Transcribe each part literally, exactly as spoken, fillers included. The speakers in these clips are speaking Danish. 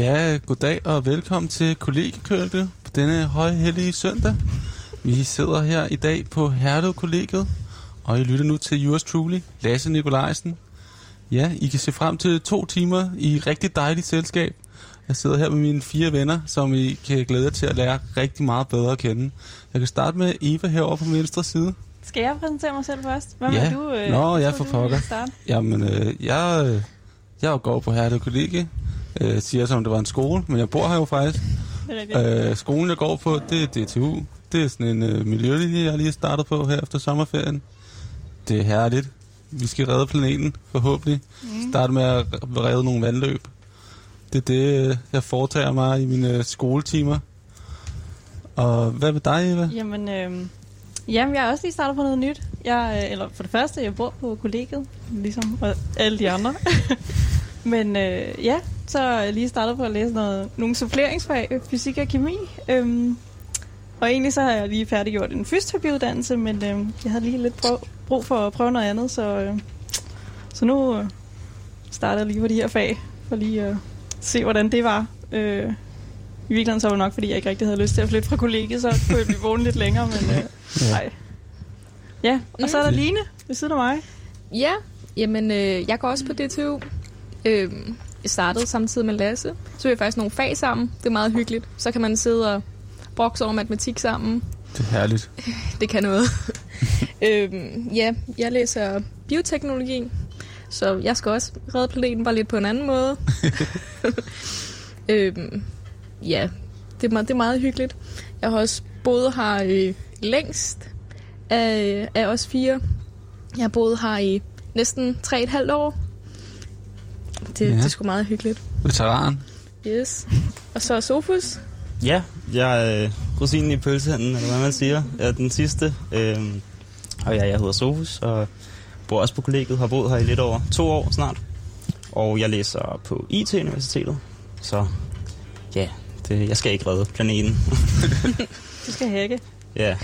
Ja, goddag og velkommen til kollegiekølget på denne højhellige søndag. Vi sidder her i dag på Herlev-kollegiet, og I lytter nu til yours truly, Lasse Nikolajsen. Ja, I kan se frem til to timer i rigtig dejligt selskab. Jeg sidder her med mine fire venner, som I kan glæde jer til at lære rigtig meget bedre at kende. Jeg kan starte med Eva herovre på venstre side. Skal jeg præsentere mig selv først? Hvad ja. med du? Øh, Nå, jeg får pokker. Jamen, øh, jeg, jeg går på Herlev-kollegiet. Jeg siger som det var en skole, men jeg bor her jo faktisk. Øh, skolen jeg går på, det er D T U. Det er sådan en øh, miljølinje, jeg lige har startet på her efter sommerferien. Det er herligt. Vi skal redde planeten, forhåbentlig. Mm. Starte med at redde nogle vandløb. Det er det, jeg foretager mig i mine skoletimer. Og hvad med dig, Eva? Jamen, øh, jamen, jeg har også lige startet på noget nyt. Jeg, eller for det første, jeg bor på kollegiet, ligesom alle de andre. Men øh, ja, så er jeg lige startet på at læse noget, nogle suppleringsfag, fysik og kemi. Øhm, og egentlig så har jeg lige færdiggjort en fysioterapiuddannelse, men øh, jeg havde lige lidt prøv, brug for at prøve noget andet, så, øh, så nu øh, starter jeg lige på de her fag, for lige at øh, se, hvordan det var. Øh, I virkeligheden så var det nok, fordi jeg ikke rigtig havde lyst til at flytte fra kollegiet, så kunne jeg blive vågne lidt længere, men øh, nej. Ja, og så er der Line ved siden af mig. Ja, jamen øh, jeg går også på D T U. Øh, jeg startede samtidig med Lasse. Så vi har faktisk nogle fag sammen. Det er meget hyggeligt. Så kan man sidde og brokse over matematik sammen. Det er herligt. Det kan noget. øh, ja, jeg læser bioteknologi. Så jeg skal også redde planeten bare lidt på en anden måde. øh, ja, det er, meget, det er meget hyggeligt. Jeg har også boet her øh, længst af, af os fire. Jeg har boet her i næsten tre og et halvt år. Det, ja. Det er sgu meget hyggeligt. Veteran. Yes. Og så Sofus. Ja, jeg er øh, rosinen i pølsehanden, eller hvad man siger. Jeg er den sidste. Øh, og ja, jeg hedder Sofus, og bor også på kollegiet. Har boet her i lidt over to år snart. Og jeg læser på I T-universitetet. Så ja, det, jeg skal ikke redde planeten. Du skal hacke. Ja.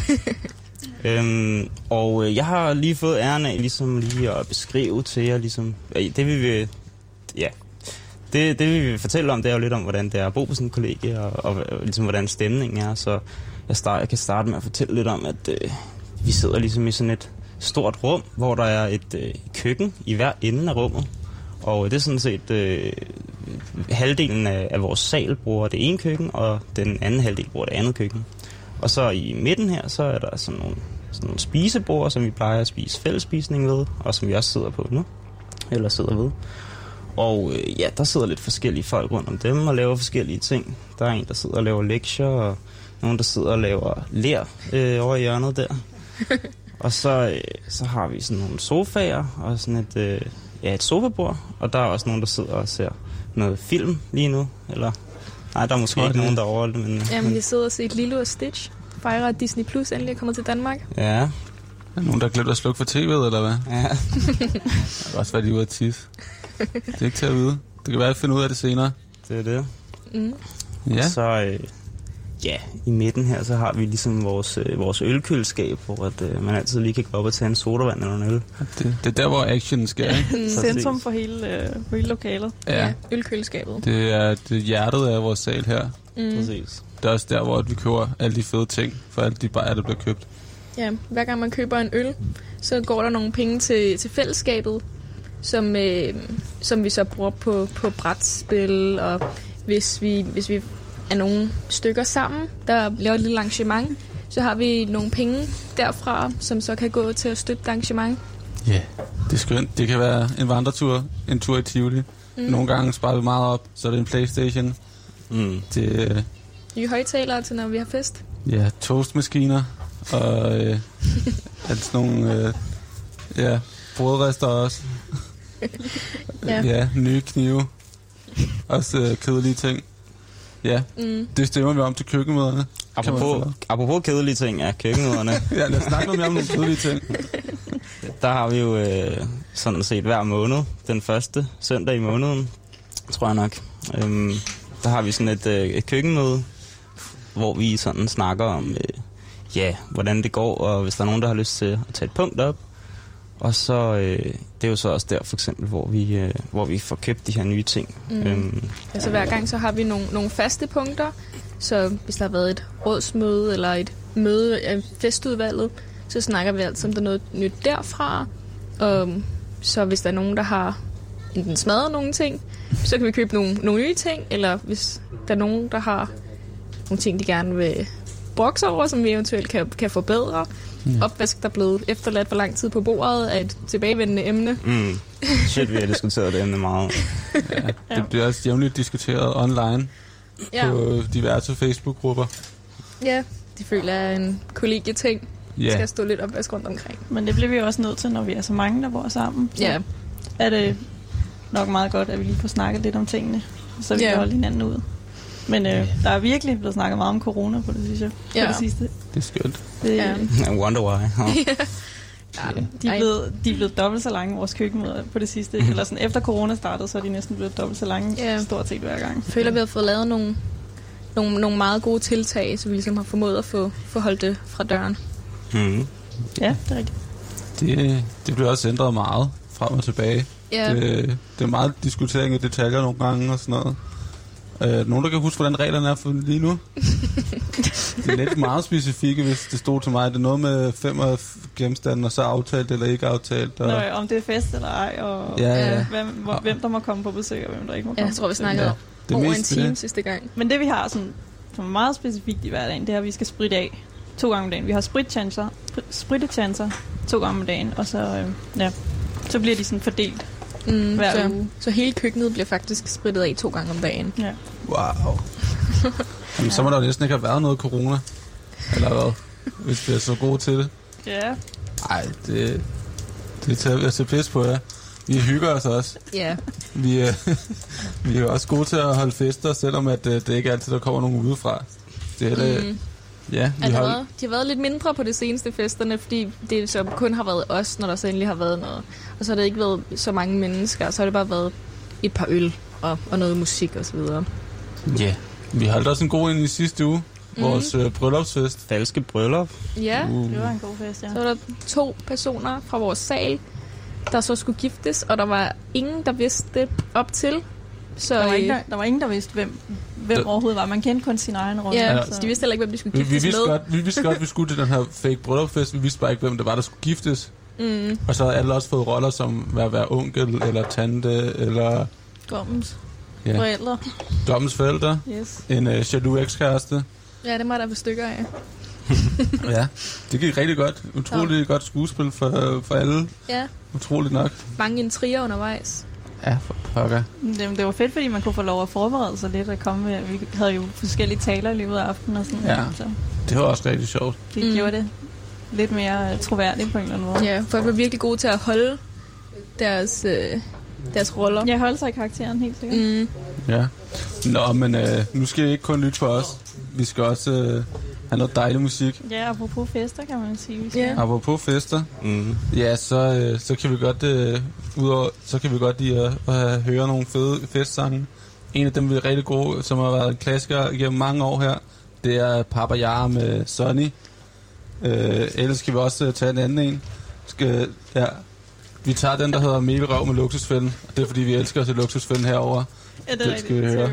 øhm, og jeg har lige fået æren af ligesom lige at beskrive til jer, ligesom, det vi vil, ja, det, det vi vil fortælle om, det er jo lidt om, hvordan det er at bo på sådan en kollegie, og, og, og ligesom, hvordan stemningen er. Så jeg, start, jeg kan starte med at fortælle lidt om, at øh, vi sidder ligesom i sådan et stort rum, hvor der er et øh, køkken i hver ende af rummet. Og det er sådan set øh, halvdelen af, af vores sal bruger det ene køkken, og den anden halvdel bruger det andet køkken. Og så i midten her, så er der sådan nogle, sådan nogle spisebord, som vi plejer at spise fællesspisning ved, og som vi også sidder på nu, eller sidder ved. Og øh, ja, der sidder lidt forskellige folk rundt om dem og laver forskellige ting. Der er en, der sidder og laver lektier, og nogen, der sidder og laver ler øh, over i hjørnet der. Og så, øh, så har vi sådan nogle sofaer og sådan et, øh, ja, et sofabord, og der er også nogen, der sidder og ser noget film lige nu, eller... Nej, der er måske ikke nogen, der overholder det, men... Jamen, vi sidder og ser et Lilo og Stitch. Fejrer, at Disney Plus endelig er kommet til Danmark. Ja. Er der nogen, der glemte at slukke for tv'et, eller hvad? Ja. Det kan også være, de er ude at tisse. Det er ikke til at vide. Det kan være, at finde ud af det senere. Det er det. Mm. Ja. Så, øh, ja, i midten her, så har vi ligesom vores, øh, vores ølkøleskab, hvor at, øh, man altid lige kan gå op og tage en sodavand eller en øl. Det, det er der, hvor actionen sker, ikke? Centrum for hele, øh, for hele lokalet. Ja. Ja, ølkøleskabet. Det er, det er hjertet af vores sal her. Mm. Præcis. Det er også der, hvor vi køber alle de fede ting, for alle de bajer, der bliver købt. Ja, hver gang man køber en øl, så går der nogle penge til, til fællesskabet, som, øh, som vi så bruger på, på brætspil, og hvis vi, hvis vi er nogle stykker sammen, der laver et lille arrangement, så har vi nogle penge derfra, som så kan gå til at støtte det arrangement. Ja, yeah, det er skønt. Det kan være en vandretur, en tur i Tivoli. Mm. Nogle gange sparer vi meget op, så er det en PlayStation. Mm. Det, nye højtalere til, når vi har fest. Ja, toastmaskiner og øh, altså nogle øh, ja, brødrester også. ja. ja, nye knive. Også øh, kedelige ting. Ja, mm. det stemmer vi om til køkkenmøderne. Apropos, apropos kedelige ting, ja, køkkenmøderne. ja, lad os snakke noget mere om nogle kedelige ting. Der har vi jo øh, sådan set hver måned, den første søndag i måneden, tror jeg nok. Øhm, der har vi sådan et, øh, et køkkenmøde, hvor vi sådan snakker om, øh, ja, hvordan det går, og hvis der er nogen, der har lyst til at tage et punkt op. Og så øh, det er jo så også der for eksempel, hvor vi, øh, hvor vi får købt de her nye ting. Mm. Øhm, altså hver gang så har vi nogle, nogle faste punkter, så hvis der har været et rådsmøde eller et møde af festudvalget, så snakker vi altid om der er noget nyt derfra. Og så hvis der er nogen, der har enten smadret nogle ting, så kan vi købe nogle, nogle nye ting, eller hvis der er nogen, der har nogle ting, de gerne vil brokse over, som vi eventuelt kan, kan forbedre. Mm. Opvask, der er blevet efterladt for lang tid på bordet, er et tilbagevendende emne. Mm. Shit, vi har diskuteret det emne meget. Ja, det bliver også jævnligt diskuteret online ja. på diverse Facebook-grupper. Ja, de føler er en kollegieting. Yeah. Skal stå lidt opvask rundt omkring. Men det bliver vi også nødt til, når vi er så mange, der bor sammen. Så yeah. er det nok meget godt, at vi lige får snakket lidt om tingene, så vi yeah. kan holde hinanden ud. Men øh, der er virkelig blevet snakket meget om corona på det, synes jeg. På yeah. det sidste. Det er skønt. Det, yeah. I wonder why. Huh? Ja, de, er blevet, de er blevet dobbelt så lange, vores køkkenmøder på det sidste. Eller sådan, efter corona startede, så er de næsten blevet dobbelt så lange, yeah. stort set hver gang. Jeg føler, vi har fået lavet nogle, nogle, nogle meget gode tiltag, så vi ligesom har formået at få, få holdt det fra døren. Mm. Ja, det er rigtigt. Det, det bliver også ændret meget frem og tilbage. Yeah. Det, det er meget diskutering af detaljer nogle gange og sådan noget. Øh, nogen, der kan huske, hvordan reglerne er for lige nu? Det er lidt meget specifikke, hvis det stod til mig. Det er noget med fem af genstanden, og så aftalt eller ikke aftalt. Og... Nå, om det er fest eller ej, og ja, ja. Hvem, hvor, hvem der må komme på besøg, og hvem der ikke må komme. Ja, jeg tror, vi snakkede ja. om over en time det. sidste gang. Men det, vi har sådan, som er meget specifikt i hverdagen, det er, at vi skal spritte af to gange om dagen. Vi har spritchancer, spritchancer to gange om dagen, og så, øh, ja, så bliver de sådan fordelt mm, hver så, uge. Så hele køkkenet bliver faktisk sprittet af to gange om dagen. Ja. Wow. Jamen, så må der jo næsten ikke have været noget corona. Eller hvad? Hvis vi er så gode til det. Ja. Ej, det, det tager jeg til pis på, ja. Vi hygger os også. Ja. Yeah. Vi, øh, vi er også gode til at holde fester, selvom at, øh, det ikke altid der kommer nogen udefra. Det er det, mm. Ja, vi hold... været, de har været lidt mindre på det seneste festerne, fordi det så kun har været os, når der så endelig har været noget. Og så har det ikke været så mange mennesker, så har det bare været et par øl og, og noget musik og så videre. Ja, yeah. Vi holdt også en god ind i sidste uge. Mm. Vores øh, bryllupsfest. Falske bryllup. Ja, uh. det var en god fest, ja. Så var der to personer fra vores sal, der så skulle giftes, og der var ingen, der vidste det op til. Så der, var ingen, der, der var ingen, der vidste, hvem, hvem overhovedet var. Man kendte kun sin egen rolle. Ja, så de vidste heller ikke, hvem de skulle giftes vi, vi vidste med. Godt, vi vidste godt, at vi skulle til den her fake bryllupsfest. Vi vidste bare ikke, hvem det var, der skulle giftes. Mm. Og så har alle også fået roller som at være onkel, eller tante, eller... Dommens ja. forældre. Dommens forældre. Yes. En uh, jaloux ekskæreste. Ja, det må der være stykker af. Ja, det gik rigtig godt. Utroligt ja. godt skuespil for, for alle. Ja. Utroligt nok. Mange intriger undervejs. Ja, for pokker. Det, det var fedt, fordi man kunne få lov at forberede sig lidt og komme med. Vi havde jo forskellige taler i løbet af aftenen og sådan. Ja, så. Det var også rigtig sjovt. Det mm. gjorde det lidt mere troværdigt på en eller anden måde. Ja, folk var virkelig gode til at holde deres, øh, deres roller. Ja, holde sig i karakteren helt sikkert. Mm. Ja. Nå, men øh, nu skal vi ikke kun lytte for os. Vi skal også øh, have noget dejlig musik. Ja, apropos fester, kan man sige. Vi yeah. Apropos fester. Mm. Ja, så, øh, så kan vi godt øh, udover, så kan vi godt lide at, at høre nogle fede festsange. En af dem, vi er rigtig gode, som har været en klassiker gennem mange år her, det er Papa Jara med Sonny. Øh, ellers skal vi også uh, tage en anden en. Skal, ja. Vi tager den, der hedder Melrøv med Luksusfælden. Det er fordi, vi elsker til Luksusfælden herovre. Ja, det er det skal vi høre.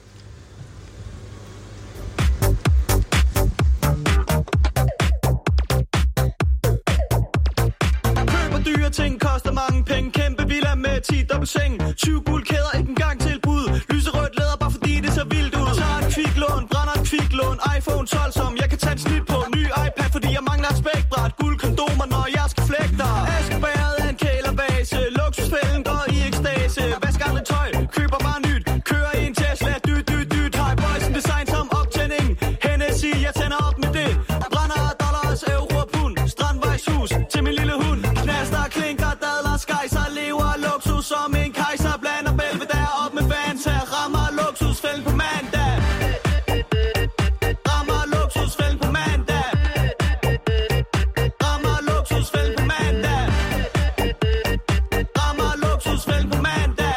Køber dyre ting, koster mange penge. Kæmpe villa med ti dobbelt seng. tyve guldkæder, ikke engang tilbud. Lyserødt læder, bare fordi det ser vildt ud. Tager et kviklån, brænder et kviklån. iPhone tolv, som jeg kan tage et snit på. Ny iPad, fordi jeg mangler et spækbræt. Guldkondomer, når jeg skal flække dig. Askebæret er en kælerbase. Luksusfælden går i ekstase. Vask aldrig tøj, køber bare nyt. Kører i en Tesla, dyt, dyt, dyt. High boys design som optænding. Hennessy, jeg tænder op med det. Brænder dollars, euro og pund. Strandvejshus til min lille hund. Knaster, klinker, dadler, skejser. Lever luksus som en kejser. Blander Belvedere op med fans her. Rammer luksusfælden på mandag. Rammer luksusfælden på mandag. Rammer luksusfælden på mandag. Rammer luksusfælden på mandag.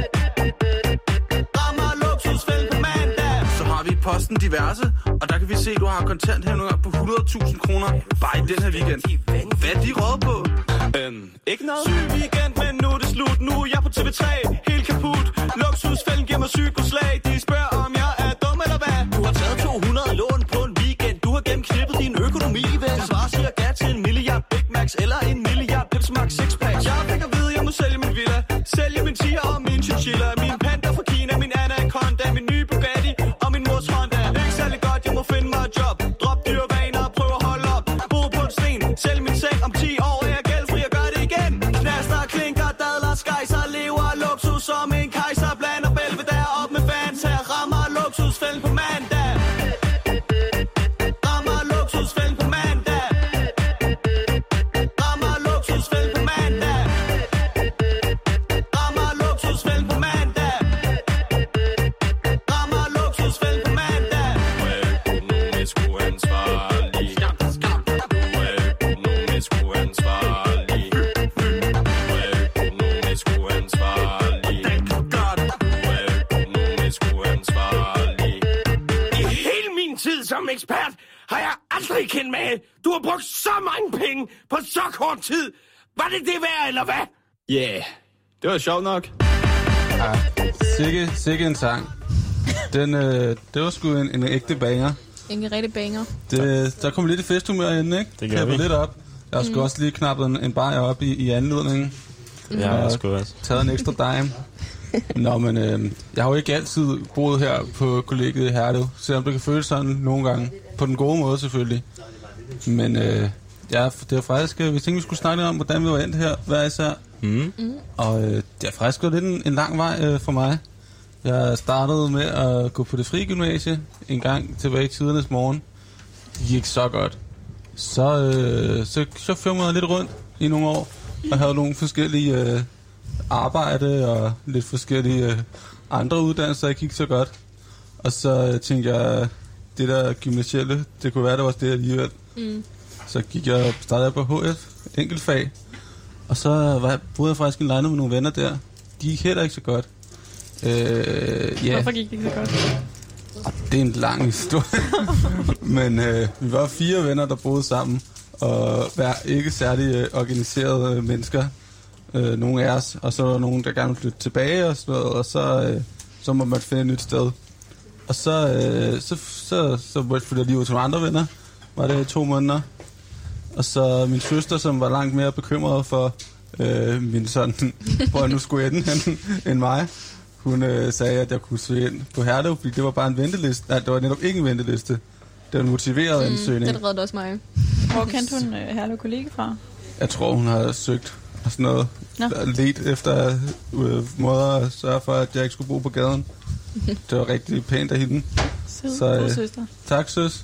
Rammer luksusfælden på mandag. Så har vi posten diverse, og der kan vi se, at du har kontanthævninger på hundrede tusind kroner bare i den her weekend. Hvad er de råd på? Øhm, ikke noget. Syg weekend, men nu er det slut. Nu er jeg på T V tre, helt kaput. Luksusfælden giver mig psykoslag. De spørger, om jeg er dum eller hvad. Du har taget to hundrede lån på en weekend. Du har gennemknippet din økonomi, ven. Det svarer siger ja til en milliard Big Macs eller en milliard Pepsi Max six-pack. Jeg fik at vide, jeg må sælge min villa, sælge min tiger og min chinchilla, min panda fra Kina, min anaconda, min nye Bugatti og min mors Honda. Ikke særlig godt, jeg må finde mig et job. Drop dyre vaner og prøv at holde op. Bo på en sten, sælg min seng om ti år. Er jeg gældfri og gør det igen. Knaster, klinker, dadler, skejser, lever luksus som en kejser. Blander Belvedere op med fans her. Rammer luksusfælden på mandag. Rammer luksusfælden på mandag. Rammer luksusfælden på mandag. Rammer luksusfælden på mandag. Rammer luksusfælden på mandag. Du er økonomisk uansvarlig. Du er økonomisk uansvarlig. Du er økonomisk uansvarlig. Den kan godt. Du er økonomisk uansvarlig. I hele min tid som ekspert har jeg aldrig kendt med. Du har brugt så mange penge på så kort tid. Var det det værd, eller hvad? Ja, yeah. Det var sjovt nok. Ja, sikke, sikke en sang. Den, øh, det var sgu en, en ægte banger. En rigtig banger. Det, der kom lidt i festhumør inden, ikke? Det gør vi. lidt op. Jeg har sgu mm. også lige knappet en, en bajer op i, i anledningen. Mm. Ja, jeg sgu også. Taget en ekstra dime. Nå, men øh, jeg har jo ikke altid boet her på kollegiet i Herlev, selvom det kan føles sådan nogle gange. På den gode måde selvfølgelig. Men øh, ja, det er faktisk, vi tænkte, vi skulle snakke om, hvordan vi var endt her, hver især. Mm. Mm. Og øh, det er faktisk gået lidt en, en lang vej øh, for mig. Jeg startede med at gå på det frie gymnasie en gang tilbage i tidernes morgen. Det gik så godt. Så, øh, så, så førte jeg lidt rundt i nogle år, og havde nogle forskellige øh, arbejde og lidt forskellige øh, andre uddannelser, jeg gik så godt. Og så øh, tænkte jeg, det der gymnasielle, det kunne være, det var det alligevel. Mm. Så gik jeg startede på H F, enkeltfag. Og så var jeg, boede jeg faktisk i en lejlighed med nogle venner der. De gik heller ikke så godt. Øh, yeah. Hvorfor gik det ikke så godt? Det er en lang historie. Men øh, vi var fire venner, der boede sammen. Og var ikke særlig øh, organiserede mennesker. Øh, nogle af os. Og så var der nogen, der gerne ville flytte tilbage og sådan noget. Og så, øh, så må man finde et nyt sted. Og så, øh, så, så, så flyttede jeg lige ud til nogle andre venner. Var det to måneder. Og så min søster, som var langt mere bekymret for øh, min sådan, hvor jeg nu skulle ende hen, end mig. Hun øh, sagde, at jeg kunne søge ind på Herlev, fordi det var bare en venteliste. Nej, det var netop ikke en venteliste. Det var en motiveret mm, ansøgning. Det reddede også mig. Hvor kendte hun øh, Herlev kollega fra? Jeg tror, hun har søgt og sådan noget. Nå. Let efter øh, måder at sørge for, at jeg ikke skulle bo på gaden. Det var rigtig pænt af hende. Sød, så, øh, søster. Tak, søs.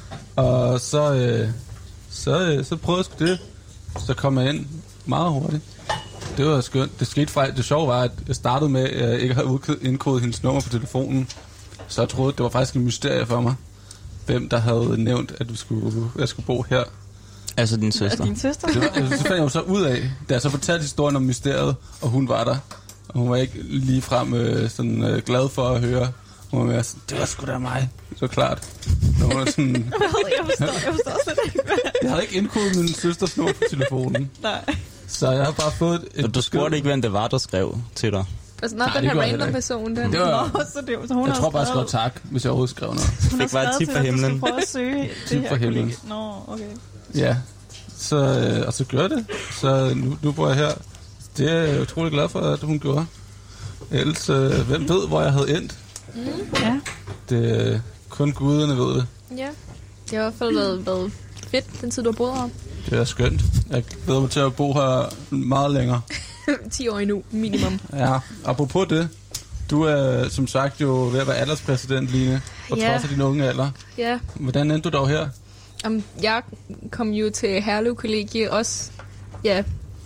Og så, øh, så, øh, så prøvede jeg sgu det. Så kom jeg ind meget hurtigt. Det var skønt. Det skete fra, det sjove var, at jeg startede med, at jeg ikke havde indkodet hendes nummer på telefonen. Så jeg troede, det var faktisk en mysterie for mig, hvem der havde nævnt, at vi skulle, jeg skulle bo her. Altså din søster? Er din søster? Det var, altså, det fandt jeg jo så ud af, da jeg så fortalte historien om mysteriet, og hun var der. Og hun var ikke ligefrem øh, sådan øh, glad for at høre. Hun var mere sådan, det var sgu da mig. Så klart. Og hun var sådan, jeg forstår, jeg forstår slet ikke. Jeg havde ikke indkodet min søsters nummer på telefonen. Nej. Så jeg har bare fået et... Og du spurgte ikke, hvem det var, der skrev til dig? Altså, når den her random person, den... Det var, Nå, så det, så hun jeg tror bare, jeg skrev tak, hvis jeg overhovedet skrev noget. Hun fik bare et tip fra himlen. Hun prøve at søge tip fra himlen. Nå, okay. Ja, så, øh, og så gør det. Så nu, nu bor jeg her. Det er jeg utrolig glad for, at hun gjorde. Ellers, øh, hvem ved, hvor jeg havde endt? Mm. Ja. Det øh, kun guderne ved det. Ja, det har i hvert fald været, været fedt, den tid, du har boet her. Det er skønt. Jeg glæder mig til at bo her meget længere. ti år endnu, minimum. Ja, apropos det. Du er som sagt jo ved at være alderspræsident, Line, på ja. trods af din unge alder. Ja. Hvordan endte du dog her? Um, jeg kom jo til Herlev Kollegie også, ja,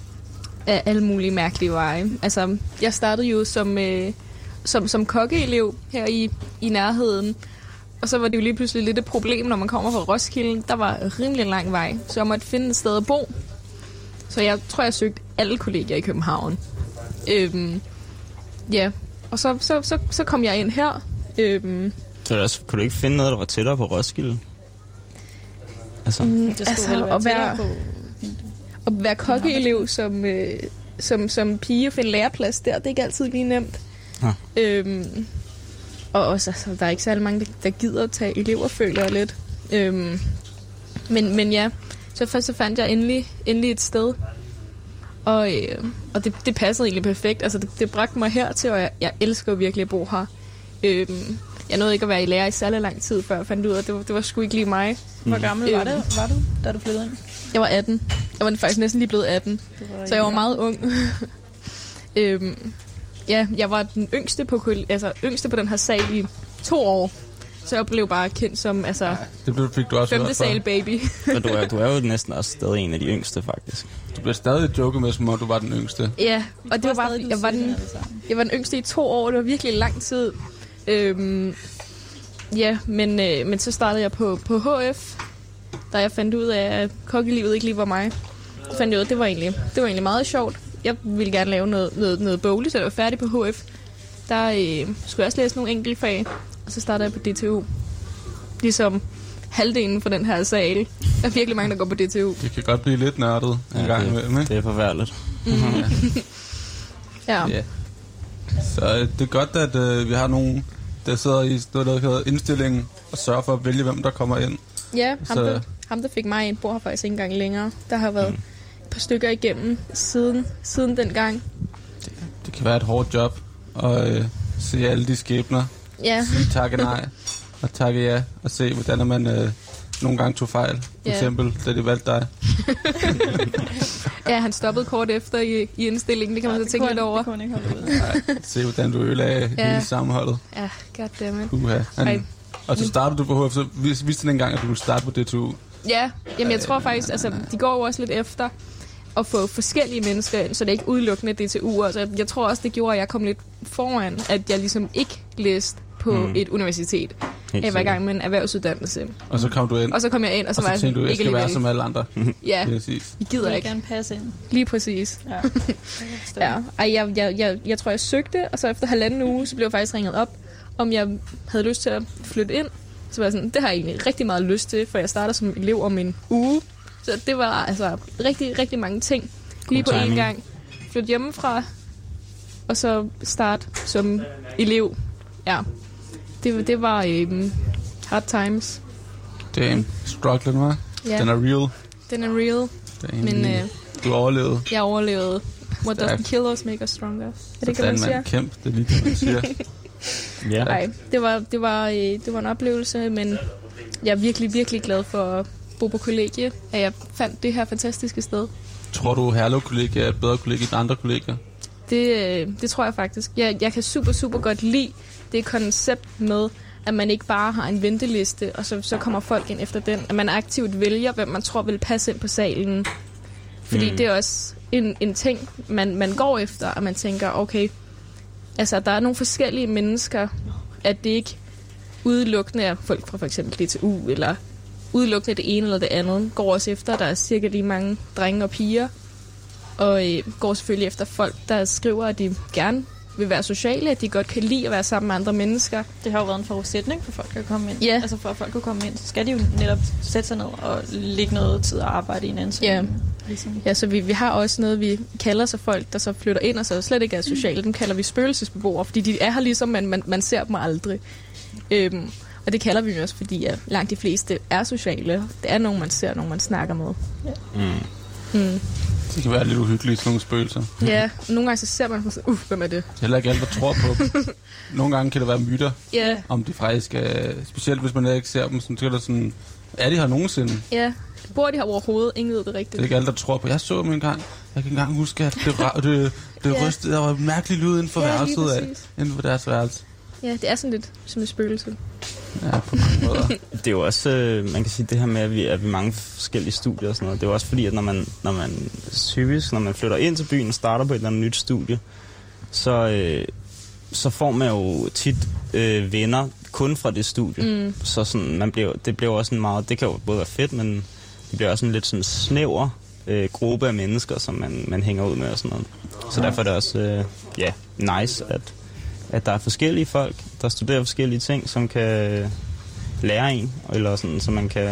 af alle mulige mærkelige veje. Altså, jeg startede jo som, øh, som, som kokkeelev her i, i nærheden. Og så var det jo lige pludselig lidt et problem, når man kommer fra Roskilde. Der var rimelig lang vej, så jeg måtte finde et sted at bo. Så jeg tror, jeg søgte alle kollegier i København. Øhm, ja, og så, så, så, så kom jeg ind her. Øhm, så også, kunne du ikke finde noget, der var tættere på Roskilde? Altså, mm, altså vel være at, være, at være kokkeelev som, øh, som, som pige og finde læreplads der, det er ikke altid lige nemt. Ja. Øhm, og også, altså, der er ikke særlig mange, der gider at tage elever, føler jeg lidt. Øhm, men, men ja, så først så fandt jeg endelig, endelig et sted. Og, øh, og det, det passede egentlig perfekt. Altså, det, det bragte mig hertil, og jeg, jeg elsker virkelig at bo her. Øhm, jeg nåede ikke at være i lærer i særlig lang tid, før jeg fandt ud af, at det var, det var sgu ikke lige mig. Hvor gammel var, det, var du, da du flyttede ind? Jeg var atten. Jeg var faktisk næsten lige blevet atten. Så jeg var meget ung. øhm, ja, jeg var den yngste på, altså, yngste på den her sal i to år. Så jeg blev bare kendt som altså, ja, det fik du også femte sal baby. Men du er, du er jo næsten også stadig en af de yngste, faktisk. Du bliver stadig joket med, som om du var den yngste. Ja, og det var bare, jeg var, den, jeg var den yngste i to år. Det var virkelig lang tid. Øhm, ja, men, øh, men så startede jeg på, på H F, da jeg fandt ud af, at kokkelivet ikke lige var mig. Så fandt jeg ud af, at det var egentlig, det var egentlig meget sjovt. Jeg ville gerne lave noget, noget, noget bogligt, så jeg var færdig på H F. Der øh, skulle jeg også læse nogle enkelte fag, og så startede jeg på D T U. Ligesom halvdelen for den her sal. Der er virkelig mange, der går på D T U. Det kan godt blive lidt nørdet en ja, gang imellem, ikke? Det er forfærdeligt. Mm-hmm. ja. ja. Så øh, det er godt, at øh, vi har nogen, der sidder i noget, der hedder indstillingen, og sørger for at vælge, hvem der kommer ind. Ja, ham, så... der, ham der fik mig ind, bor her faktisk ikke engang længere. Der har været mm. et par stykker igennem siden, siden den gang. Det, det kan være et hårdt job at øh, se alle de skæbner. Ja. Sige takke nej og takke ja, og se, hvordan man øh, nogle gange tog fejl. For ja. eksempel, da de valgte dig. Ja, han stoppede kort efter i, i indstillingen. Det kan man ja, så tænke lidt over. Det kunne han ikke holde ud. Nej, se, hvordan du ødelagde ja. hele sammenholdet. Ja, goddammit. Uha. Han, og så startede du på H F, så vidste den engang, at du ville starte på D T U. Ja, jamen jeg tror faktisk, altså de går jo også lidt efter at få forskellige mennesker ind, så det er ikke udelukkende D T U. Altså, jeg tror også, det gjorde, at jeg kom lidt foran, at jeg ligesom ikke læste på mm. et universitet. Helt jeg var i gang med en erhvervsuddannelse. Og så kom du ind. Og så kom jeg ind, og så, og så var jeg tænkte du, jeg skal være som alle andre. Ja, jeg gider ikke. gerne passe ind. Lige præcis. Ja. ja. Ej, jeg, jeg, jeg, jeg tror, jeg søgte, og så efter halvanden uge, så blev jeg faktisk ringet op, om jeg havde lyst til at flytte ind. Så var jeg sådan, det har jeg egentlig rigtig meget lyst til, for jeg starter som elev om en uge. Så det var altså rigtig, rigtig mange ting. Lige på en gang. Flytte hjemmefra, og så starte som elev. Ja. Det, det var um, hard times. Damn, struggling, hva'? Ja. Den er real. Den er real. Damn. Men uh, du overlevede. Jeg overlevede. What doesn't kill us make us stronger. Er det ikke, man siger? Kæmpe, det er lige det, man siger. Ja. Nej, det var, det, var, det var en oplevelse, men jeg er virkelig, virkelig glad for at bo på kollegie, at jeg fandt det her fantastiske sted. Tror du, Herlev Kollegie er et bedre kollegie end andre kollegier? Det, det tror jeg faktisk. Jeg, jeg kan super, super godt lide det koncept med, at man ikke bare har en venteliste, og så, så kommer folk ind efter den. At man aktivt vælger, hvem man tror vil passe ind på salen. Fordi mm. det er også en, en ting, man, man går efter, og man tænker, okay, altså der er nogle forskellige mennesker, at det ikke udelukkende er folk fra for eksempel D T U, eller udelukkende det ene eller det andet, går også efter, der er cirka lige mange drenge og piger, og øh, går selvfølgelig efter folk, der skriver, at de gerne vil være sociale, at de godt kan lide at være sammen med andre mennesker. Det har jo været en forudsætning for folk at komme ind. Ja. Altså for at folk kan komme ind, så skal de jo netop sætte sig ned og lægge noget tid og arbejde i en ansøgning. Ja, ligesom. Ja, så vi, vi har også noget, vi kalder så folk, der så flytter ind og så slet ikke er sociale. Dem kalder vi spøgelsesbeboere, fordi de er her ligesom, man, man, man ser dem aldrig. Øhm, og det kalder vi også, fordi ja, langt de fleste er sociale. Det er nogen, man ser, nogen man snakker med. Ja. Mm. Mm. Det kan være lidt uhyggeligt, sådan nogle spøgelser. Ja, nogle gange så ser man sådan, uff, hvem er det? Det er heller ikke alle, der tror på dem. Nogle gange kan det være myter, yeah. om de faktisk er, specielt hvis man ikke ser dem, så er det sådan, er de her nogensinde? Ja, bor de her overhovedet? Ingen ved det rigtigt. Det er ikke alle, der tror på. Jeg så dem en gang, jeg kan engang huske, at det, det, det yeah. rystede, der var en mærkelig lyd inden for yeah, værelset af, inden for deres værelse. Ja, det er sådan lidt som et spøgelse. Ja, på mange måder. Det er jo også, øh, man kan sige det her med, at vi er vi mange forskellige studier og sådan noget. Det er jo også fordi, at når man, når man typisk, når man flytter ind til byen og starter på et eller andet nyt studie, så, øh, så får man jo tit øh, venner kun fra det studie. Mm. Så sådan, man bliver, det bliver også en meget, det kan jo både være fedt, men det bliver også en lidt sådan snæver øh, gruppe af mennesker, som man, man hænger ud med og sådan noget. Så derfor er det også øh, ja, nice, at at der er forskellige folk, der studerer forskellige ting, som kan lære en, eller sådan, så man kan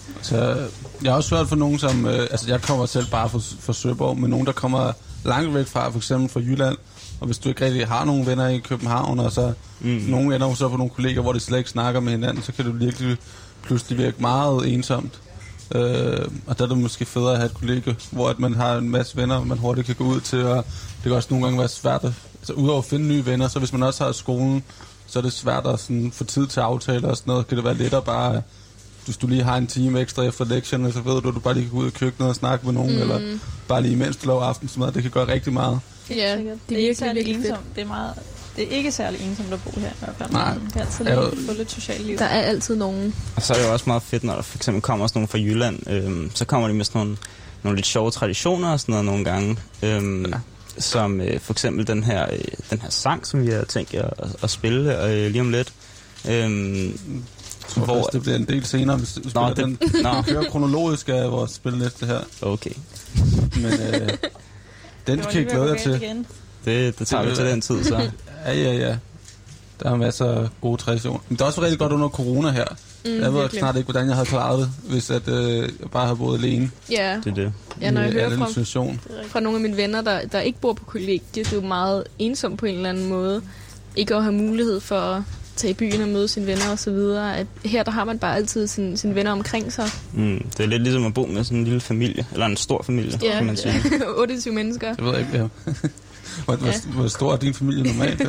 Så jeg har også hørt fra nogen, som... Øh, altså, jeg kommer selv bare fra, fra Søborg, men nogen, der kommer langt væk fra, for eksempel fra Jylland. Og hvis du ikke rigtig har nogen venner i København, og så mm. nogen ender så på nogle kolleger, hvor de slet ikke snakker med hinanden, så kan du virkelig pludselig virke meget ensomt. Øh, og der er det måske federe at have et kollega, hvor at man har en masse venner, man hurtigt kan gå ud til, og det kan også nogle gange være svært at... Altså, udover at finde nye venner, så hvis man også har skolen, så er det svært at sådan, få tid til aftaler og sådan noget. Kan det være lettere bare... Hvis du lige har en time ekstra efter lektierne, så ved du, at du bare lige kan gå ud i køkkenet og snakke med nogen, mm. eller bare lige imens du laver aftensmad. Det kan gøre rigtig meget. Ja, det er, det er ikke særlig ensomt. Det er meget... Det er ikke særlig ensomt at bo her i hvert fald. Nej. Det er altid lidt, få lidt socialt liv. Der er altid nogen. Og så er det jo også meget fedt, når der for eksempel kommer også nogen fra Jylland. Øhm, så kommer de med sådan nogle, nogle lidt sjove traditioner og sådan noget nogle gange. Øhm, ja. Som øh, for eksempel den her, øh, den her sang, som vi har tænkt at, at, at spille øh, lige om lidt. Øhm, tror, hvor det bliver en del senere, hvis vi spiller den. Nå. Vi kører kronologisk af vores spilleliste her. Okay. Men øh, den kan jeg glæde jer til. Det, det tager det, vi til den tid, så. Ja, ja, ja. Der er masser af gode traditioner. Men det er også rigtig godt under corona her. Mm, jeg ved snart ikke, hvordan jeg havde klaret det, hvis at, øh, jeg bare havde boet alene. Ja, det er det. Ja, når jeg hører fra, fra nogle af mine venner, der, der ikke bor på kollegiet, det er jo meget ensomt på en eller anden måde. Ikke at have mulighed for at tage i byen og møde sine venner og så videre. At her der har man bare altid sine, sine venner omkring sig. Mm, det er lidt ligesom at bo med sådan en lille familie, eller en stor familie, ja, kan man sige. otteogtyve mennesker. Det ved jeg ikke, ja. Hvor, ja. hvor, hvor stor er din familie normalt?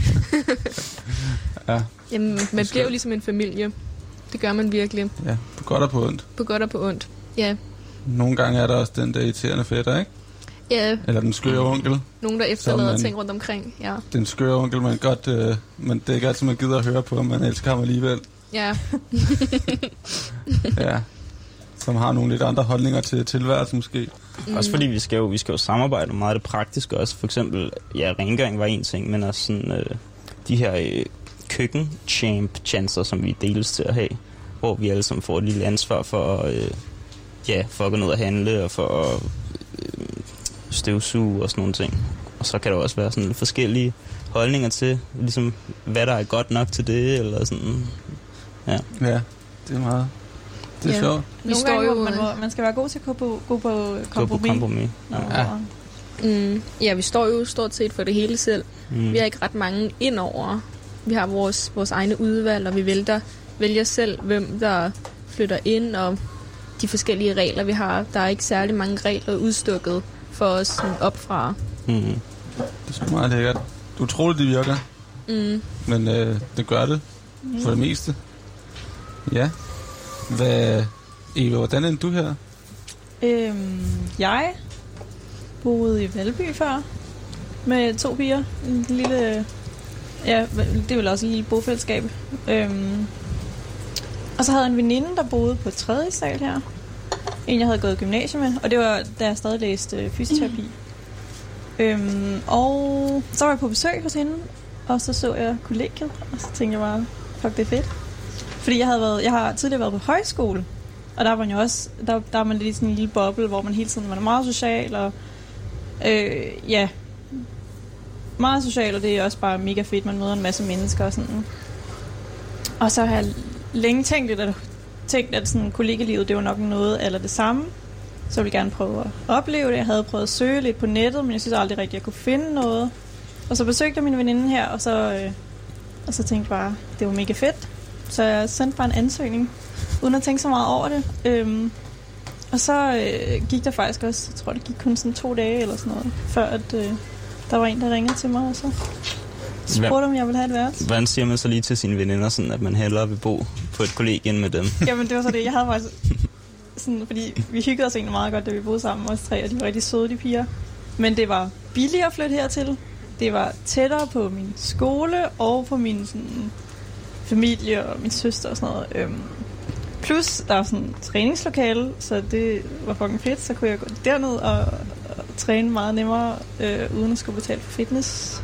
Ja. Jamen, man bliver jo ligesom en familie. Det gør man virkelig. Ja, på godt og på ondt. På godt og på ondt, ja. Nogle gange er der også den der irriterende fætter, ikke? Ja. Eller den skøre onkel. Nogen, der efterlader man, ting rundt omkring, ja. Den skøre onkel, man godt... Øh, men det er ikke altid, man gider at høre på, man elsker ham alligevel. Ja. Ja. Som har nogle lidt andre holdninger til tilværelsen måske. Mm. Også fordi vi skal, jo, vi skal jo samarbejde meget af det praktiske også. For eksempel, ja, rengøring var en ting, men også sådan, øh, de her øh, køkken-champ-chancer, som vi deles til at have. Hvor vi alle sammen får et lille ansvar for, øh, ja, for at gå ned og handle og for at øh, støvsuge og sådan nogle ting. Og så kan der også være sådan forskellige holdninger til, ligesom, hvad der er godt nok til det, eller sådan. Ja, ja, det er meget... Det er ja. sjovt. Vi Nogle står gange, jo, man, må, man skal være god til at gå på, gå på kompromis. Gå på kompromis. Ja. Ja. Mm, ja, vi står jo stort set for det hele selv. Mm. Vi har ikke ret mange indover. Vi har vores, vores egne udvalg, og vi vælger, vælger selv, hvem der flytter ind, og de forskellige regler, vi har. Der er ikke særlig mange regler udstukket for os opfra. Mm. Det er sgu meget lækkert. Det er utroligt, det virker. Mm. Men øh, det gør det mm. for det meste. Ja. Hvad, Eva, hvordan er du her? Øhm, jeg boede i Valby før med to piger. En lille, ja, det er vel også et lille bofællesskab. Øhm, og så havde jeg en veninde, der boede på tredje sal her. En, jeg havde gået i gymnasiet med, og det var, da jeg stadig læste fysioterapi. Mm. Øhm, og så var jeg på besøg hos hende, og så så jeg kollegiet, og så tænkte jeg bare, fuck, det er fedt. Fordi jeg havde været, jeg har tidligere været på højskole, og der var man jo også, der, der er man lidt i sådan en lille boble, hvor man hele tiden man er meget social, og øh, ja, meget social, og det er også bare mega fedt, man møder en masse mennesker og sådan. Og så har jeg længe tænkt lidt, at, tænkt, at sådan kollegelivet, det var nok noget eller det samme. Så jeg ville gerne prøve at opleve det. Jeg havde prøvet at søge lidt på nettet, men jeg synes aldrig rigtigt, at jeg kunne finde noget. Og så besøgte jeg min veninde her, og så, øh, og så tænkte jeg bare, det var mega fedt. Så jeg sendte bare en ansøgning, uden at tænke så meget over det. Øhm, og så øh, gik der faktisk også, jeg tror det gik kun sådan to dage eller sådan noget, før at, øh, der var en, der ringede til mig, og så spurgte om jeg ville have et værelse. Hvordan siger man så lige til sine veninder, sådan, at man hellere vil bo på et kollegie med dem? Jamen det var så det, jeg havde faktisk sådan, fordi vi hyggede os egentlig meget godt, da vi boede sammen, os tre, og de var rigtig søde, de piger. Men det var billigere at flytte hertil. Det var tættere på min skole og på min sådan, familie og min søster og sådan noget. Øhm, plus, der var sådan et træningslokale, så det var fucking fedt. Så kunne jeg gå derned og, og træne meget nemmere, øh, uden at skulle betale for fitness.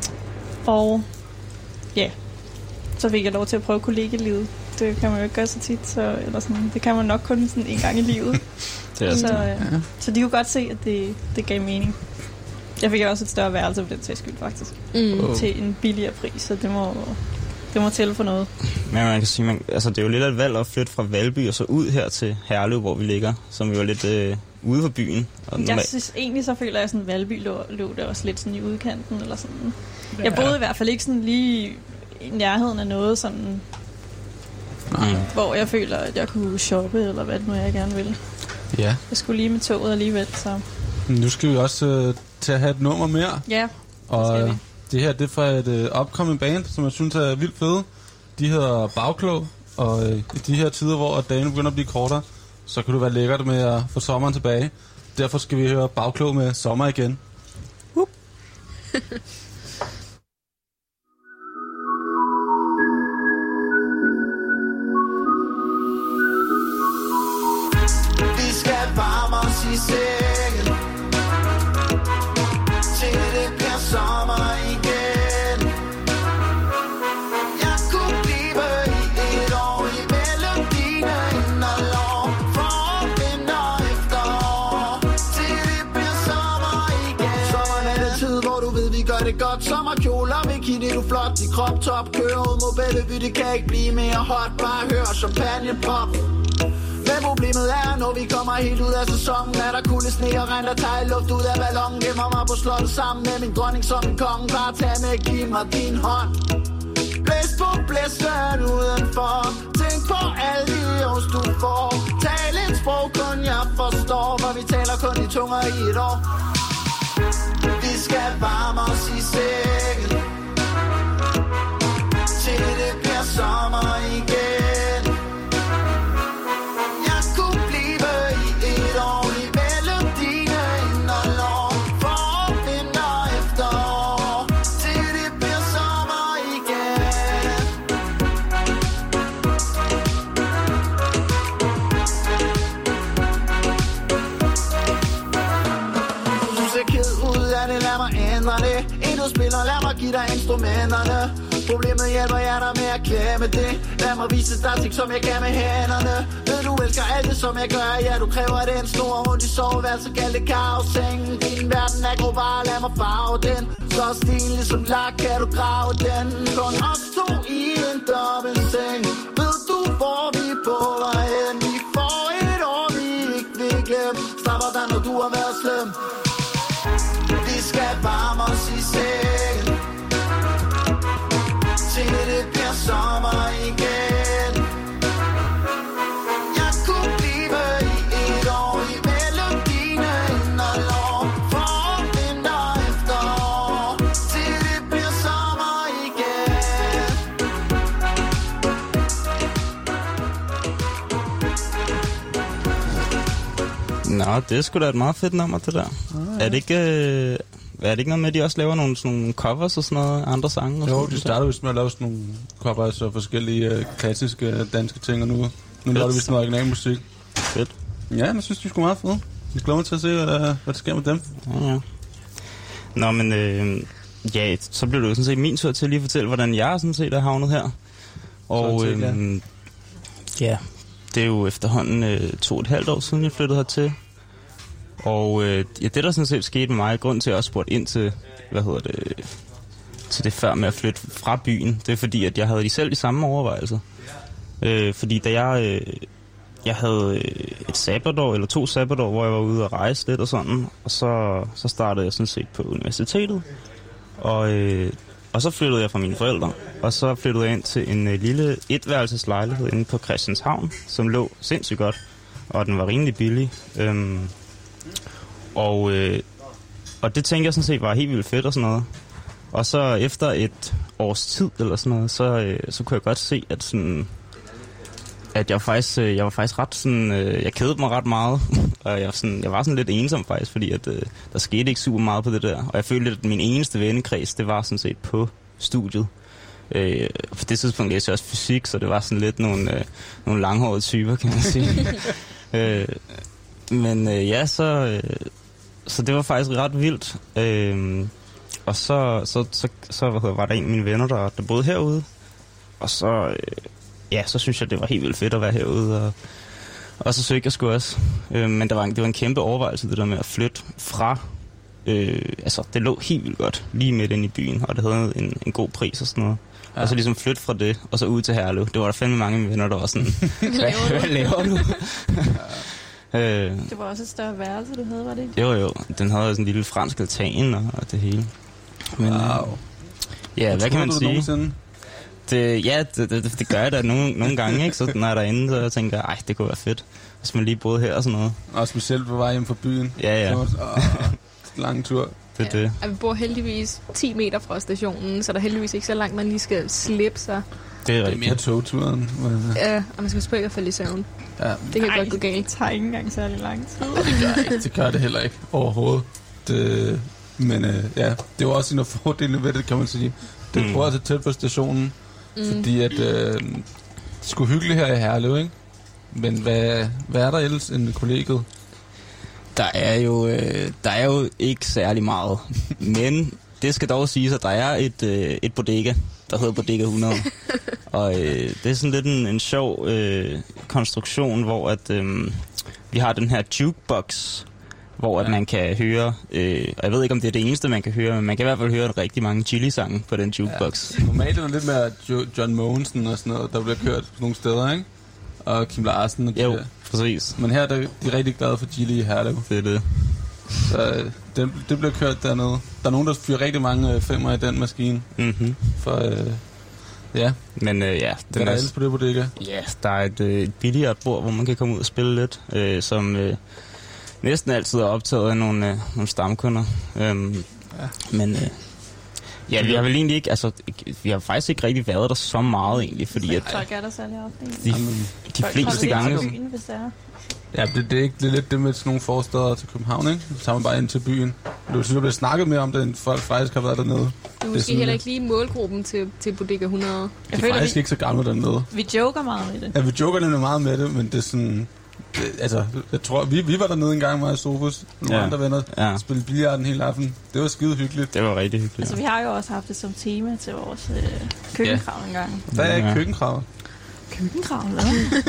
Og ja, så fik jeg lov til at prøve kollegelivet. Det kan man jo ikke gøre så tit, så, eller sådan, det kan man nok kun sådan en gang i livet. Det er så, øh, ja. så de kunne godt se, at det, det gav mening. Jeg fik også et større værelse på den sags skyld, faktisk. Mm. Til en billigere pris, så det må, det må tælle for noget. Men man kan sige, man, altså det er jo lidt af et valg at flytte fra Valby og så ud her til Herlev, hvor vi ligger, som jo er lidt øh, ude for byen. Og jeg synes egentlig, så føler jeg, sådan Valby lå, lå der også lidt sådan i udkanten, eller sådan. Jeg boede i hvert fald ikke sådan lige i nærheden af noget sådan, Nej. hvor jeg føler, at jeg kunne shoppe, eller hvad det nu jeg gerne ville. Ja. Jeg skulle lige med toget alligevel, så... Nu skal vi også øh, til at have et nummer mere. Ja, og vi. Det her, det er fra et øh, upcoming band, som jeg synes er vildt fede. De hedder Bagklog, og øh, i de her tider, hvor dagen begynder at blive kortere, så kan det være lækkert med at få sommeren tilbage. Derfor skal vi høre Bagklog med Sommer igen. Uh. Vi skal varme os i sengen, til det bliver sommer igen. Jeg kunne blive i et år imellem dine inderlår, for vinter efter år, til det bliver sommer igen. Sommeren er den tid, hvor du ved, vi gør det godt. Sommerkjoler, bikini, du flot i crop top. Kører ud mod Bellevue, det kan ikke blive mere hot. Bare hør champagne pop. Men problemet er, når vi kommer helt ud af sæsonen, er der kulde, sne og regn, der tager luft ud af ballonen. Gemmer mig på slottet sammen med min dronning som en konge. Bare tag med, giv mig din hånd. Blæs på blæsvand udenfor. Tænk på alle de års du får. Tal et sprog kun jeg forstår, for vi taler kun i tunger i et år. Vi skal varme os i sengen, til det bliver sommer igen. Du spiller, lad mig give dig instrumenterne. Problemet hjælper jeg dig med at klemme det. Lad mig vise dig ting, som jeg kan med hænderne. Ved du elsker alt det, som jeg gør. Ja, du kræver den store rundt i soveværelset, kald det kaossengen. Din verden er global, lad mig farve den. Så stilig som lak, kan du grave den. Kun os to i en dobbeltseng. Ved du, hvor vi på vej hen? Vi får et år, vi ikke vil glemme. Slapper dig, når du har været slem. Vi skal varme os i sengen, til det bliver sommer igen. Jeg kunne blive i et år imellem dine inderlår, for vinter efter år, til det bliver sommer igen. Nå, det er sgu da et meget fedt nummer, det der. Ah, ja. Er det ikke... Øh Er det ikke noget med, at de også laver nogle, sådan nogle covers og sådan noget, andre sange? Og jo, sådan de starter vist med at lave sådan nogle covers og forskellige uh, klassiske uh, danske ting, og nu, nu laver de vist noget original musik. Fedt. Ja, jeg synes, de er sgu meget fede. Jeg glæder mig til at se, hvad der, hvad der sker med dem. Ja, ja. Nå, men øh, ja, så blev det jo sådan set min tur til at lige fortælle, hvordan jeg sådan set er havnet her. Og øh, ja. ja, det er jo efterhånden øh, to og et halvt år siden, jeg flyttede hertil. Og øh, ja, det der sådan set skete med mig, grund til at jeg også spurgte ind til, hvad hedder det, til det før med at flytte fra byen, det er fordi, at jeg havde de selv de samme overvejelser. Øh, fordi da jeg, øh, jeg havde et sabbatår, eller to sabbatår, hvor jeg var ude og rejse lidt og sådan, og så, så startede jeg sådan set på universitetet, og, øh, og så flyttede jeg fra mine forældre, og så flyttede jeg ind til en øh, lille etværelseslejlighed inde på Christianshavn, som lå sindssygt godt, og den var rimelig billig. Øhm, Og, øh, og det tænkte jeg sådan set var helt vildt fedt og sådan noget. Og så efter et års tid eller sådan noget, så, øh, så kunne jeg godt se, at sådan, at jeg faktisk, øh, jeg var faktisk ret sådan, øh, jeg kedede mig ret meget. Og jeg, sådan, jeg var sådan lidt ensom faktisk, fordi at, øh, der skete ikke super meget på det der. Og jeg følte, at min eneste vennekreds, det var sådan set på studiet. Øh, på det tidspunkt læste jeg også fysik, så det var sådan lidt nogle, øh, nogle langhårede typer, kan man sige. øh, men øh, ja, så... Øh, Så det var faktisk ret vildt. Øhm, og så, så, så, så hvad hedder, var der en af mine venner, der, der boede herude. Og så, øh, ja, så synes jeg, det var helt vildt fedt at være herude. Og, og så søgte jeg sgu også. Øh, men der var en, det var en kæmpe overvejelse, det der med at flytte fra. Øh, altså, det lå helt vildt godt lige midt inde i byen, og det havde en, en god pris og sådan noget. Ja. Og så ligesom flytte fra det, og så ud til Herlev. Det var der fandme mange venner, der var sådan, hvad, hvad laver du? øh, det var også et større værelse, du havde, var det ikke? Jo, jo. Den havde sådan en lille fransk altan og, og det hele. Men, wow. Øh, ja, hvad kan man sige? Det, ja, det, det, det gør jeg da nogle, nogle gange, ikke? Så når jeg er derinde, så tænker jeg, ej, det kunne være fedt, hvis man lige boede her og sådan noget. Og specielt på vej hjem fra byen. Ja, ja. Så, åh, lang tur. Det er ja. det. Og vi bor heldigvis ti meter fra stationen, så der er heldigvis ikke så langt, man lige skal slippe sig. Det er, det er mere togturen. Ja, og man skal spørge at falde i søvn. Ja. Det kan Ej, godt gå galt. Det tager ikke engang særlig lang tid. Det gør, ikke. Det gør det heller ikke overhovedet. Det, men øh, ja, det er jo også en af fordelene ved det, kan man sige. Det mm. prøver at tæt på stationen, mm. fordi at øh, det skulle hyggeligt her i Herlev, ikke? Men hvad, hvad er der ellers end kollegiet? Der er jo, øh, der er jo ikke særlig meget, men det skal dog siges, at der er et, øh, et bodega, der hedder Bodega hundrede. Og øh, det er sådan lidt en, en sjov øh, konstruktion, hvor at, øh, vi har den her jukebox, hvor ja. at man kan høre, øh, og jeg ved ikke, om det er det eneste, man kan høre, men man kan i hvert fald høre rigtig mange Chili-sange på den jukebox. Ja. Normalt er det lidt mere jo- John Mogensen og sådan noget, der bliver kørt på nogle steder, ikke? Og Kim Larsen og de jo, der. Præcis. Men her er de rigtig glade for Chili i Herlev. Det er det. Så øh, det, det bliver kørt dernede. Der er nogen, der fyrer rigtig mange øh, femmer i den maskine. Mhm. For, øh, ja. Men øh, ja. Hvad er der ellers på det bodega? Ja, der er et, øh, et billiardbord, hvor man kan komme ud og spille lidt, øh, som øh, næsten altid er optaget af nogle, øh, nogle stamkunder. Øhm, ja. Men øh, ja, vi har vel egentlig ikke, altså, vi har faktisk ikke rigtig været der så meget egentlig, fordi at folk er der særlig ofte. De, de fleste gange. Byen, hvis det er. Ja, det, det, er ikke, det er lidt det med sådan nogle forsteder til København, ikke? Så tager man bare ind til byen. Du synes, der bliver snakket mere om det, end folk faktisk har været dernede. Du er måske heller ikke lige målgruppen til, til Bodega hundrede. De er føler, faktisk vi, ikke så gamle dernede. Vi joker meget med det. Ja, vi joker nemlig meget med det, men det er sådan... Det, altså, jeg tror, vi, vi var dernede en gang med Sofus, nogle ja. andre venner, ja. spillede billiarden hele aften. Det var skide hyggeligt. Det var rigtig hyggeligt. Altså, vi har jo også haft det som tema til vores øh, køkkenkrav ja. en gang. Hvad er køkkenkrav? Køkkenkrav, hvad?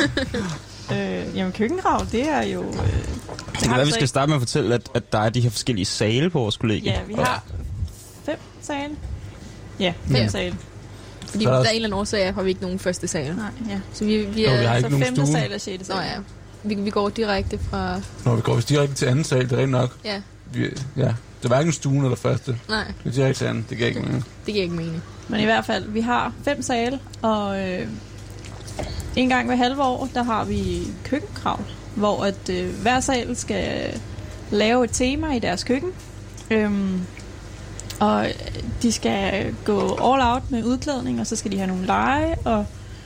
øh, jamen, køkkenkrav, det er jo... Øh, det kan være, vi skal starte med at fortælle, at, at der er de her forskellige sale på vores kollegie. Ja, vi har fem sale. Ja, fem ja. sale. Fordi der er en eller anden årsag, har vi ikke nogen første sal. Nej, ja. Så vi, vi er... Nå, vi har ikke så nogen femte stue. sal og sjette sal. Nå ja. Vi, vi går direkte fra... Nå, vi går vist direkte til anden sal, det er rent nok. Ja. Vi, ja. Det var ikke en stue eller første. Nej. Det er direkte til anden, det giver ikke mening. Det giver ikke mening. Men i hvert fald, vi har fem sale, og øh, en gang hver halve år, der har vi køkkenkrav, hvor at øh, hver sal skal lave et tema i deres køkken. Øhm, og de skal gå all out med udklædning, og så skal de have nogle lege, og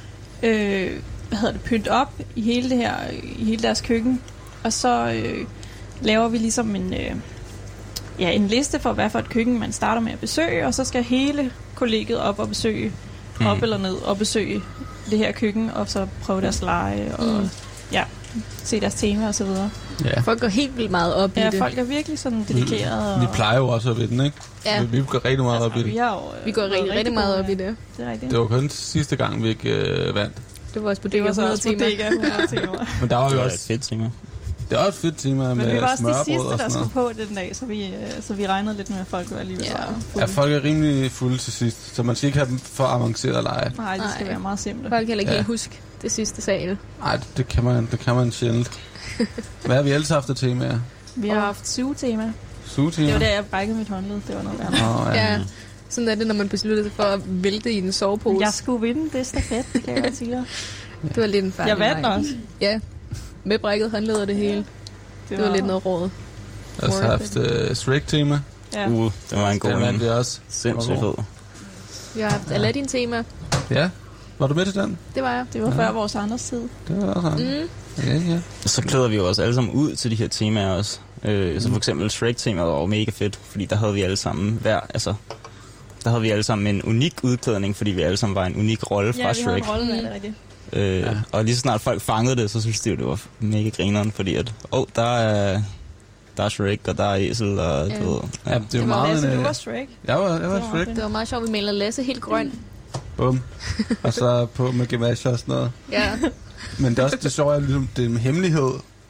øh, hvad hedder det, pynt op i hele det her, i hele deres køkken. Og så øh, laver vi ligesom en, øh, ja, en liste for, hvad for et køkken man starter med at besøge, og så skal hele kollegiet op og besøge, mm. op eller ned, og besøge det her køkken, og så prøve deres lege, og mm. ja, se deres tema og så videre. Ja. Folk går helt vildt meget op ja, i det. Ja, folk er virkelig sådan dedikerede. Vi, vi plejer jo også at ved den, ikke? Ja. Vi, vi går rigtig meget altså, op i det. Vi, jo, vi går rigtig, rigtig, rigtig meget op i det. Det er rigtigt. Det var kun sidste gang, vi ikke øh, vandt. Det var også på det, var også Bodega hundrede timer. Men der var jo også et fedt tema. Det var et fedt tema med smørbrød. Men vi var også de sidste, der skulle på den dag, så vi, så vi regnede lidt med, at folk var alligevel ja. Ja, folk er rimelig fulde til sidst, så man skal ikke have dem for avanceret lege. Nej, det skal Nej. være meget simple. Folk kan heller ikke ja. helt huske det sidste sal. Nej, det, det, kan man, det kan man sjældent. Hvad har vi ellers haft af temaer? Vi har haft sugetema. Sugetema? Det var der, jeg brækkede mit håndled. Det var noget værd. Oh, ja. ja. Sådan er det, når man beslutter sig for at vælte i en sovepose. Jeg skulle vinde det stafet, det kan jeg godt sige dig. Det var lidt en færdig Jeg vandt også. Ja, med brækket håndled og det hele. Det var, det var lidt noget råd. Jeg har haft uh, Shrek-tema. Ja. Uh, det var en god en. Det også. Sindssygt fed. Vi har haft Aladdin-tema. Ja. Var du med til den? Det var jeg. Det var ja. før vores andres tid. Det var også mm. Ja, ja. Så klæder vi jo også alle sammen ud til de her temaer også. Øh, mm. Så for eksempel Shrek-temaet var mega fedt, fordi der havde vi alle sammen hver, altså, der havde vi alle sammen en unik udklædning, fordi vi alle sammen var en unik rolle fra Shrek. Ja, vi havde en rolle med det, rigtigt. Øh, ja. Og lige så snart folk fangede det, så synes de jo, det var mega grineren, fordi at, åh, oh, der er, der er Shrek, og der er Esel, og ja. du ved. Ja, ja, det, det var meget... Lasse, du var Shrek. Jeg var, jeg var det Shrek. Det var meget sjovt, vi maler Lasse helt grøn. Bum. Og så på med gemasher og sådan noget. Ja. Men det er også det sjove, at ligesom, det er en hemmelighed,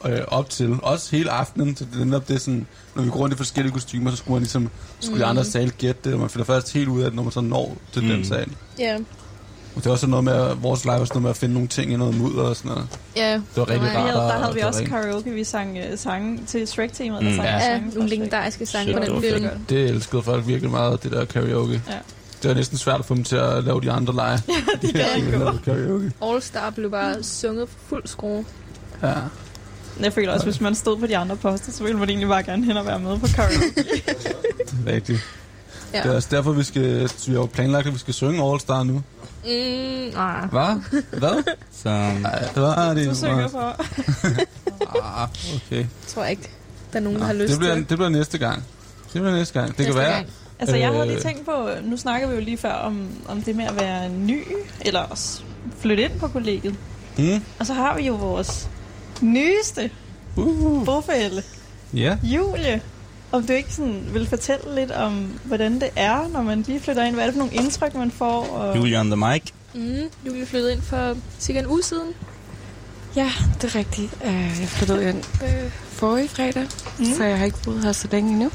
øh, op til. Også hele aftenen, så det er netop det sådan, når vi går rundt i forskellige kostymer, så skulle man ligesom, skulle mm. de andre sal gætte det, og man finder først helt ud af det, når man så når til mm. den sal. Ja. Yeah. Og det var også noget med, at vores live var sådan noget med at finde nogle ting i noget mudder og sådan noget. Ja. Det var rigtig rart. Der, der havde vi også karaoke, vi sang uh, sange til Shrek-temaet. Mm. Der sang ja, sange nogle legendariske sange på den film. Det elskede folk virkelig meget, det der karaoke. Ja. Det var næsten svært at få dem til at lave de andre lege. Ja, de kan ikke karaoke. All Star blev bare sunget fuld skrue. Ja. Jeg føler også, hvis man stod på de andre poster, så ville man egentlig bare gerne hen og være med på karaoke. Det er rigtigt. Ja. Det er også derfor, vi skal, vi har jo planlagt, at vi skal synge All Star nu. Mm, ah. Hvad? Hvad? Så... Ej, hvad er det? Du synger for. ah, okay. Tror jeg ikke, der er nogen, Nå, der har lyst det bliver, til. Det bliver næste gang. Det bliver næste gang. Det næste kan være... Gang. Altså, jeg havde lige tænkt på, nu snakker vi jo lige før om, om det med at være ny, eller også flytte ind på kollegiet. Mm. Og så har vi jo vores nyeste uh. bofælle, yeah. Julie. Om du ikke sådan vil fortælle lidt om, hvordan det er, når man lige flytter ind. Hvad er det for nogle indtryk, man får? Og... Julie on the mic. Mm, Julie flyttede ind for cirka en uge siden. Ja, det er rigtigt. Jeg flyttede ind øh, forrige fredag, mm. så jeg har ikke boet her så længe endnu.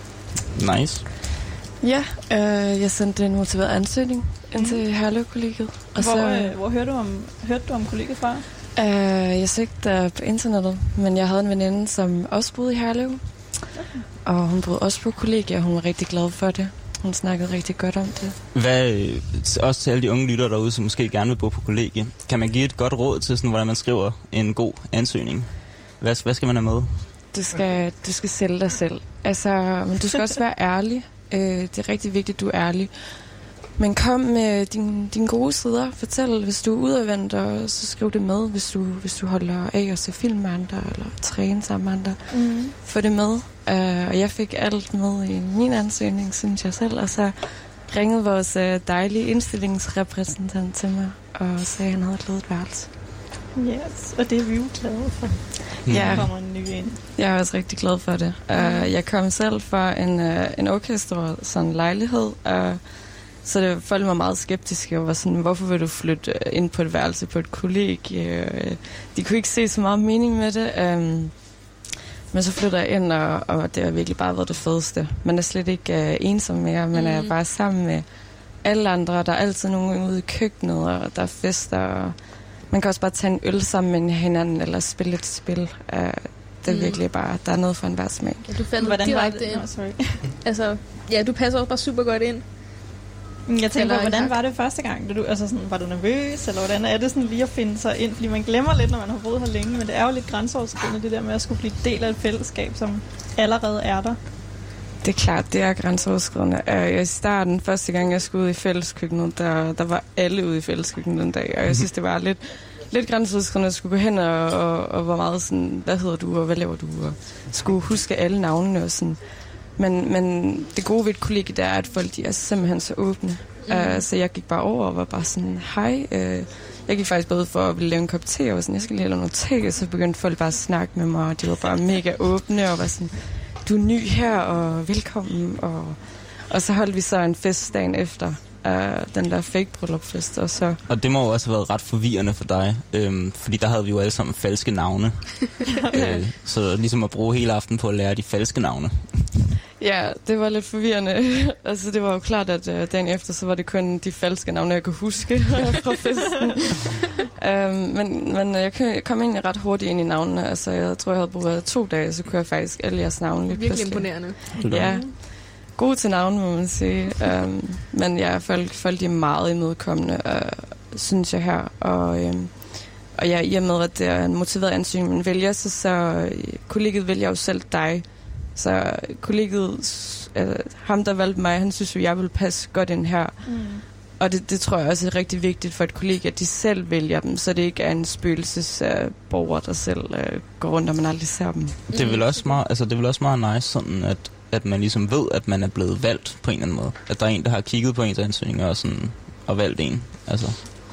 Nice. Ja, øh, jeg sendte en motiveret ansøgning ind til mm. Herlev-kollegiet. Og hvor, så, øh, hvor hørte du om, hørte du om kollegiet fra? Øh, jeg søgte uh, på internettet, men jeg havde en veninde, som også boede i Herlev. Okay. Og hun boede også på kollegiet, og hun var rigtig glad for det. Hun snakkede rigtig godt om det. Hvad, også til alle de unge lyttere derude, som måske gerne vil bo på kollegiet, kan man give et godt råd til, sådan, hvordan man skriver en god ansøgning? Hvad, hvad skal man have med? Du skal, du skal sælge dig selv. Altså, men du skal også være ærlig. Øh, det er rigtig vigtigt, at du er ærlig. Men kom med dine din gode sider. Fortæl, hvis du er udadvendt, og så skriv det med, hvis du, hvis du holder af at se film med andre, eller træne sammen med andre. Mm. Få det med. Uh, og jeg fik alt med i min ansøgning, synes jeg selv. Og så ringede vores uh, dejlige indstillingsrepræsentant til mig, og sagde, at han havde et ledet værelse. Yes, og det er vi jo glade for. Mm. Ja, kommer en ny ind. Jeg er også rigtig glad for det. Uh, jeg kom selv fra en, uh, en okay stor sådan lejlighed, uh, så det folk var meget skeptiske og var sådan, hvorfor vil du flytte ind på et værelse på et kollegie? De kunne ikke se så meget mening med det. Um, men så flytter jeg ind, og, og det har virkelig bare været det fedeste. Man er slet ikke uh, ensom mere, man er mm. bare sammen med alle andre. Der er altid nogen ude i køkkenet, og der er fester. Og man kan også bare tage en øl sammen med hinanden, eller spille et spil. Uh, det er mm. virkelig bare, der er noget for enhver smag. Ja, du fandt hvordan direkte ind. No, sorry. altså, ja, du passer også bare super godt ind. Jeg tænker på, hvordan var det første gang? Du, altså sådan, var du nervøs, eller hvordan er det sådan lige at finde sig ind? Fordi man glemmer lidt, når man har boet her længe, men det er jo lidt grænseoverskridende, det der med at skulle blive del af et fællesskab, som allerede er der. Det er klart, det er grænseoverskridende. I starten, første gang jeg skulle ud i fælleskøkkenet, der, der var alle ude i fælleskøkkenet den dag, og jeg synes, det var lidt, lidt grænseoverskridende at skulle gå hen og, og, og var meget sådan, hvad hedder du, og hvad laver du, og skulle huske alle navnene og sådan. Men, men det gode ved et kollegie, det er, at folk de er simpelthen så åbne. Mm. Uh, så jeg gik bare over og var bare sådan, hej. Uh, jeg gik faktisk bare ud for at ville lave en kop te, og var sådan, jeg skal lige lave noget te, og så begyndte folk bare at snakke med mig, og de var bare mega åbne, og var sådan, du er ny her, og velkommen. Og, og så holdt vi så en fest dagen efter, uh, den der fake bryllupfest, og så... Og det må jo også have været ret forvirrende for dig, øhm, fordi der havde vi jo alle sammen falske navne. øh, så ligesom at bruge hele aften på at lære de falske navne. Ja, det var lidt forvirrende. altså, det var jo klart, at uh, dagen efter, så var det kun de falske navne, jeg kunne huske fra festen. um, men, men jeg kom egentlig ret hurtigt ind i navnene. Altså, jeg tror, jeg havde brugt to dage, så kunne jeg faktisk alle jeres navne lige virkelig pludselig. Imponerende. Ja, god til navne, må man sige. Um, men ja, folk, folk er meget imødekommende, uh, synes jeg her. Og, um, og ja, i og med, at det er en motiveret ansøgning, man vælger, så, så kollegiet vælger jo selv dig. Så kollegiet, øh, ham der valgte mig, han synes jo, jeg vil passe godt ind her. Mm. Og det, det tror jeg også er rigtig vigtigt for et kollegie, at de selv vælger dem, så det ikke er en spøgelsesborger, øh, der selv øh, går rundt, og man aldrig ser dem. Det er vel også meget, altså det er vel også meget nice, sådan at, at man ligesom ved, at man er blevet valgt på en eller anden måde. At der er en, der har kigget på ens ansøgninger og, sådan, og valgt en. Altså.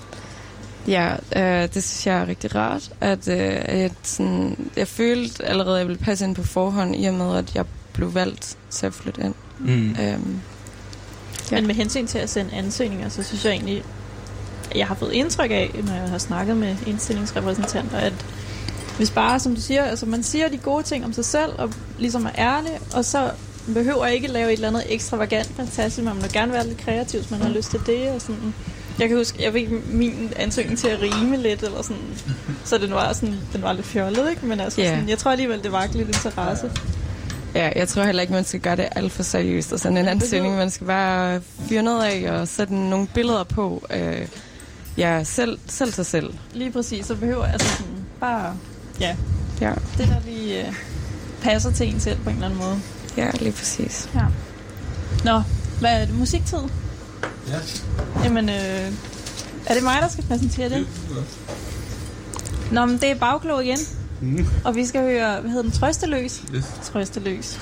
Ja, øh, det synes jeg er rigtig rart, at, øh, at sådan, jeg følte allerede, at jeg ville passe ind på forhånd, i og med, at jeg blev valgt til at flytte ind. Mm. Øhm, ja. Men med hensyn til at sende ansøgninger, så synes jeg egentlig, at jeg har fået indtryk af, når jeg har snakket med indstillingsrepræsentanter, at hvis bare, som du siger, altså man siger de gode ting om sig selv, og ligesom er ærlig, og så behøver ikke lave et eller andet ekstravagant fantastisk, man må gerne være lidt kreativ, hvis man har lyst til det, og sådan. Jeg kan huske, jeg fik min ansøgning til at rime lidt, eller sådan, så den var, sådan, den var lidt fjollet, ikke? Men altså, yeah. sådan, jeg tror alligevel, det var lidt interesse. Ja, jeg tror heller ikke, man skal gøre det alt for seriøst, og sådan en ansøgning, man skal bare fyre noget af, og sætte nogle billeder på, øh, ja, selv, selv sig selv. Lige præcis, så behøver altså sådan, bare, ja, ja. det der lige øh, passer til en selv på en eller anden måde. Ja, lige præcis. Ja. Nå, hvad er det? Musiktid? Ja. Jamen, øh, er det mig, der skal præsentere det? Nå, men det er Bagklog igen. Mm. Og vi skal høre, hvad hedder den? Trøsteløs? Yes. Trøsteløs.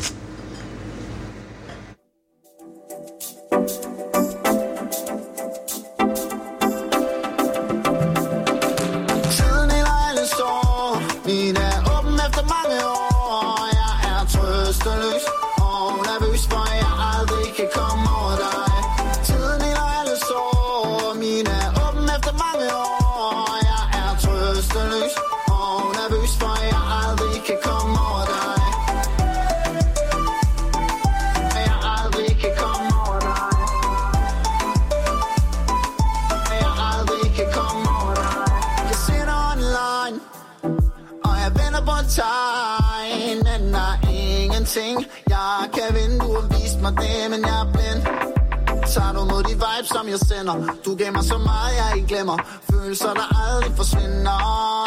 Tiden i lejlen står, min er åben efter mange år. Jeg er trøsteløs og nervøs, for jeg aldrig kan komme over dig. Tiden i lejlen står, min er åben efter mange år. Jeg er trøsteløs og nervøs, for jeg aldrig kan komme over dig. Jeg aldrig kan komme over dig. Jeg aldrig kan komme over dig. Jeg sidder online, og jeg venter på et tegn, men der er ingenting. Jeg kan vinde, du har vist mig det, men jeg er blind. Tager du mod de vibes, som jeg sender? Du gav mig så meget, jeg ikke glemmer. Følelser, der aldrig forsvinder.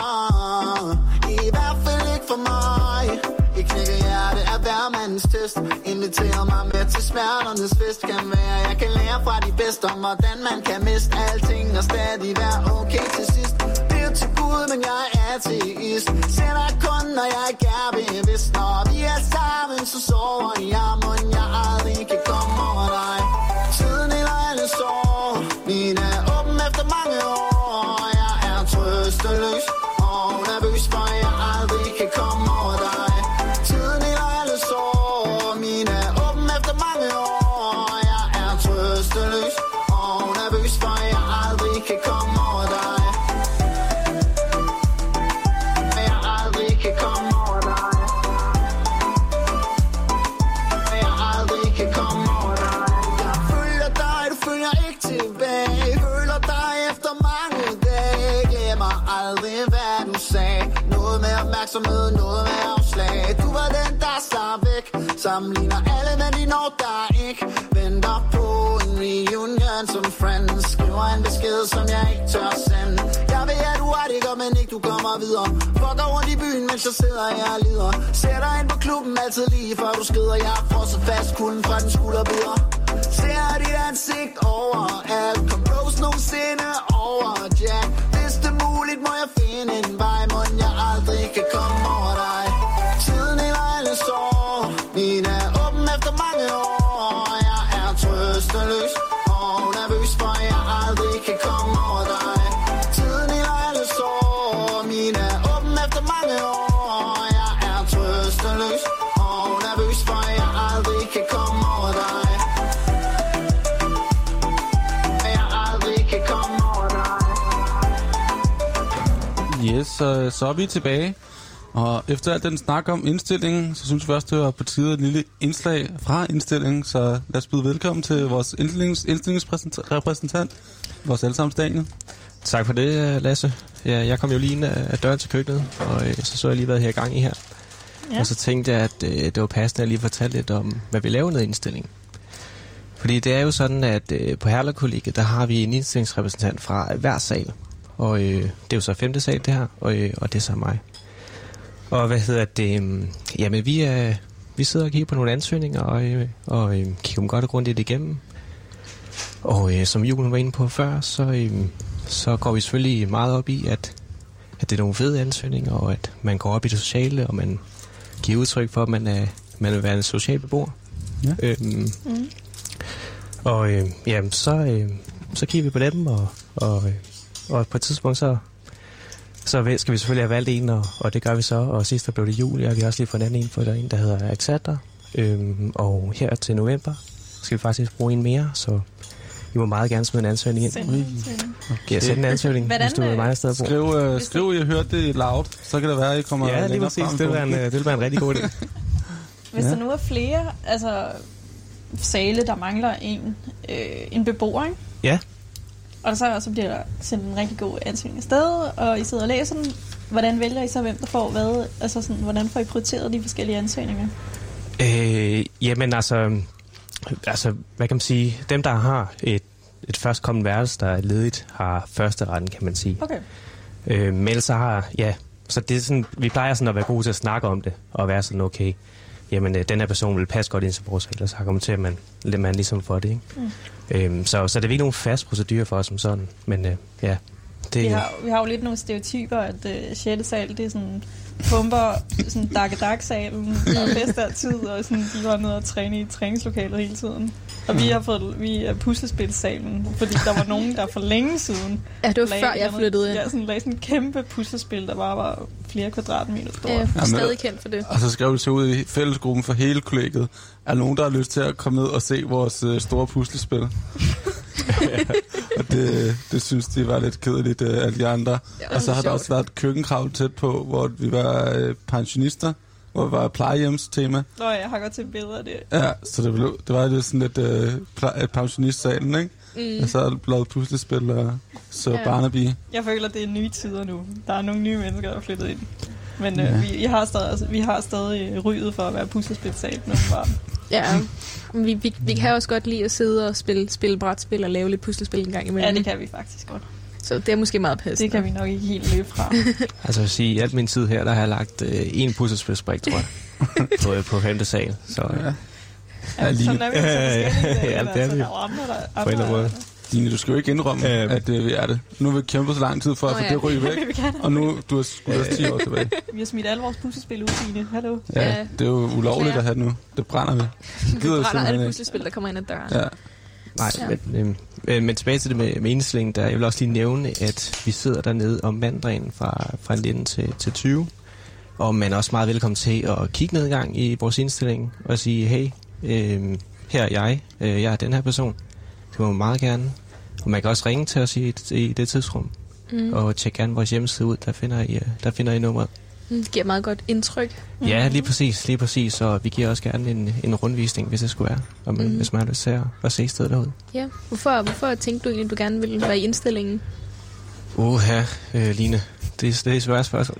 I hvert fald ikke for mig. Et knækket hjerte er hver mandens test. Inviterer mig med til smerternes fest. Kan være, jeg kan lære fra de bedste om, hvordan man kan miste alting og stadig være okay til sidst. Det er til Gud, men jeg er ateist. Ser dig kun, når jeg ikke er bevidst. Når vi er sammen, så sover jeg, men jeg aldrig kan komme over dig. Tiden i lejlen står, min er åben efter mange år. Jeg er trøsteløs og nervøs, for jeg aldrig kan komme over dig. Tiden i lejlen står, min er åben efter mange år. Jeg er trøsteløs og nervøs, for jeg aldrig kan komme over dig. Jeg aldrig kan komme over dig. Jeg aldrig kan komme over dig. Jeg følger dig, du følger ikke tilbage. Føler dig efter mange dage. Glemmer aldrig, hvad du sagde. Noget med opmærksomhed, noget med afslag. Du var den, der slap væk. Sammenligner alle, men de når der ikke. Venter på en reunion som friends. Skriver en besked, som jeg ikke tør sende. Jeg ved, at du er det godt, men ikke du kommer videre. Fucker rundt i byen, mens jeg sidder her og lider. Sætter ind på klubben altid lige før du skrider. Jeg har frosset fast kulden fra den skulderbider. Ser dit ansigt over alt. Kom Rose nogensinde over Jack. Hvis det er muligt, må jeg finde en vej, men jeg aldrig kan komme over dig. Tiden i lejlen står, min er åben efter mange år. Jeg er trøsteløs og nervøs, for jeg aldrig kan komme over dig. Tiden i lejlen står, min er åben efter mange år. Jeg er trøsteløs og nervøs, for jeg aldrig kan komme over dig. Yes, så, så er vi tilbage. Og efter alt den snak om indstillingen, så synes vi også, det var på tide et lille indslag fra indstillingen. Så lad os byde velkommen til vores indstillings, indstillingsrepræsentant, vores allesammens Daniel. Tak for det, Lasse. Ja, jeg kom jo lige ind af døren til køkkenet, og så så jeg lige været her i gang i her. Ja. Og så tænkte jeg, at øh, det var passende at lige fortælle lidt om, hvad vi laver ned i indstillingen. Fordi det er jo sådan, at øh, på Herlev-kollegiet, der har vi en indstillingsrepræsentant fra hver sal. Og øh, det er jo så femte sal, det her, og, øh, og det er så mig. Og hvad hedder det? Øh, jamen, vi, øh, vi sidder og kigger på nogle ansøgninger, og, øh, og øh, kigger dem godt og grundigt igennem. Og øh, som Julen var inde på før, så, øh, så går vi selvfølgelig meget op i, at, at det er nogle fede ansøgninger, og at man går op i det sociale, og man giver udtryk for, at man, er, man vil være en social beboer. Ja. Øhm, mm. Og øh, jamen, så, øh, så kigger vi på dem, og, og, og på et tidspunkt, så, så skal vi selvfølgelig have valgt en, og, og det gør vi så. Og sidst der blev det jul, og vi har også lige fået en anden en, for der er en, der hedder Alexander. Øhm, og her til november skal vi faktisk bruge en mere, så I må meget gerne smide en ansøgning ind. Send en ansøgning. Okay, jeg sende en ansøgning, Hvordan, hvis du er mig afsted på. Skriv, uh, skriv, I har hørt det loud, så kan det være, at I kommer ja, længere præcis. frem. Det vil være en, det vil være en rigtig god idé. Hvis ja. der nu er flere altså, sale, der mangler en, øh, en beboer, ikke? Ja. Og så, så bliver der sendt en rigtig god ansøgning afsted, og I sidder og læser den. Hvordan vælger I så, hvem der får hvad? Altså sådan, hvordan får I prioriteret de forskellige ansøgninger? Øh, jamen altså, altså, hvad kan man sige? Dem, der har et, et førstkommende værelse, der er ledigt, har første retten, kan man sige. Okay. Øh, men så har, ja, så det er sådan, vi plejer sådan at være gode til at snakke om det, og være sådan, okay, jamen øh, den her person vil passe godt ind til vores regler, så argumenterer man, man ligesom for det, ikke? Mm. Øhm, så, så det er ikke nogen fast procedure for os som sådan, men øh, ja. Det, vi, har, vi har jo lidt nogle stereotyper, at øh, sjette sal, det er sådan pumper, sådan dak-dak-salen, og bedst altid, og sådan, de var nede og træne i træningslokalet hele tiden. Og vi har fået, vi er puslespilsalen, fordi der var nogen, der for længe siden... Ja, det var før jeg flyttede ind. Ja, sådan lagde sådan en kæmpe puslespil, der bare var flere kvadratmeter stort. Ja, jeg er stadig kendt for det. Og så skrev vi så ud i fællesgruppen for hele kollegiet. Er nogen, der har lyst til at komme ned og se vores øh, store puslespil? Og det, det synes de var lidt kedeligt af øh, de andre. Ja, og så har der også været et køkkenkrav tæt på, hvor vi var øh, pensionister, hvor det var plejehjemstema. Nå, jeg har godt til billeder af det. Ja, så det, blev, det var lidt sådan lidt øh, et pensionistsalen, ikke? Mm. Og så er der blevet puslespil og så ja. Barnaby. Jeg føler, det er nye tider nu. Der er nogle nye mennesker, der er flyttet ind. Men øh, ja. vi, jeg har stadig, altså, vi har stadig ryget for at være puslespilsal, når vi var. Ja, vi, vi, vi kan også godt lide at sidde og spille, spille brætspil og lave lidt puslespil en gang imellem. Ja, det kan vi faktisk godt. Så det er måske meget passende. Det kan vi nok ikke helt løbe fra. Altså at sige, i alt min tid her, der har jeg lagt øh, en puslespilsbrik, tror jeg, på, på femte sal. Så, ja. Ja, ja, sådan er vi jo så forskellige. Ja, det er vi. På en eller anden måde. Dine, du skal jo ikke indrømme, øh, at øh, vi er det. Nu har vi kæmpet så lang tid for at oh, få ja. det ryge væk. Og nu du har skudt os ti år tilbage. Vi har smidt alle vores puslespil ud, Dine. Hallo. Ja, ja, det er jo ulovligt at have det nu. Det brænder vi. Det brænder alle puslespil, der kommer ind ad døren. Ja. Nej, ja. men, øh, men tilbage til det med, med indstillingen, der jeg vil også lige nævne, at vi sidder dernede om mandagen fra, fra nitten til, til tyve. Og man er også meget velkommen til at kigge ned i gang i vores indstilling og sige, hey, øh, her er jeg. Øh, jeg er den her person. Det må man meget gerne. Og man kan også ringe til os i, i det tidsrum. Mm. Og tjekke gerne vores hjemmeside ud. Der finder I, der finder I nummeret. Det giver meget godt indtryk. Ja, lige præcis. Lige præcis. Og vi giver også gerne en, en rundvisning, hvis det skulle være. Og man, mm. hvis man har lyst til at, at se stedet derude. Ja. Hvorfor, hvorfor tænkte du egentlig, at du gerne ville være i indstillingen? Uha, øh, Line. Det, det er et svært spørgsmål.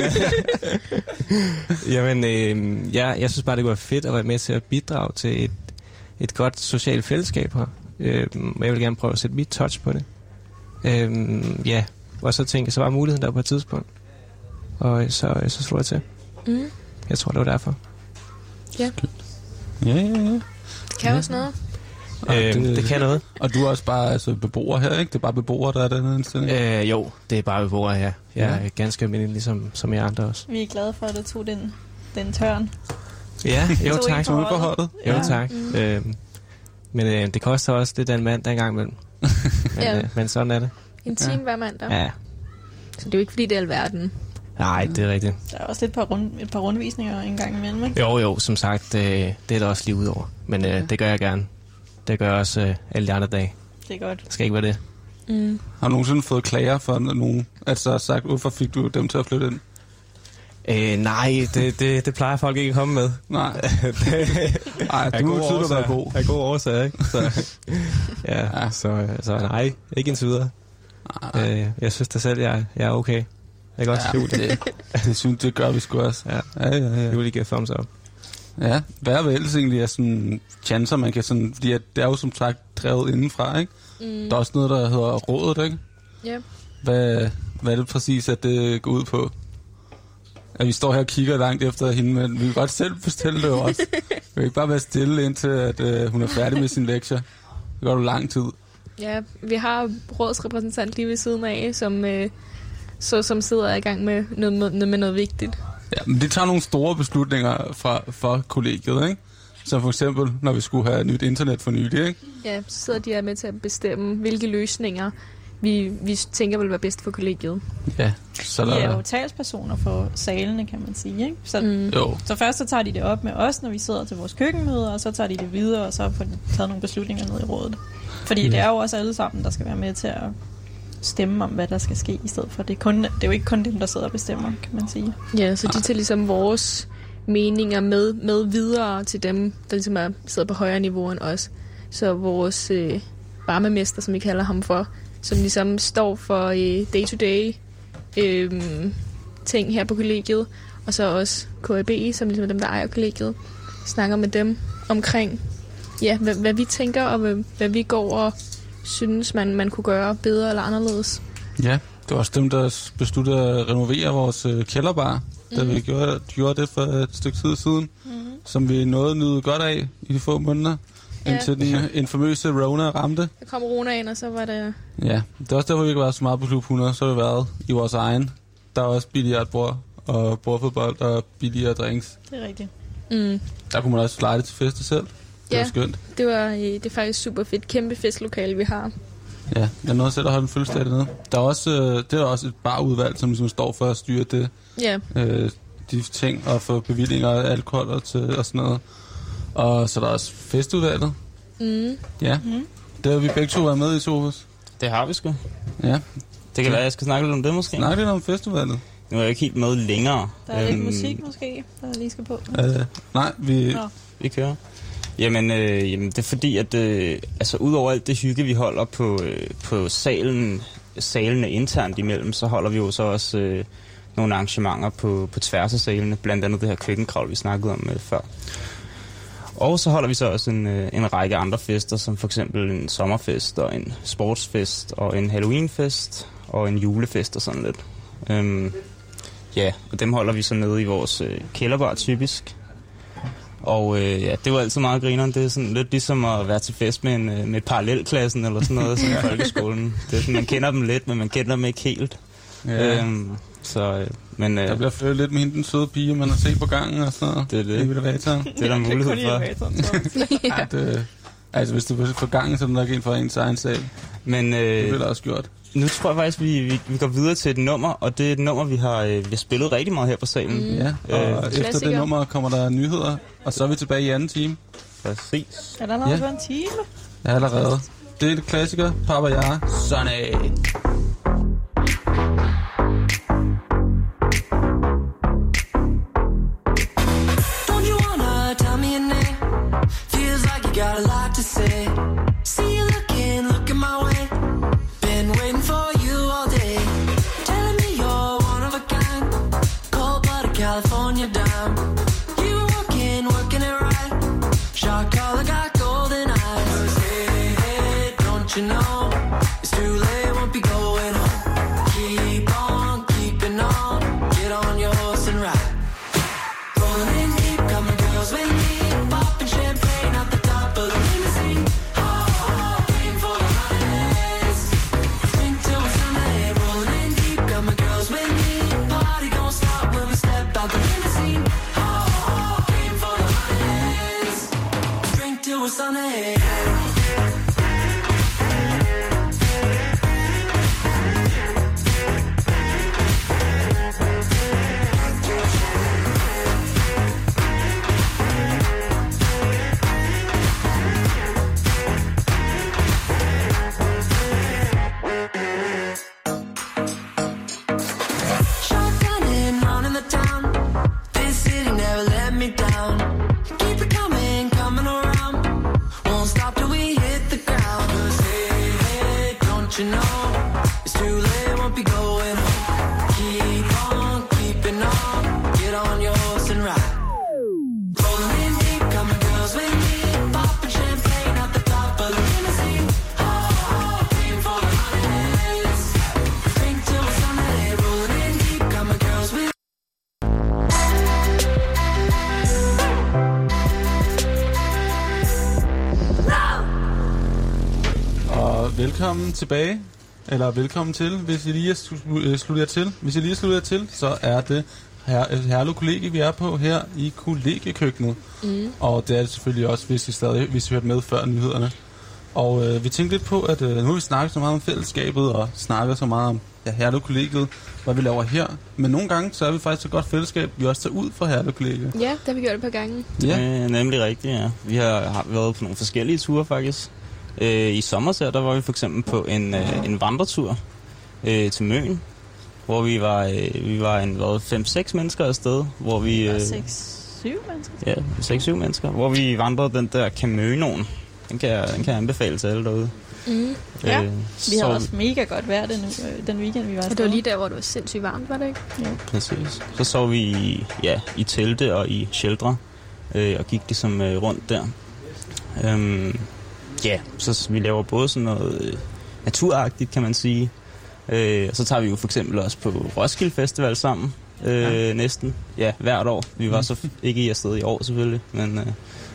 Jamen, øh, ja, jeg synes bare, det kunne være fedt at være med til at bidrage til et, et godt socialt fællesskab her. Øh, og jeg vil gerne prøve at sætte mit touch på det. Øh, ja, og så tænkte jeg, så var muligheden der på et tidspunkt. Og så, så slog jeg til. Mm. Jeg tror, det var derfor. Ja. Ja, ja, ja. Det kan ja. også noget. Øh, det, det kan noget. Og du er også bare altså, beboer her, ikke? Det er bare beboere, der er dernede indstilling? Øh, jo, det er bare beboere her. Jeg er ja. ganske almindelig, ligesom som jeg andre også. Vi er glade for, at du tog den, den tørn. Ja, jo tak. Så forholdet. Jo tak. Mm. Øh, men øh, det koster også det, der en mand der engang imellem. men, ja. øh, men sådan er det. En time ja. hver mandag. Ja. Så det er jo ikke, fordi det er alverden. Nej, det er rigtigt. Der er også lidt par rund, et par rundvisninger en gang imellem, ikke? Jo, jo, som sagt, øh, det er der også lige ud over. Men øh, det gør jeg gerne. Det gør jeg også øh, alle de andre dage. Det er godt. Det skal ikke være det. Mm. Har du nogensinde fået klager for nogen? Altså sagt, hvorfor fik du dem til at flytte ind? Øh, nej, det, det, det plejer folk ikke at komme med. Nej. Nej, du er tydeligt at være god. Af gode årsager, ikke? Så, ja, ja. Så, så nej, ikke indtil videre. Øh, jeg synes da selv, jeg, jeg er okay. Jeg kan også ja, skjule det. det. Det synes det gør vi sgu også. Ja, ja, ja. ja. Jeg vil lige give thumbs up. Ja, hvad er vel egentlig af sådan chancer, man kan sådan... Fordi det er jo som sagt drevet indenfra, ikke? Mm. Der er også noget, der hedder rådet, ikke? Ja. Yep. Hvad, hvad er det præcis, at det går ud på? At vi står her og kigger langt efter hende, men vi kan godt selv bestille det jo også. Vi kan ikke bare være stille indtil, at øh, hun er færdig med sin lektier. Det går jo lang tid. Ja, vi har rådsrepræsentant lige ved siden af, som, øh, så, som sidder i gang med noget, med, med noget vigtigt. Ja, men det tager nogle store beslutninger fra, for kollegiet, ikke? Som for eksempel, når vi skulle have nyt internet for nylig, ikke? Ja, så sidder de her med til at bestemme, hvilke løsninger vi, vi tænker vil være bedst for kollegiet. Ja, så der... Vi er jo talspersoner for salene, kan man sige, ikke? Så, Mm. Jo. så først så tager de det op med os, når vi sidder til vores køkkenmøder, og så tager de det videre, og så får de taget nogle beslutninger ned i rådet. Fordi Mm. det er jo også alle sammen, der skal være med til at stemme om, hvad der skal ske i stedet for. Det er, kun, det er jo ikke kun dem, der sidder og bestemmer, kan man sige. Ja, så de tager ligesom vores meninger med, med videre til dem, der ligesom er, sidder på højere niveau end os. Så vores øh, varmemester, som vi kalder ham for, som ligesom står for øh, day-to-day øh, ting her på kollegiet, og så også K A B, som ligesom er dem, der ejer kollegiet, snakker med dem omkring, ja, hvad, hvad vi tænker, og hvad, hvad vi går og synes, man, man kunne gøre bedre eller anderledes. Ja, det var også dem, der besluttede at renovere vores øh, kælderbar, mm. da vi gjorde, gjorde det for et stykke tid siden, mm. som vi nåede nyde godt af i de få måneder, ja. Indtil den infamøse Rona ramte. Der kom Rona ind, og så var det... Ja, det er også derfor, vi ikke har været så meget på Klub hundrede, så har vi været i vores egen. Der er også billiardbord og bordfodbold og billigere drinks. Det er rigtigt. Mm. Der kunne man også lege det til feste selv. Det ja, var skønt. Det, var, det er faktisk super fedt. Kæmpe festlokale, vi har. Ja, jeg nåede selv at holde en fødselsdag dernede. Der er også, øh, det er også et barudvalg, som ligesom står for at styre det. Ja. Øh, de ting og få bevillinger af alkohol og, til, og sådan noget. Og så er der også festudvalget. Mm. Ja, mm. det har vi begge to været med i, Sofus. Det har vi sgu. Ja. Det kan være, jeg skal snakke lidt om det måske. Snakke lidt om festudvalget. Nu er jeg ikke helt med længere. Der er øhm, lidt musik måske, der lige skal på. Øh, nej, vi... Nå. Vi kører. Jamen, øh, jamen, det er fordi, at øh, altså, udover alt det hygge, vi holder på, øh, på salen, salene internt imellem, så holder vi jo så også øh, nogle arrangementer på, på tværs af salene, blandt andet det her køkkenkravl, vi snakkede om øh, før. Og så holder vi så også en, øh, en række andre fester, som for eksempel en sommerfest og en sportsfest og en halloweenfest og en julefest og sådan lidt. Øhm, ja, og dem holder vi så nede i vores øh, kælderbar typisk. Og øh, ja, det var altid meget grineren. Det er sådan lidt ligesom at være til fest med, en, øh, med parallelklassen eller sådan noget, sådan i folkeskolen. Det er sådan, man kender dem lidt, men man kender dem ikke helt. Ja. Øhm, så, øh, men, øh, der bliver ført lidt med hende den søde pige, man har set på gangen og sådan noget. Det er det. I elevatoren. Det er der mulighed for. Ja, det, altså, hvis du vil på gangen, så er der nok en fra ens egen sal. Men, øh, det bliver der også gjort. Nu tror jeg faktisk, vi, vi, vi går videre til et nummer, og det er et nummer, vi har, øh, vi har spillet rigtig meget her på salen. Mm. Ja, og øh, efter det nummer kommer der nyheder, og så er vi tilbage i anden time. Præcis. Er der noget ja. en time? Ja, allerede. Det er et klassiker. Papa og jeg. Sunny. Don't you wanna tell me your name? Feels like you got a lot to say. See you looking, looking my way. Been waiting for you all day. Telling me you're one of a kind. Cold-blooded California dime. You were working, working it right. Shot collar, got golden eyes. Hey, hey, don't you know? It's too late, won't be going home. Keep on, keeping on. Get on your horse and ride. Rolling in deep, coming girls with me. Popping champagne at the top of the limousine. Oh, oh, aim for the highest. Drink till it's Sunday. Rolling in deep, coming girls with me. Party don't stop when we step out the limousine. Oh, oh, aim for the highest. Drink till it's Sunday. Shotgunning on in the town. This city never let me down. Keep it coming, coming around. Won't stop till we hit the ground. 'Cause hey, hey, don't you know? It's too late, won't be going home. Keep on, keeping on. Get on your horse and ride. Rolling in deep, coming girls with me. Popping champagne at the top of the limousine. Oh, oh, aim for the highest. Drink till it's Sunday. Rolling in deep, coming girls with Og velkommen tilbage, eller velkommen til, hvis I lige er slu- slutter jer til. Hvis I lige er slutter jer til, så er det her, Herlev Kollegie, vi er på her i kollegiekøkkenet. Mm. Og det er det selvfølgelig også, hvis I stadig hvis I hørte med før nyhederne. Og øh, vi tænkte lidt på, at øh, nu har vi snakket så meget om fællesskabet, og snakket så meget om ja, Herlev-kollegiet, hvad vi laver her. Men nogle gange, så er vi faktisk så godt fællesskab, vi også tager ud fra Herlev-kollegiet. Ja, det har vi gjort et par gange. Ja, øh, nemlig rigtigt, ja. Vi har, har været på nogle forskellige ture, faktisk. Øh, I sommer så, der var vi for eksempel på en, øh, en vandretur øh, til Møn, hvor vi var, øh, vi var en fem seks mennesker afsted, hvor vi... Øh, seks syv mennesker? Ja, seks syv mennesker, hvor vi vandrede den der Camønoen. Den kan, jeg, den kan jeg anbefale til alle derude. Mm. Ja, øh, vi havde også mega godt vejr den, den weekend, vi var afsted. Og det var lige der, hvor det var sindssygt varmt, var det ikke? Jo. Præcis. Så sov vi i, ja, i telte og i sheltre, øh, og gik ligesom øh, rundt der. Øhm, ja, så vi laver både sådan noget øh, naturagtigt, kan man sige. Øh, og så tager vi jo for eksempel også på Roskilde Festival sammen, øh, ja. næsten. Ja, hvert år. Vi var mm. så ikke i afsted i år selvfølgelig, men øh,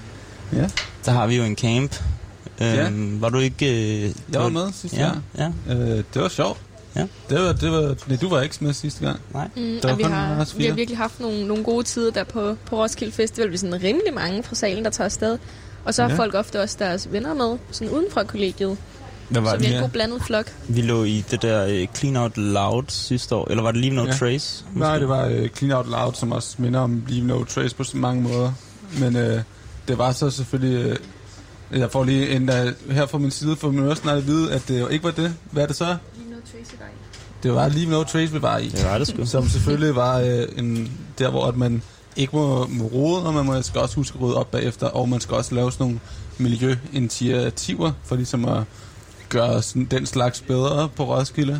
ja. Der har vi jo en camp. Ja. Øhm, var du ikke... Øh, jeg var med sidste ja, gang. Ja. Øh, det var sjovt. Ja. Det var, det var, nej, du var ikke med sidste gang. Nej. Mm, det var og vi har, vi har virkelig haft nogle, nogle gode tider der på, på Roskilde Festival. Vi er sådan rimelig mange fra salen, der tager afsted. Og så har ja. folk ofte også deres venner med, sådan uden fra kollegiet. Hvad var så det? vi har en god blandet flok. Vi lå i det der uh, Clean Out Loud sidste år. Eller var det Leave No ja. Trace? Måske? Nej, det var uh, Clean Out Loud, som også minder om Leave No Trace på så mange måder. Men uh, det var så selvfølgelig... Uh, jeg får lige en uh, her fra min side, for man også snart at vide, at det ikke var det. Hvad er det så? Leave No Trace i dag. Det var Leave No Trace, vi var i. Det var det sgu. Som selvfølgelig var uh, en, der, hvor at man ikke må, må rode, og man må, skal også huske at rydde op bagefter, og man skal også lave sådan nogle miljøinitiativer, for ligesom at gøre sådan den slags bedre på Roskilde.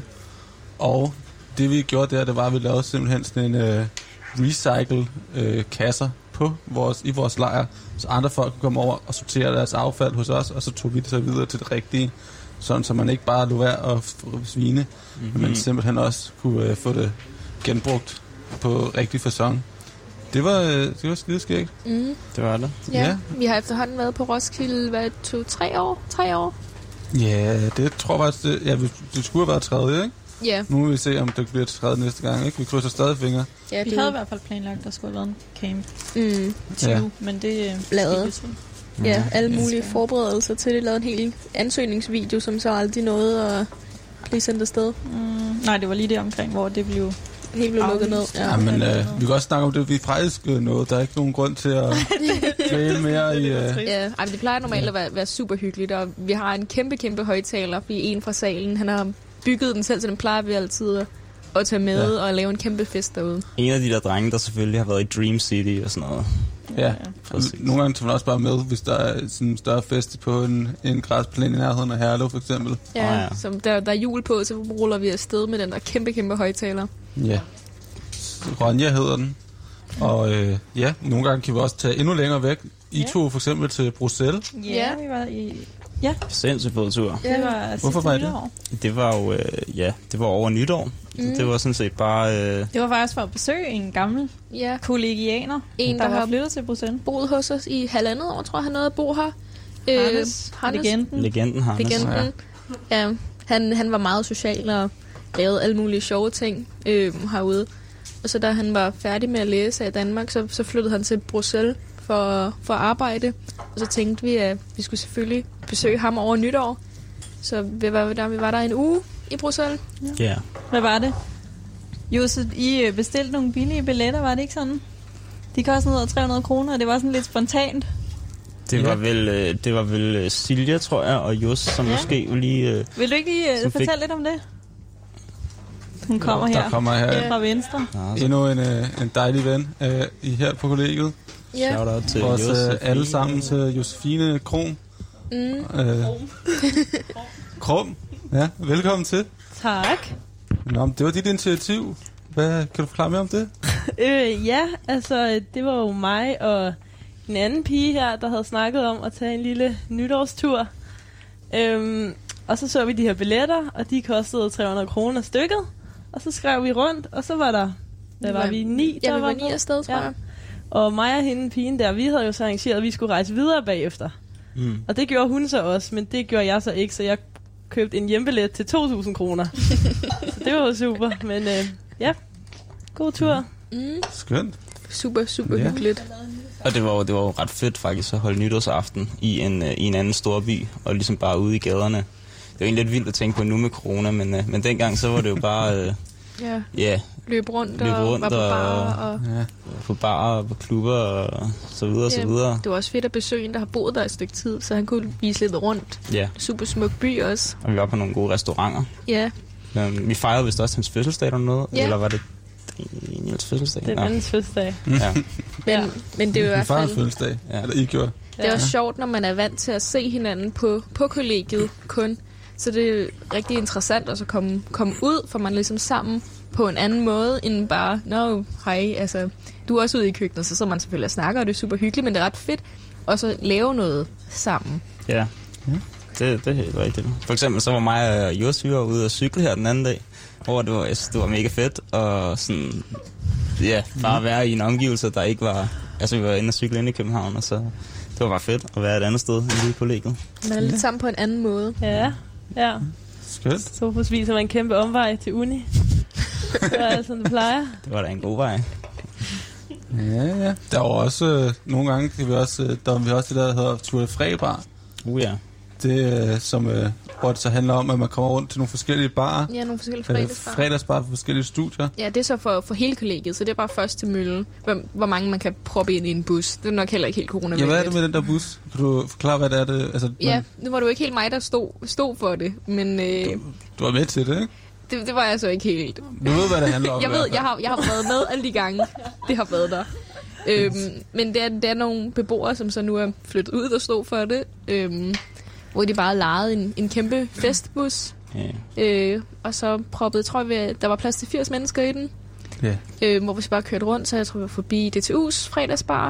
Og det vi gjorde der, det var, at vi lavede simpelthen sådan en uh, recycle uh, kasser på vores, i vores lejr, så andre folk kunne komme over og sortere deres affald hos os, og så tog vi det så videre til det rigtige, sådan så man ikke bare lå værd at svine, mm-hmm. men simpelthen også kunne uh, få det genbrugt på rigtig facon. Det var, uh, det var skideskægt. Mm. Det var det. Ja, ja, vi har efterhånden været på Roskilde, hvad, to, tre år? Tre år? Ja, det tror jeg faktisk, det, ja, det skulle have været tredje, ikke? Ja. Nu må vi se, om det bliver tredje næste gang, ikke? Vi krydser stadig fingre. Ja, vi havde i hvert fald planlagt, at der skulle have været en camp. Mm. tyve, ja. Men det lavet. Ja, alle mulige forberedelser til det. Lavede en hel ansøgningsvideo, som så aldrig nåede at blive sendt afsted. Mm. Nej, det var lige det omkring, hvor det blev helt blev lukket ned. Ja, ja men øh, vi kan også snakke om det, vi er faktisk noget. Der er ikke nogen grund til at dvæle mere i... Øh... Ja, ej, det plejer normalt at være, være super hyggeligt, og vi har en kæmpe, kæmpe højtaler, fordi en fra salen, han har bygget den selv, så den plejer vi altid at tage med ja. og lave en kæmpe fest derude. En af de der drenge, der selvfølgelig har været i Dream City og sådan noget. Ja, ja. Nogle gange tager man også bare med, hvis der er sådan en større fest på en, en græsplæne i nærheden af Herlev for eksempel. Ja, ah, ja. Som der, der er jul på, så ruller vi afsted med den der kæmpe, kæmpe højtaler. Ja, Ronja hedder den. Og øh, ja, nogle gange kan vi også tage endnu længere væk. I ja. tog for eksempel til Bruxelles. Ja, vi var i... Ja. Sindssygt fed tur. Ja, det var Hvorfor var det? Det var jo, øh, ja, det var over nytår. Mm. Det var sådan set bare... Øh... Det var faktisk for at besøge en gammel ja. kollegianer, en, der, der var har flyttet til Bruxelles. Boet hos os i halvandet år, tror jeg, han nåede at bo her. Hannes. Øh, Hannes. Legenden. Legenden Hannes. Legenden. Ja. ja han, han var meget social og lavede alle mulige sjove ting øh, herude. Og så da han var færdig med at læse af Danmark, så, så flyttede han til Bruxelles for, for at arbejde. Og så tænkte vi, at vi skulle selvfølgelig besøge ham over nytår. Så vi var der, vi var der en uge i Bruxelles. Ja. Yeah. Hvad var det? Josef, I bestilte nogle billige billetter, var det ikke sådan? De kostede noget tre hundrede kroner, og det var sådan lidt spontant. Det var ja. vel, det var vel Silja, tror jeg, og Jos, som ja. måske lige... Vil du ikke lige fortælle fik... lidt om det? Hun kommer jo, her, der kommer her fra venstre. Ja, endnu en, en dejlig ven uh, i her på kollegiet. Ja. Shout out til Også uh, alle sammen til Josefine Krom. Mm. Uh, Krom. Ja, velkommen til. Tak. Nå, det var dit initiativ. Hvad kan du forklare mere om det? øh, ja, altså det var jo mig og en anden pige her, der havde snakket om at tage en lille nytårstur. Øhm, og så så vi de her billetter, og de kostede tre hundrede kroner stykket. Og så skrev vi rundt, og så var der, der var vi ni, ja, der vi var, var ni afsted, tror jeg. Ja. Og mig og hende, pigen der, vi havde jo så arrangeret, at vi skulle rejse videre bagefter. Mm. Og det gjorde hun så også, men det gjorde jeg så ikke, så jeg købte en hjembillet til to tusind kroner. Så det var jo super, men øh, ja, god tur. Mm. Skønt. Super, super ja. hyggeligt. Og det var, jo, det var jo ret fedt faktisk at holde nytårsaften i en, i en anden storby, og ligesom bare ude i gaderne. Det var egentlig lidt vildt at tænke på nu med corona, men, men dengang så var det jo bare... Øh, ja. ja, løb rundt, løb og rundt var på barer. Og, og... Ja, på barer og på klubber og så videre, ja, så videre. Det var også fedt at besøge en, der har boet der et stykke tid, så han kunne vise lidt rundt. Ja. Super smuk by også. Og vi var på nogle gode restauranter. Ja. Um, vi fejrede vist også hans fødselsdag eller noget, ja. eller var det Niels fødselsdag? Det er hans fødselsdag. Ja. men, men det er jo i hvert fald... fødselsdag, ja. Eller I gjorde. Det er også sjovt, når man er vant til at se hinanden på, på kollegiet kun. Så det er rigtig interessant også at komme, komme ud, for man er ligesom sammen på en anden måde, end bare, nå, hej, altså, du er også ude i køkkenet, så så man selvfølgelig og snakker, og det er super hyggeligt, men det er ret fedt også at lave noget sammen. Ja, det, det er helt rigtigt. For eksempel så var mig og Jossyre ude og cykle her den anden dag, hvor det var, jeg synes, det var mega fedt, og sådan, ja, bare være i en omgivelse, der ikke var, altså vi var inde og cykle inde i København, og så det var bare fedt at være et andet sted end ude i kollegiet. Man er lidt sammen på en anden måde. Ja, ja. Skønt. Så viser man en kæmpe omvej til uni. Det er sådan, det plejer. Det var da en god vej. Ja, ja. Der var også øh, nogle gange, kan vi også, øh, der var vi også det der, der hedder Tour de Frebar. Uh, ja. Det, øh, som, øh, hvor det så handler om, at man kommer rundt til nogle forskellige barer. Ja, nogle forskellige fredagsbarer. Øh, fredagsbarer for forskellige studier. Ja, det er så for, for hele kollegiet, så det er bare først til mølle. Hvor, hvor mange man kan proppe ind i en bus. Det er nok heller ikke helt corona. Ja, hvad er det med den der bus? Kan du forklare, hvad det er? Det, altså, ja, man, nu var det jo ikke helt mig, der stod, stod for det, men... Øh, du, du var med til det, ikke? Det, det var jeg så ikke helt. Du ved, hvad det handler om. Jeg ved, jeg har, jeg har været med alle de gange, det har været der. Øhm, men det er, det er nogle beboere, som så nu er flyttet ud og stod for det. Øhm, hvor de bare lejede en, en kæmpe festbus. Yeah. Øh, og så proppede, tror jeg, der var plads til firs mennesker i den. Yeah. Øh, hvor vi bare kørte rundt, så jeg tror, vi var forbi D T U's fredagsbar.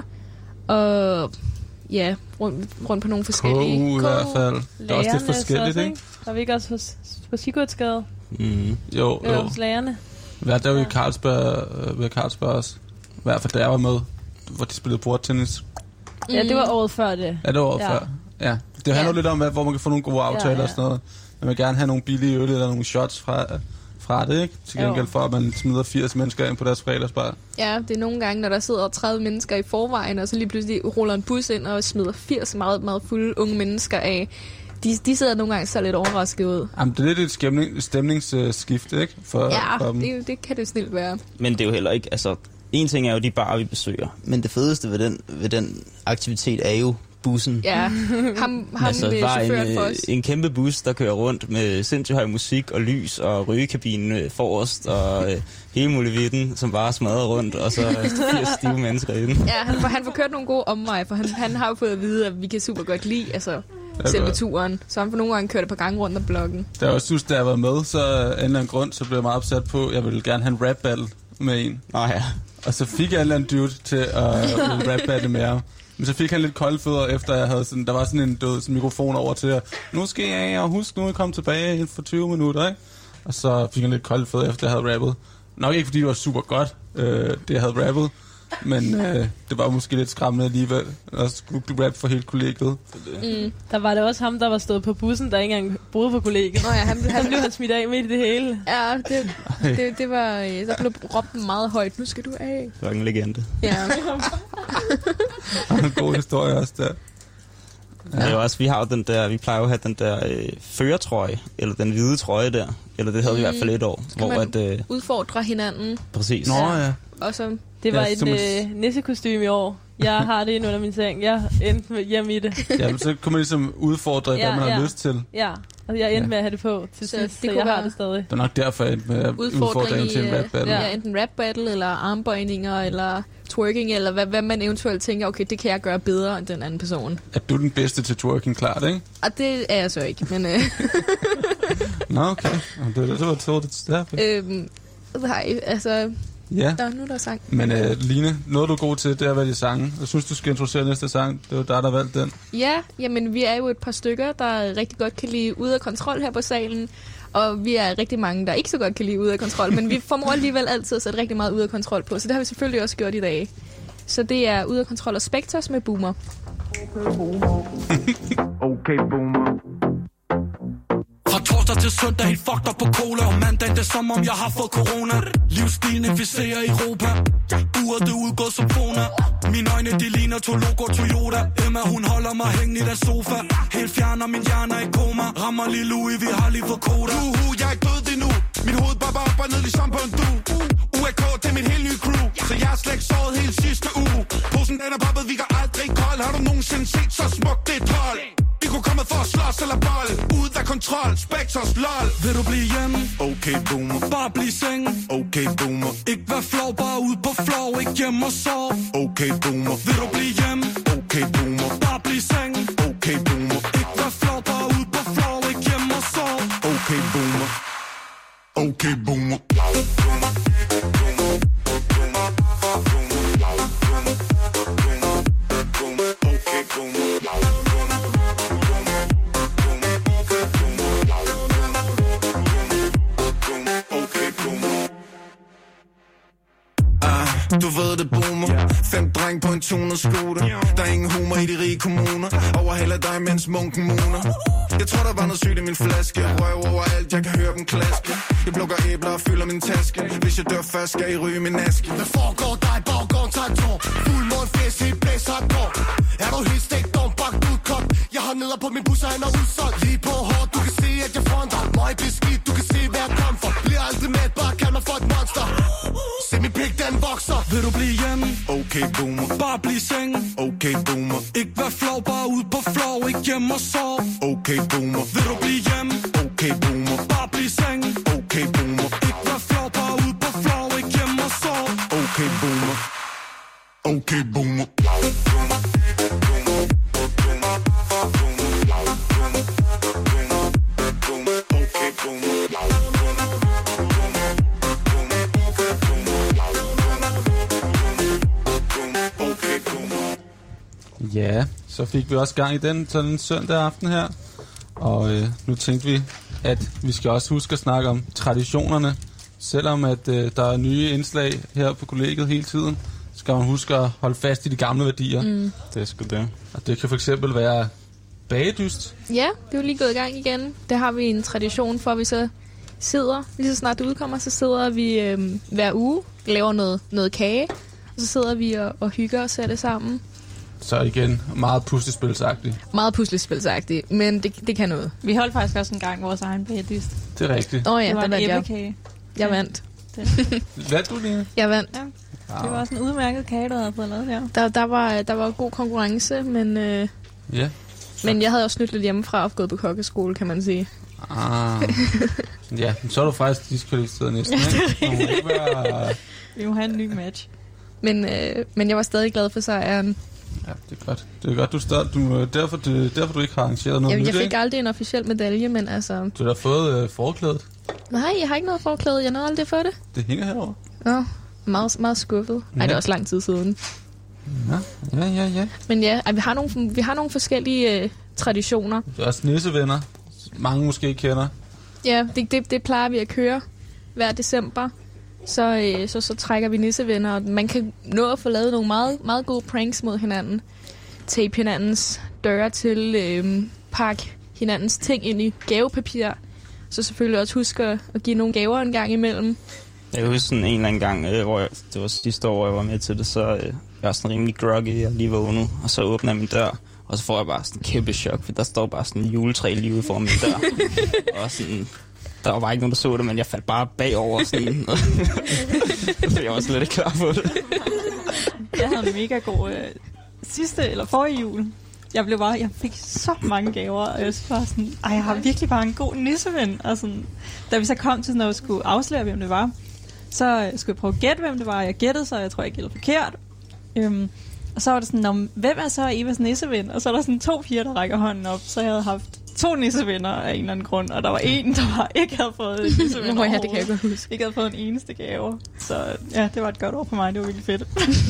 Og ja, rundt, rundt på nogle forskellige... K U i hvert fald. Det er også lidt forskelligt, ikke? Var vi ikke også hos, på Sigurdsgade? Mm. Jo, jo. Jo, hos lærerne. Hvad der var i Carlsberg, ved Carlsberg også. I hvert fald, da jeg var med, hvor de spillede bordtennis. Ja, det var året før det. Ja, det var året ja. før. Ja. Det handler ja. lidt om, hvor man kan få nogle gode aftaler ja, ja. og sådan noget. Man vil gerne have nogle billige øl eller nogle shots fra, fra det, ikke? Til gengæld for, at man smider firs mennesker ind på deres fredagsbar. Ja, det er nogle gange, når der sidder tredive mennesker i forvejen, og så lige pludselig ruller en bus ind og smider firs meget, meget fulde unge mennesker af. De, de sidder nogle gange så lidt overrasket ud. Jamen, det er lidt et stemning, stemningsskift, ikke? For, ja, for det, det kan det snilt være. Men det er jo heller ikke, altså... En ting er jo de barer, vi besøger, men det fedeste ved den, ved den aktivitet er jo bussen. Ja, ham, ham altså, med chaufføren for os. En kæmpe bus, der kører rundt med sindssygt høj musik og lys og rygekabinen forrest og øh, hele muligheden, som bare smadrer rundt, og så firs stive mennesker i den. Ja, han får, han får kørt nogle gode omveje, for han, han har jo fået at vide, at vi kan super godt lide altså, selve turen. Så han får nogle gange kørt et par gange rundt om blokken. Da jeg også synes, da jeg var med, så af en eller anden grund, så blev jeg meget opsat på, at jeg ville gerne have en rap battle med en. Nå ja. Og så fik jeg en eller anden dude til at rap battle med ham. Men så fik han lidt kolde fødder, efter jeg havde sådan, der var sådan en død sådan mikrofon over til, nu skal jeg, og husk nu, at komme tilbage for tyve minutter, ikke? Og så fik han lidt kolde fødder, efter jeg havde rappet. Nok ikke, fordi det var super godt, øh, det jeg havde rappet, men øh, det var måske lidt skræmmende alligevel, at skulle rap for hele kollegiet. Mm. Der var det også ham, der var stået på bussen, der ikke engang boede på kollegiet. Nå ja, han, han blev han smidt af midt i det hele. Ja, det, det, det var, der blev råbt meget højt, nu skal du af. Det var en legende. Ja. En god historie også der. Ja. Det er også, vi har jo den der, vi plejer jo at have den der øh, førertrøje, eller den hvide trøje der, eller det havde mm. vi i hvert fald et år. Så hvor man at, øh, udfordre hinanden. Præcis. Nå ja. Og så, det var ja, et øh, nissekostyme i år. Jeg har det inde under min seng. Jeg endte med hjemme i det. Ja, men så kunne man ligesom udfordre, ja, hvad man ja. har lyst til. Ja, og jeg endte ja. med at have det på til så sidst, så jeg har det stadig. Det er nok derfor, jeg endte med at udfordre en til en rap battle. Ja, enten rap battle, eller armbøjninger, eller twerking, eller hvad, hvad man eventuelt tænker, okay, det kan jeg gøre bedre end den anden person. Er du den bedste til twerking, klart, ikke? Og det er jeg så ikke, men... Øh. Nå, okay. Det, det var tåret det derfor. Øhm, nej, altså... Ja, der, nu er der sang. Men uh, Line, noget du er god til, det er at vælge sange. Jeg synes, du skal introducere næste sang. Det var dig, der valgte den. Ja, jamen vi er jo et par stykker, der rigtig godt kan lide Ude af Kontrol her på salen. Og vi er rigtig mange, der ikke så godt kan lide Ude af Kontrol. Men vi formår alligevel altid at sætte rigtig meget Ude af Kontrol på. Så det har vi selvfølgelig også gjort i dag. Så det er Ude af Kontrol og Spectres med Boomer. Okay, Boomer. Okay, Boomer. Fra torsdag til søndag helt fucked up på cola. Og mandag det er som om jeg har fået corona. Livsstilen inficerer Europa. Uret det udgår som fona. Mine øjne de ligner ligner Tologo Toyota. Emma, hun holder mig hængende i den sofa. Helt fjerner min hjerne i koma. Rammer lige Louis, vi har lige fået koda. Juhu, jeg er ikke død endnu. Min hoved bare op og ned ligesom på en du. U A K, det er min helt nye crew. Så jeg har slet ikke sovet hele sidste uge. Posen den er poppet, vi kan aldrig kold. Har du nogensinde set så smukt det er trold? Vi kunne komme for at slås eller bold. Ud af kontrol, Spectres lol. Vil du blive hjemme? Okay, boomer. Bare bliv seng. Okay, boomer. Ikke vær flov, bare ud på floor. Ikke hjemme og sov. Okay, boomer. Vil du blive hjemme? Okay, boomer. Bare bliv seng. Okay, boomer. Ikke vær flov, bare ud på floor. Ikke hjemme og sov. Okay, boomer. Okay, boomer. Du ved det boomer. Fem dreng på en tunet scooter. Der er ingen humor i de rige kommuner. Overhaler dig mens munken muner. Jeg tror der var noget sygt i min flaske. Røv overalt, jeg kan høre dem klaske. Jeg plukker æbler og fylder min taske. Hvis jeg dør først, skal I ryge min aske. Hvad foregår dig, baggård, tager et tår. Fuld mund, fjes, helt blæser et går. Er du helt stegt, dog bagt ud kop. Jeg har neder på min bus, og han er udsolgt. Lige på hårdt, du kan se, at jeg fronter. Mig beskidt, du kan se, hvad jeg kom for. Bliver aldrig med, bare kald mig for et monster. Se min pik, den vokser. Vil du blive hjemme? Okay, boomer. Bare bliv seng. Okay, boomer. Ikke vær flov, bare ud på floor. Ikke hjemme og sov. Okay, boomer. Vil du blive hjemme? Okay, boomer. Bare bliv seng. Okay, boomer. Ikke vær flov, bare ud på floor. Ikke hjemme og sov. Okay, boomer. Okay, boomer. Ja, så fik vi også gang i den sådan en søndag aften her. Og øh, nu tænkte vi, at vi skal også huske at snakke om traditionerne. Selvom at øh, der er nye indslag her på kollegiet hele tiden, skal man huske at holde fast i de gamle værdier. Mm. Det er sgu det. Og det kan for eksempel være bagedyst. Ja, det er jo lige gået i gang igen. Der har vi en tradition for, at vi så sidder, lige så snart det udkommer, så sidder vi øh, hver uge, laver noget, noget kage, og så sidder vi og, og hygger os af det sammen. Så igen, meget puslespilsagtigt. Meget puslespilsagtigt, men det, det kan noget. Vi holdt faktisk også en gang vores egen bagedyst. Det er rigtigt. Åh oh, ja, det var den en jeg. æblekage. Jeg vandt. Vandt du, Line? Jeg vandt. Ja. Det var også en udmærket kage, du havde fået lavet der. Der, der, var, der var god konkurrence, men, øh, ja. men jeg havde også snydt lidt hjemmefra og gået på kokkeskole, kan man sige. Ah. Ja, så er du faktisk diskvalificeret næsten, ja, ikke? Ikke være... Vi må have en ny match. Men, øh, men jeg var stadig glad for sejren. Ja, det er godt. Det er godt, du starter. Du, derfor, det, derfor du ikke har arrangeret noget. Jamen, nyt, jeg fik ikke? aldrig en officiel medalje, men altså... Du har fået øh, forklædet. Nej, jeg har ikke noget forklæde. Jeg nåede aldrig for det. Det hænger herovre. Nå, meget, meget skuffet. Ja. Ej, det er også lang tid siden. Ja, ja, ja. ja. Men ja, ej, vi, har nogle, vi har nogle forskellige øh, traditioner. Det er også nissevenner. Mange måske kender. Ja, det, det, det plejer vi at køre hver december. Så, øh, så, så trækker vi nissevenner, og man kan nå at få lavet nogle meget, meget gode pranks mod hinanden. Tape hinandens døre til, øh, pakke hinandens ting ind i gavepapir. Så selvfølgelig også huske at, at give nogle gaver en gang imellem. Jeg kan huske sådan en eller anden gang, øh, hvor jeg, det var sidste år, hvor jeg var med til det, så øh, jeg var sådan rimelig groggy, jeg lige vågnet, og så åbner jeg min dør, og så får jeg bare sådan en kæmpe chok, for der står bare sådan en juletræ lige ude foran min dør. Og sådan, der var bare ikke nogen, der så det, men jeg faldt bare bagover sådan. Så jeg var slet ikke klar på det. Jeg havde en mega god øh, sidste eller forrige jul. Jeg blev bare, jeg fik så mange gaver, og jeg var sådan, ej, jeg har virkelig bare en god nisseven. Og sådan, da vi så kom til, når vi skulle afsløre, hvem det var, så skulle jeg prøve at gætte, hvem det var. Jeg gættede, så jeg tror, jeg gættede forkert. Øhm, og så var det sådan, hvem er så Evas nisseven? Og så er der sådan to piger, der rækker hånden op, så jeg havde haft to nissevenner af en eller anden grund, og der var en, der var, ikke havde fået en nisseven Nå, ja, det kan jeg godt huske. Ikke havde fået en eneste gave. Så ja, det var et godt år for mig, det var virkelig fedt.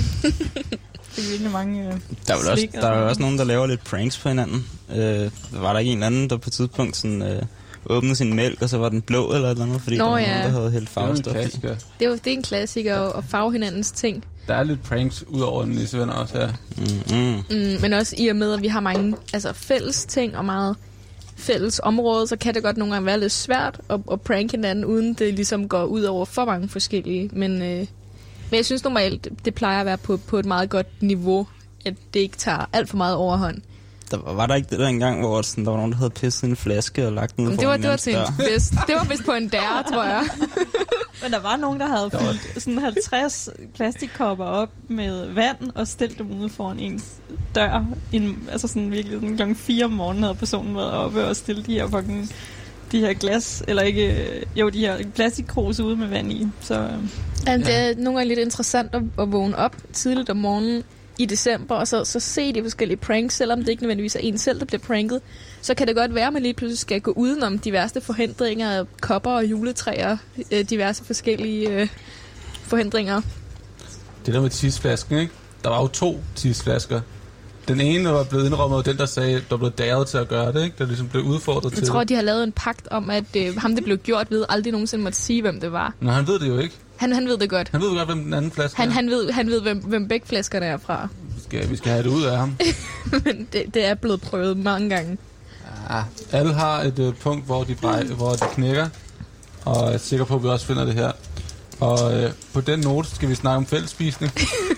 Det er virkelig mange øh, der er også, der er også nogen, der laver lidt pranks på hinanden. Øh, var der ikke en anden, der på et tidspunkt sådan, øh, åbnede sin mælk, og så var den blå eller et eller andet, fordi Nå, der var ja. nogen, der havde helt farvestof i. Det er jo det er en klassiker at farve hinandens ting. Der er lidt pranks ud over nissevenner også her. Mm, mm. Mm, men også i og med, at vi har mange altså, fælles ting og meget fælles område, så kan det godt nogle gange være lidt svært at, at prank hinanden, uden det ligesom går ud over for mange forskellige. Men, øh, men jeg synes normalt, det plejer at være på, på et meget godt niveau. at det ikke tager alt for meget overhånd. Der var, var der ikke det der engang, hvor sådan, der var nogen, der havde pisset i en flaske og lagt den ud det foran var, det var til en fest. Det var vist på en dør, tror jeg. Men der var nogen, der havde fyldt sådan halvtreds plastikkopper op med vand og stillet dem ude foran ens dør. En, altså sådan virkelig sådan klokken fire om morgenen havde personen været oppe og stillet de her fucking de her glas, eller ikke, jo, de her plastikkrus ude med vand i. Så, ja, det er nogle gange lidt interessant at, at vågne op tidligt om morgenen i december, og så, så se de forskellige pranks, selvom det ikke nødvendigvis er en selv, der bliver pranket, så kan det godt være, at man lige pludselig skal gå udenom diverse forhindringer af kopper og juletræer, øh, diverse forskellige øh, forhindringer. Det der med tidsflasken, ikke? Der var jo to tidsflasker. Den ene var blevet indrømmet, og den der sagde, der blev daget til at gøre det, ikke? Der ligesom blev udfordret jeg til det. Jeg tror, de har lavet en pagt om, at øh, ham, det blev gjort, ved aldrig nogensinde måtte sige, hvem det var. Nå, han ved det jo ikke. Han, han ved det godt. Han ved godt, hvem den anden flaske han, er. Han ved, han ved hvem, hvem begge flaskerne er fra. Vi skal, vi skal have det ud af ham. Men det, det er blevet prøvet mange gange. Ja, alle har et øh, punkt, hvor de, brej, hvor de knækker, og jeg er sikker på, at vi også finder det her. Og øh, på den note skal vi snakke om fællesspisning.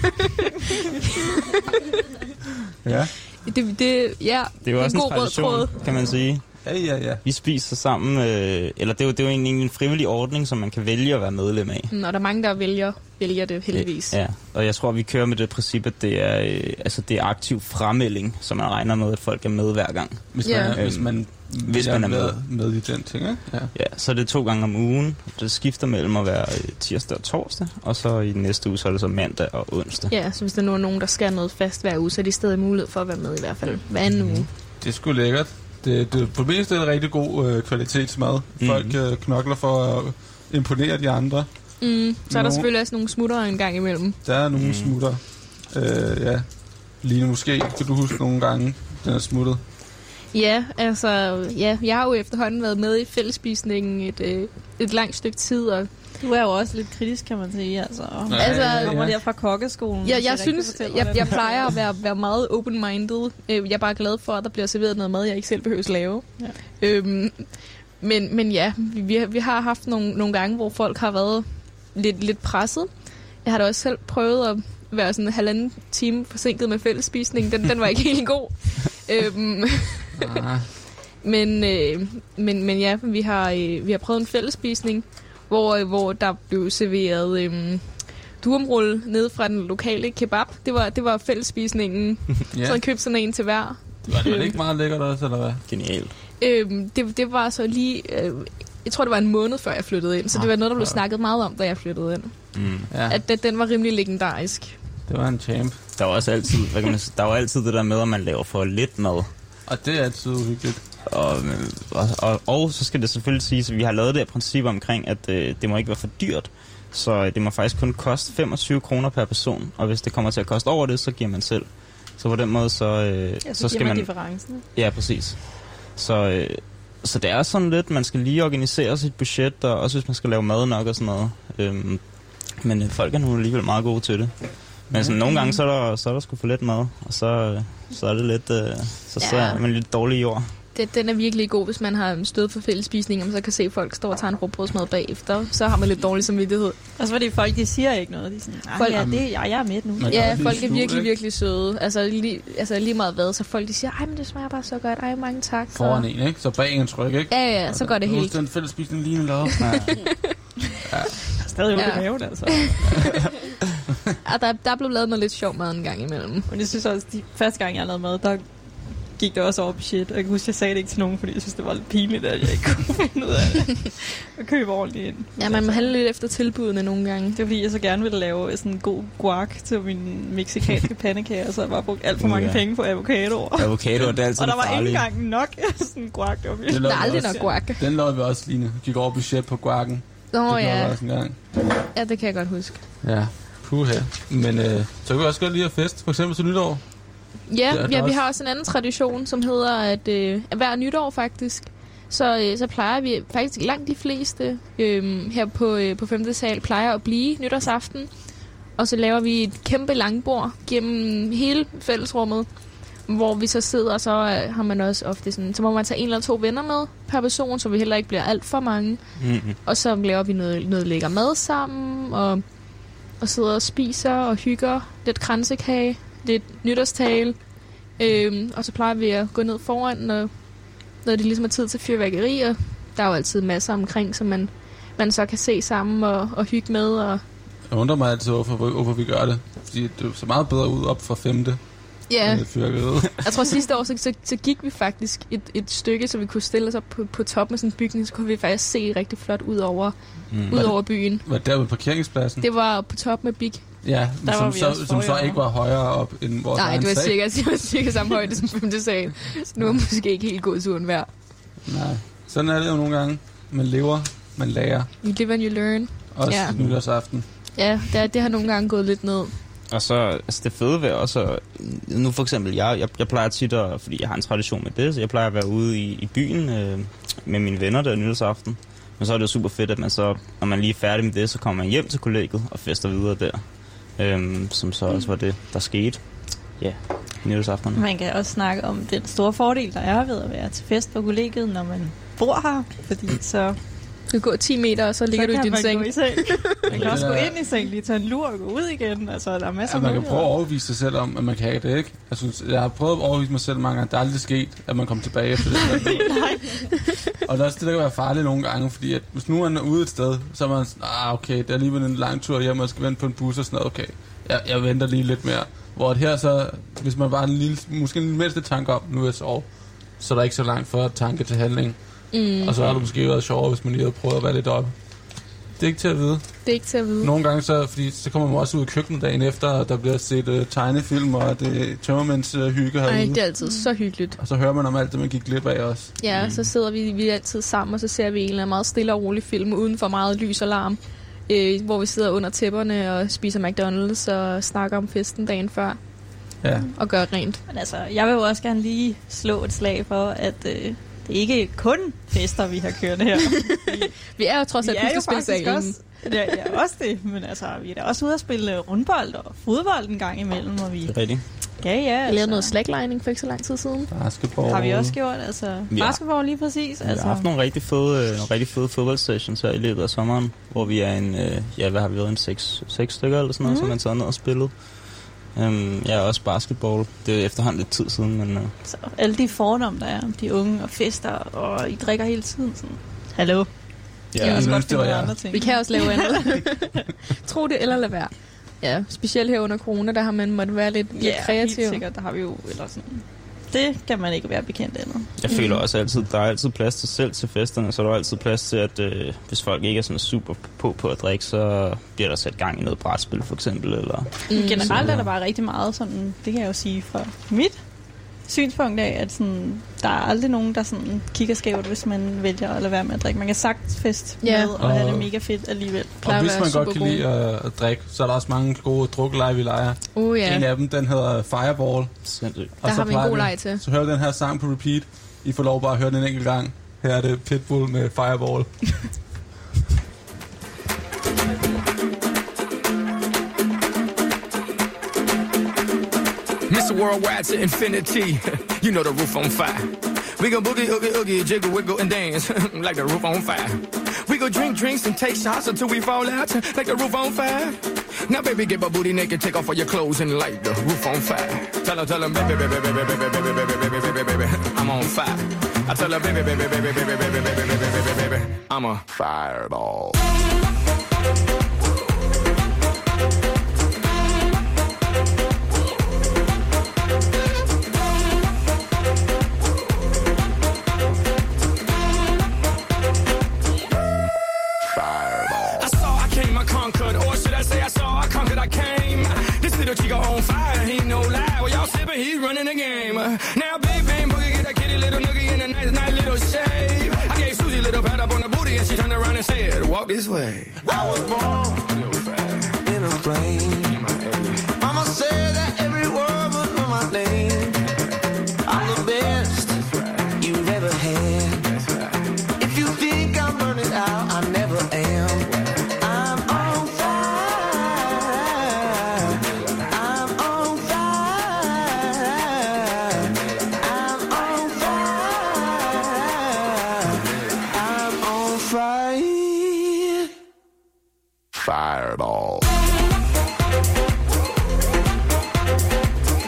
Ja. Det, det, ja, det er jo også en, en tradition, kan man sige. Ja, ja, ja. Vi spiser sammen, øh, eller det er, jo, det er jo egentlig en frivillig ordning, som man kan vælge at være medlem af. Nå, der er mange, der vælger, vælger det heldigvis. Ja, og jeg tror, vi kører med det princip, at det er, øh, altså, det er aktiv fremelding, så man regner med, at folk er med hver gang. Hvis man, ja. øh, hvis man, hvis man er med. med i den ting, ikke? Ja. Ja, så er det to gange om ugen. Det skifter mellem at være tirsdag og torsdag, og så i næste uge, så er det så mandag og onsdag. Ja, så hvis der nu er nogen, der skal noget fast hver uge, så er de stadig mulighed for at være med i hvert fald hver anden uge. Det er sgu lækkert. Det, det, på det meste er det rigtig god øh, kvalitetsmad. Folk mm. øh, knokler for at imponere de andre. Mm. Så er der selvfølgelig også nogle smutter en gang imellem. Der er nogle mm. smutter. Øh, ja. Line, måske kan du huske nogle gange, den er smuttet. Ja, altså, ja, jeg har jo efterhånden været med i fællesspisningen et, øh, et langt stykke tid, og du er jo også lidt kritisk, kan man sige, altså. Ja, altså, jeg kommer der fra kokkeskolen. Ja, jeg synes, jeg, jeg plejer at være, være meget open-minded. Jeg er bare glad for, at der bliver serveret noget mad, jeg ikke selv behøver at lave. Ja. Øhm, men, men ja, vi, vi har haft nogle, nogle gange, hvor folk har været lidt, lidt presset. Jeg har da også selv prøvet at være sådan en halvanden time forsinket med fællesspisning. Den, den var ikke helt god. øhm, men, øh, men, men ja, vi har, øh, vi har prøvet en fællesspisning, hvor, hvor der blev serveret øhm, durumrulle nede fra den lokale kebab. Det var, det var fællesspisningen. Yeah. Så jeg købte sådan en til hver. Var det ikke meget lækkert også, eller hvad? Genialt. Øhm, det, det var så lige... Øh, jeg tror, det var en måned, før jeg flyttede ind. Så det var noget, der blev snakket meget om, da jeg flyttede ind. Mm. Ja. At, at den var rimelig legendarisk. Det var en champ. Der var også altid, hvad kan man sige, der var altid det der med, at man laver for lidt mad. Og det er altid uhyggeligt. Og, og, og, og så skal det selvfølgelig siges, at vi har lavet det her princip omkring, at øh, det må ikke være for dyrt. Så det må faktisk kun koste femogtyve kroner per person. Og hvis det kommer til at koste over det, så giver man selv. Så på den måde, så, øh, ja, så, så skal man... differencen. Ja, præcis. Så, øh, så det er sådan lidt, man skal lige organisere sit budget, og også hvis man skal lave mad nok og sådan noget. Øhm, men øh, folk er nu alligevel meget gode til det. Men sådan, nogle gange, så er der, så er der sgu for lidt mad, og så, så er det lidt, øh, så, ja. så er man lidt dårlig i jord. Det, den er virkelig god, hvis man har stået for fællesspisning, og så kan se, at folk står og tager en råbrødsmad bagefter. Så har man lidt dårlig samvittighed. Altså fordi folk, de siger ikke noget. De er sådan, folk, ja, det, ja, jeg er med nu. Ja, folk er virkelig, virkelig søde. Altså lige, altså lige meget hvad, så folk de siger, ej, men det smager bare så godt. Ej, mange tak. Foran en, ikke? Så bag en tryk, ikke? Ja, ja, så går det helt. Den fællesspisning lige lov. Ja. Ja. Stadig jo ja. Det maven, altså. Og der, der blev lavet noget lidt sjov mad en gang imellem. Men jeg synes også, de første gang, jeg lavede mad, der gik det også over budget. Og jeg kan huske, jeg sagde det ikke til nogen, fordi jeg synes, det var lidt pinligt, at jeg ikke kunne finde ud af det. Og købe ordentligt ind. Ja, man må handle lidt efter tilbudene nogle gange. Det var fordi, jeg så gerne ville lave sådan en god guac til min mexikanske pandekager, så jeg bare brugte alt for mange uh, ja. penge på avocadoer. Avocadoer, det er altid og der var farligt. ikke engang nok sådan en guac. Der, der er aldrig nok guac. Den lavede vi også, Line. Gik over budget på guacen. Nå det ja. Også en gang. Ja, det kan jeg godt huske. Ja, puha. Men øh, så kan vi også godt lide at feste, for eksempel til nytår. Ja, ja, vi har også en anden tradition, som hedder, at, øh, at hver nytår faktisk, så, øh, så plejer vi faktisk langt de fleste øh, her på, øh, på femte sal plejer at blive nytårsaften. Og så laver vi et kæmpe langbord gennem hele fællesrummet, hvor vi så sidder, og så øh, har man også ofte sådan, så må man tage en eller to venner med per person, så vi heller ikke bliver alt for mange. Mm-hmm. Og så laver vi noget, noget lækker mad sammen, og, og sidder og spiser og hygger lidt kransekage. lidt nytårstale. Øhm, og så plejer vi at gå ned foran, når, når det ligesom er tid til fyrværkeri, og der er jo altid masser omkring, som man, man så kan se sammen og, og hygge med. Og jeg undrer mig altid, hvorfor, hvorfor vi gør det. Fordi det ser meget bedre ud op fra femte. Ja, jeg tror sidste år, så, så, så gik vi faktisk et, et stykke, så vi kunne stille os op på, på toppen af sådan en bygning, så kunne vi faktisk se rigtig flot ud over, mm. ud over byen. Var det der ved parkeringspladsen? Det var på toppen af Big. Ja, der som, så, som så ikke var højere op end vores Nej, egen det var sag. cirka, det var cirka samme højde som femte sal. Så nu er måske ikke helt god turen værd. Nej, sådan er det jo nogle gange. Man lever, man lærer. You live and you learn. Også ja. nytårsaften. Ja, det, det har nogle gange gået lidt ned. Og så, altså det fede ved også, nu for eksempel, jeg, jeg, jeg plejer tit at, fordi jeg har en tradition med det, så jeg plejer at være ude i, i byen øh, med mine venner der nytårsaften. Men så er det jo super fedt, at man så, når man lige er færdig med det, så kommer man hjem til kollegiet og fester videre der. Øhm, som så også var det, der skete. Ja, nytårsaften. Man kan også snakke om den store fordel, der er ved at være til fest på kollegiet, når man bor her, fordi så... Du kan gå ti meter, og så ligger så du i din seng. Man, seng. Man kan også gå ind i seng, lige tage en lur og gå ud igen. Altså, der er masser ja, man kan prøve at overbevise sig selv om, at man kan det, ikke? Jeg, synes, jeg har prøvet at overbevise mig selv mange gange. Det er aldrig sket, at man kommer tilbage efter det. Nej. Og det er også det, der kan være farligt nogle gange, fordi at hvis nu man er ude et sted, så er man sådan, ah, okay, det er alligevel en lang tur hjem, og jeg skal vente på en bus og sådan noget. Okay, jeg, jeg venter lige lidt mere. Hvor her så, hvis man bare en lille, måske en mindste tanke om, nu er jeg sove, så er der ikke så langt for tanke til handling. Mm. Og så har det måske været sjovere, hvis man lige havde prøvet at være lidt oppe. Det er ikke til at vide. Det er ikke til at vide. Nogle gange så, fordi så kommer man også ud i køkkenet dagen efter, og der bliver set uh, tegnefilm, og det er tømmermænds uh, hygge herude. Ej, det er altid så hyggeligt. Og så hører man om alt det, man gik glip af også. Ja, mm. så sidder vi, vi altid sammen, og så ser vi en eller anden meget stille og rolig film, uden for meget lys og larm, øh, hvor vi sidder under tæpperne og spiser McDonald's og snakker om festen dagen før. Ja. Og gør rent. Men altså, jeg vil jo også gerne lige slå et slag for, at... Øh, det er ikke kun fester, vi har kørt her. Vi er jo trods alt puslespilsalen. Også, ja, ja, også det. Men altså, vi er da også ude at spille rundbold og fodbold en gang imellem. Og vi... Det er rigtigt. Ja, ja. Altså. Vi lavede noget slacklining for ikke så lang tid siden. Basketball. Har vi også gjort, altså. Ja. Basketball lige præcis. Vi altså. har haft nogle rigtig fede, nogle rigtig fede fodboldsessions her i løbet af sommeren, hvor vi er en, ja, hvad har vi været, en seks, seks stykker eller sådan noget, mm. som man tager ned og spillet. Um, jeg er også basketball. Det er efterhånden lidt tid siden, men... Uh... Så alle de fordomme, der er om de unge og fester, og I drikker hele tiden sådan... Hallo? Ja, ja, jeg godt, det var andre ting. Vi kan også lave andet. Tro det eller lad være. Ja, specielt her under corona, der har man måtte være lidt, lidt ja, kreativ. Ja, helt sikkert. Der har vi jo... Eller sådan. Det kan man ikke være bekendt andet. Jeg føler også altid, der er altid plads til selv til festerne, så der er altid plads til, at øh, hvis folk ikke er sådan super på på at drikke, så bliver der sat gang i noget brætspil for eksempel. Eller mm. Generelt er der bare rigtig meget sådan, det kan jeg jo sige fra mit synspunkt af, at sådan, der er aldrig nogen, der sådan kigger skævt, hvis man vælger at lade være med at drikke. Man kan sagtens fest med yeah. og, og have det mega fedt alligevel. Og hvis man godt kan lide at, at drikke, så er der også mange gode drukkeleje, vi leger. Uh, yeah. En af dem, den hedder Fireball. Sindssygt. Der har vi en god leg til. Så hør den her sang på repeat. I får lov bare at høre den en enkelt gang. Her er det Pitbull med Fireball. Mister Worldwide to infinity. You know the roof on fire. We go boogie, oogie, oogie, jiggle, wiggle, and dance like the roof on fire. We go drink drinks and take shots until we fall out like the roof on fire. Now, baby, get my booty naked, take off all your clothes and light the roof on fire. Tell her, tell her, baby, baby, baby, baby, baby, baby, baby, baby, baby, baby, I'm on fire. I tell her, baby, baby, baby, baby, baby, baby, baby, baby, baby, baby, I'm a fireball. On fire, he no lie. Well, y'all sippin', he's running the game. Now, big bang boogie, get a kitty little noogie in a nice, nice little shave. I gave Susie a little pat up on the booty, and she turned around and said, "Walk this way." I was born in a plane. Mama said that every word was on my name. I'm the best you've ever had. If you think I'm running out, I never am. Fireball.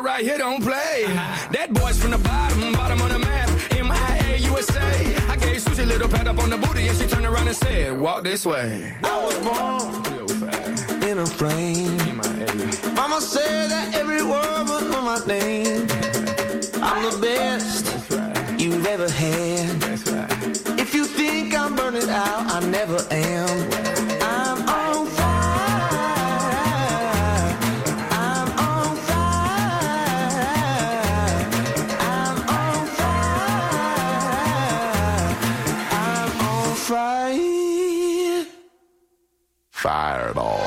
but right here don't play. That boy's from the bottom, bottom of the map. M I A U S A. I gave Susie a little pat up on the booty and she turned around and said, walk this way. I was born in a flame. Mama said that every word was on my name. I'm the best you've ever had. If you think I'm burning out, I never am. I'm on fire. I'm on fire. I'm on fire. I'm on fire. Fireball.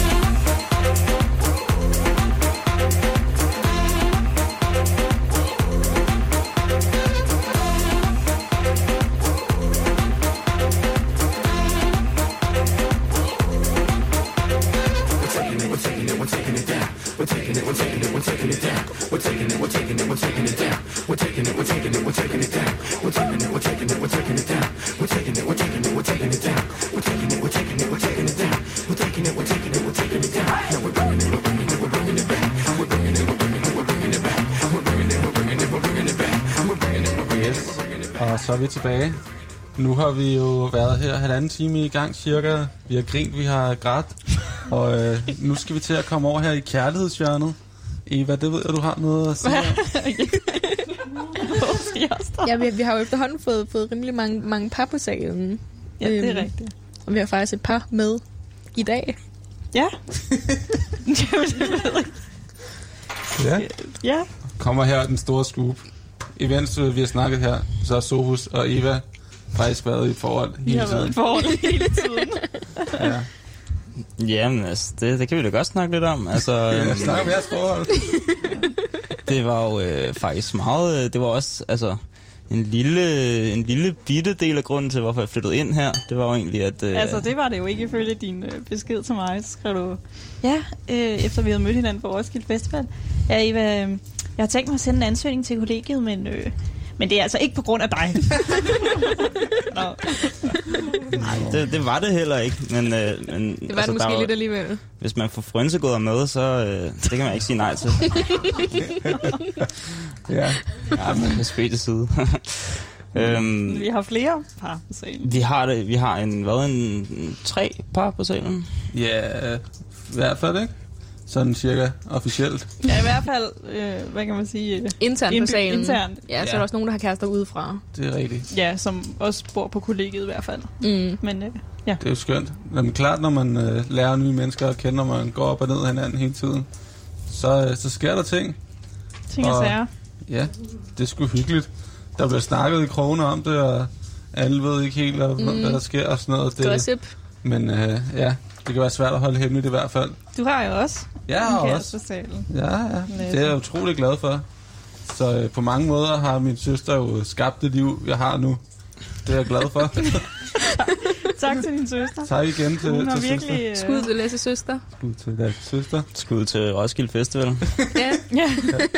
We're taking it, we're taking it, we're taking it down. We're taking it, we're taking it, we're taking it down. We're taking it, we're taking it, we're taking it down. We're taking it, we're taking it, we're taking it down. We're taking it, we're taking it, we're taking it down. We're taking it, we're taking it, we're taking it down. We're taking it, we're taking it, we're taking it down. Now we're bringing it, we're bringing it, we're bringing it back. We're bringing it, we're bringing it, we're bringing it back. We're bringing it, we're bringing it, we're bringing it back. We're bringing it, we're bringing it, we're bringing it back. Og så er vi tilbage. Nu har vi jo været her halvanden time i gang cirka. Vi har grint, vi har grædt. Og øh, nu skal vi til at komme over her i kærlighedshjørnet. Eva, det ved jeg, du har noget at sige. Ja, vi, vi har jo efterhånden fået, fået rimelig mange, mange par på salen. Ja, det er øhm, rigtigt. Og vi har faktisk et par med i dag. Ja. Ja. Ja. Kommer her den store scoop. Imens vi har snakket her, så har Sohus og Eva faktisk været i et forhold hele tiden. Vi har været i et forhold hele tiden. Ja. Jamen, altså, det, det kan vi da godt snakke lidt om. Altså, ja, snakke om jeres forhold. Det var jo øh, faktisk meget... Det var også altså, en, lille, en lille bitte del af grunden til, hvorfor jeg flyttede ind her. Det var jo egentlig, at... Øh, altså, det var det jo ikke ifølge din øh, besked til mig. Så skrev du... Ja, øh, efter vi havde mødt hinanden på Roskilde Festival. Ja, Eva, øh, jeg har tænkt mig at sende en ansøgning til kollegiet, men... Øh, Men det er altså ikke på grund af dig. Nej, det, det var det heller ikke. Men, øh, men, det var altså, det måske var, lidt alligevel. Hvis man får frønsegåder med, så øh, det kan man ikke sige nej til. Ja, ja, men det er spil til side. øhm, vi har flere par på salen. Vi har det. Vi har en, hvad, en, en tre par på salen. Ja, i hvert fald, ikke? Sådan cirka officielt. Ja, i hvert fald, øh, hvad kan man sige? Øh, internt på salen. Internt. Ja, så ja. Er der også nogen, der har kærester udefra. Det er rigtigt. Ja, som også bor på kollegiet i hvert fald. Mm. Men øh, ja. Det er jo skønt. Men klart, når man øh, lærer nye mennesker at kende, når man går op og ned hinanden hele tiden, så, øh, så sker der ting. Ting og sager. Ja, det er sgu hyggeligt. Der bliver snakket i krogene om det, og alle ved ikke helt, hvad, mm. hvad der sker og sådan noget. Det, Gossip. Men øh, ja, det kan være svært at holde hemmeligt i hvert fald. Du har jo også. Jeg har også. Ja, ja. Det er jeg utrolig glad for. Så øh, på mange måder har min søster jo skabt det liv, jeg har nu. Det er jeg glad for. Tak til din søster. Tak igen til, Hun til virkelig, søster. Skud til Lasse søster. Skud til Lasse søster. Skud til Roskilde Festival. Ja. Ja.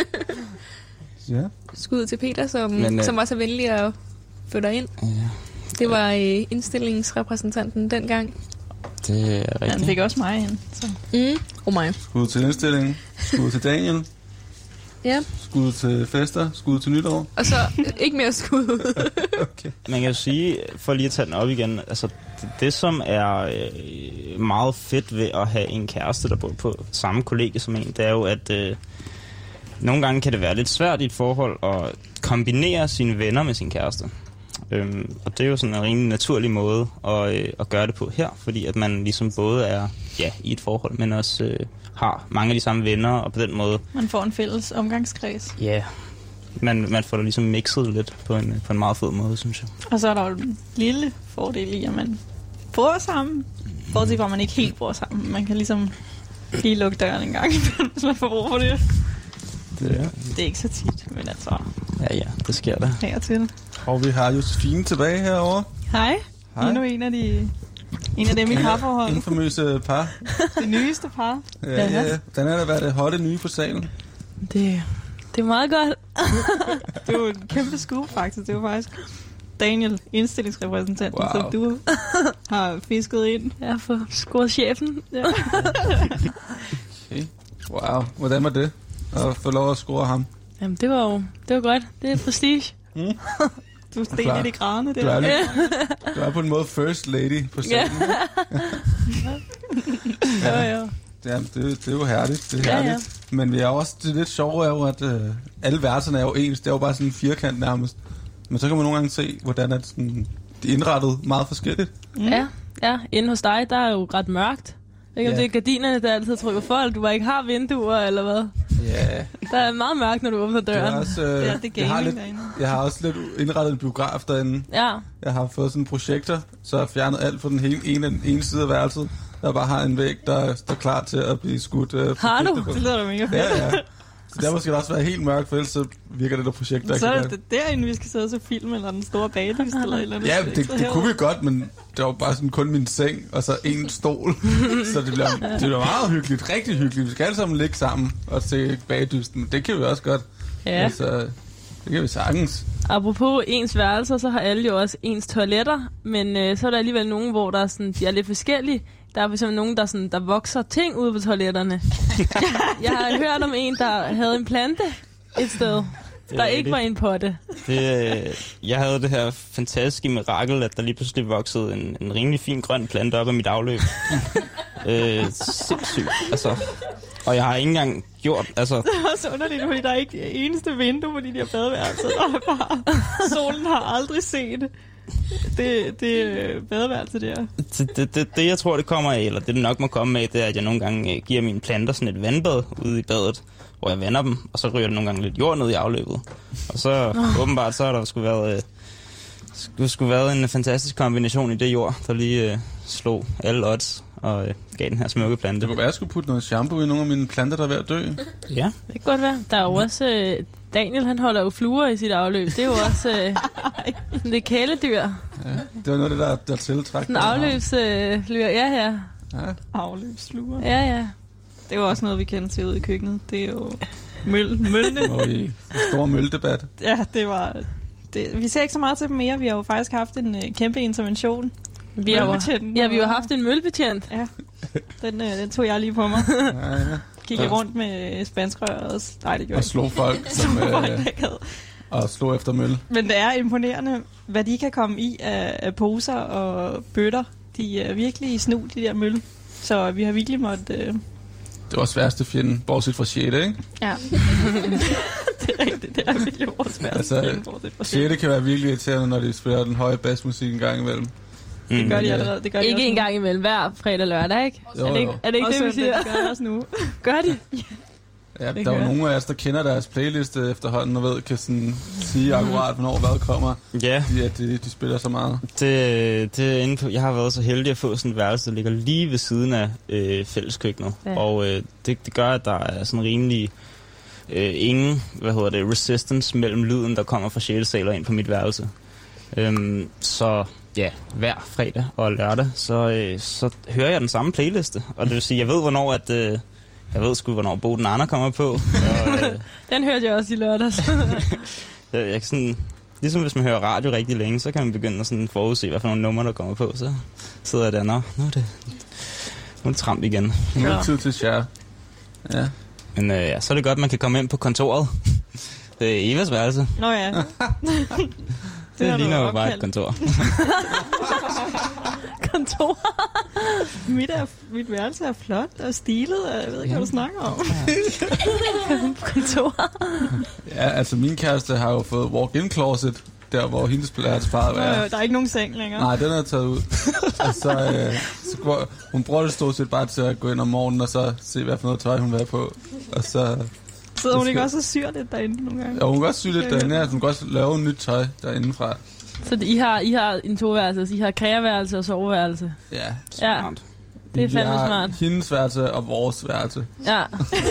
Ja. Skud til Peter, som, Men, øh, som var så venlig at få dig ind. Ja. Det var øh, indstillingsrepræsentanten dengang. Det er rigtigt. Han fik også mig ind. Så. Mm. Oh my. Skud til indstillingen. Skud til Daniel. Ja. Skud til fester. Skud til nytår. Og så ikke mere skud. Okay. Man kan jo sige, for lige at tage den op igen, altså det, det som er øh, meget fedt ved at have en kæreste, der bor på samme kollegie som en, det er jo, at øh, nogle gange kan det være lidt svært i et forhold at kombinere sine venner med sin kæreste. Øhm, og det er jo sådan en rimelig naturlig måde at, øh, at gøre det på her, fordi at man ligesom både er ja, i et forhold, men også øh, har mange af de samme venner, og på den måde... Man får en fælles omgangskreds. Ja, yeah. man, man får det ligesom mixet lidt på en, på en meget fed måde, synes jeg. Og så er der jo en lille fordel i, at man bor sammen, bortset fra, at man ikke helt bor sammen. Man kan ligesom lige lukke døren en gang, hvis man får brug for det. Det er. Det er ikke så tit, men altså... Ja, ja, det sker der. Hertil. Og vi har Josefine tilbage herovre. Hej. Hej. Endnu en af de... En af dem i parforhold. Infamøse par. Det nyeste par. Ja, ja. Hvordan er det været det hotte nye på salen? Det, det er meget godt. Det er jo en kæmpe scoop, faktisk. Det er jo faktisk Daniel, indstillingsrepræsentanten, wow. Som du har fisket ind. Ja, for scoret chefen. Ja. Okay. Wow. Hvordan var det? at få lov at score ham. Jamen, det var jo det var godt. Det er prestige. Mm. Du steg lidt i grædene der. Du er, lidt, du er på en måde first lady på scenen. Ja. ja, ja. Ja, det, det er jo herligt. Det er ja, herligt. Ja. Men vi er også, det er lidt sjovt, er jo, at øh, alle værelserne er jo ens. Det er jo bare sådan en firkant nærmest. Men så kan man nogle gange se, hvordan at sådan, de er indrettet meget forskelligt. Mm. Ja, ja. Inde hos dig, der er jo ret mørkt. Ikke om ja. Det er gardinerne, der altid trykker for, eller du bare ikke har vinduer, eller hvad? Ja. Der er meget mørkt, når du åbner døren. Også, øh, ja, det er jeg, har lidt, jeg har også lidt indrettet en biograf derinde. Ja. Jeg har fået sådan en projektor, så jeg har fjernet alt fra den hele ene, ene side af værelset. Der bare har en væg, der står klar til at blive skudt. Øh, har du? Det lyder da mega fedt. Ja, ja. Så der skal det også være helt mørkt, for ellers så virker det der projekt, der så er det derinde, vi skal sidde og se film, eller den store baglyst, eller et eller andet. Ja, det, det, det kunne vi godt, men det var bare sådan kun min seng, og så en stol. Så det bliver, det bliver meget hyggeligt, rigtig hyggeligt. Vi skal alle sammen ligge sammen og se bagdysten, men det kan vi også godt. Ja. Altså, det kan vi sagtens. Apropos ens værelser, så har alle jo også ens toiletter, men øh, så er der alligevel nogen, hvor der er sådan, de er lidt forskellige. Der er fx nogen, der, sådan, der vokser ting ude på toiletterne. Jeg har hørt om en, der havde en plante et sted, der ikke var en potte. Det, jeg havde det her fantastiske mirakel, at der lige pludselig voksede en, en rimelig fin grøn plante op af mit afløb. øh, sindssygt, altså. Og jeg har ikke engang gjort, altså... Det er også underligt, fordi der er ikke det eneste vindue på de der badeværelser. Der er bare... Solen har aldrig set det, det badeværelse der. Det, det, det, det, jeg tror, det kommer af, eller det, det nok må komme af, det er, at jeg nogle gange giver mine planter sådan et vandbad ude i badet, hvor jeg vander dem, og så ryger der nogle gange lidt jord ned i afløbet. Og så oh. åbenbart, så har der sgu været, øh, sgu, sgu været en fantastisk kombination i det jord, der lige øh, slog alle odds og øh, gav den her smukke plante. Det kunne være, at jeg skulle putte noget shampoo i nogle af mine planter, der er ved at dø. Ja. Det kan godt være. Der er jo også... Øh, Daniel, han holder jo fluer i sit afløb. Det er jo også øh, det er kæledyr. Ja, det var noget af det, der, der tiltræk. En afløbslyr, øh, ja, ja. Ja. Afløbsfluer. Ja, ja. Det er jo også noget, vi kender til ude i køkkenet. Det er jo møl, mølne. Og i en stor møldebat. Ja, det var... Det, vi ser ikke så meget til dem mere. Vi har jo faktisk haft en uh, kæmpe intervention. Vi har, ja, vi har haft en mølbetjent. Ja, den, øh, den tog jeg lige på mig. Ja, ja. Gik ja. rundt med spanskrør og... Nej, det gjorde og slog folk, som... øh, og slog efter møl. Men det er imponerende, hvad de kan komme i af, af poser og bøtter. De er virkelig snu, de der møl. Så vi har virkelig måttet... Øh... Det var sværeste fjende, bortset fra sjette, ikke? Ja. Det er rigtigt, det er virkelig vores sværeste altså, fjende, bortset fra sjette kan være virkelig irriterende, når de spiller den høje bassmusik en gang imellem. Mm. Det gør de allerede. Det gør de ikke en gang imellem hver fredag og lørdag, ikke? Jo, er det ikke, er det, ikke det, vi siger? Det gør de også nu. Gør de? Ja, der er jo nogle af os, der kender deres playliste efterhånden, og ved, kan sådan sige akkurat, hvornår hvad kommer. Ja. Ja, de, de spiller så meget. Det, det er inde på, jeg har været så heldig at få sådan et værelse, der ligger lige ved siden af øh, fælleskøkkenet. Ja. Og øh, det, det gør, at der er sådan rimelig øh, ingen, hvad hedder det, resistance mellem lyden, der kommer fra sjette sal og ind på mit værelse. Øhm, så ja, hver fredag og lørdag, så, øh, så hører jeg den samme playliste. Og det vil sige, jeg ved, hvornår at... Øh, Jeg ved sgu, hvornår Bo den Anna kommer på. Og, øh, den hørte jeg også i lørdags. jeg, jeg sådan, ligesom hvis man hører radio rigtig længe, så kan man begynde at sådan forudse, hvad for nogle numre, der kommer på. Så sidder jeg der, nå, nu er det, nu er det tramp igen. Nu er det tid til share. Ja. Men øh, ja, så er det godt, at man kan komme ind på kontoret. Det er Evas værelse. Nå ja. det det ligner jo bare et kontor. kontor. mit, er, mit værelse er flot og stilet, og jeg ved ikke, hvad du snakker om. kontor. Ja, altså min kæreste har jo fået walk-in closet, der hvor hendes plejefar er. Der er ikke nogen seng længere. Nej, den er taget ud. Og så, øh, så går, hun bruger det stort set bare til at gå ind om morgenen, og så se, hvad for noget tøj hun vil have på. Og så... Sidder hun ikke også og syr lidt derinde nogle gange? Ja, hun kan også sy lidt derinde, ja. Hun kan også lave nyt tøj derindefra. Så I har, I har en toværelse, I har kræveværelse og soveværelse? Ja, smart. Ja, det er fandme ja, smart. Hendes værelse og vores værelse. Ja.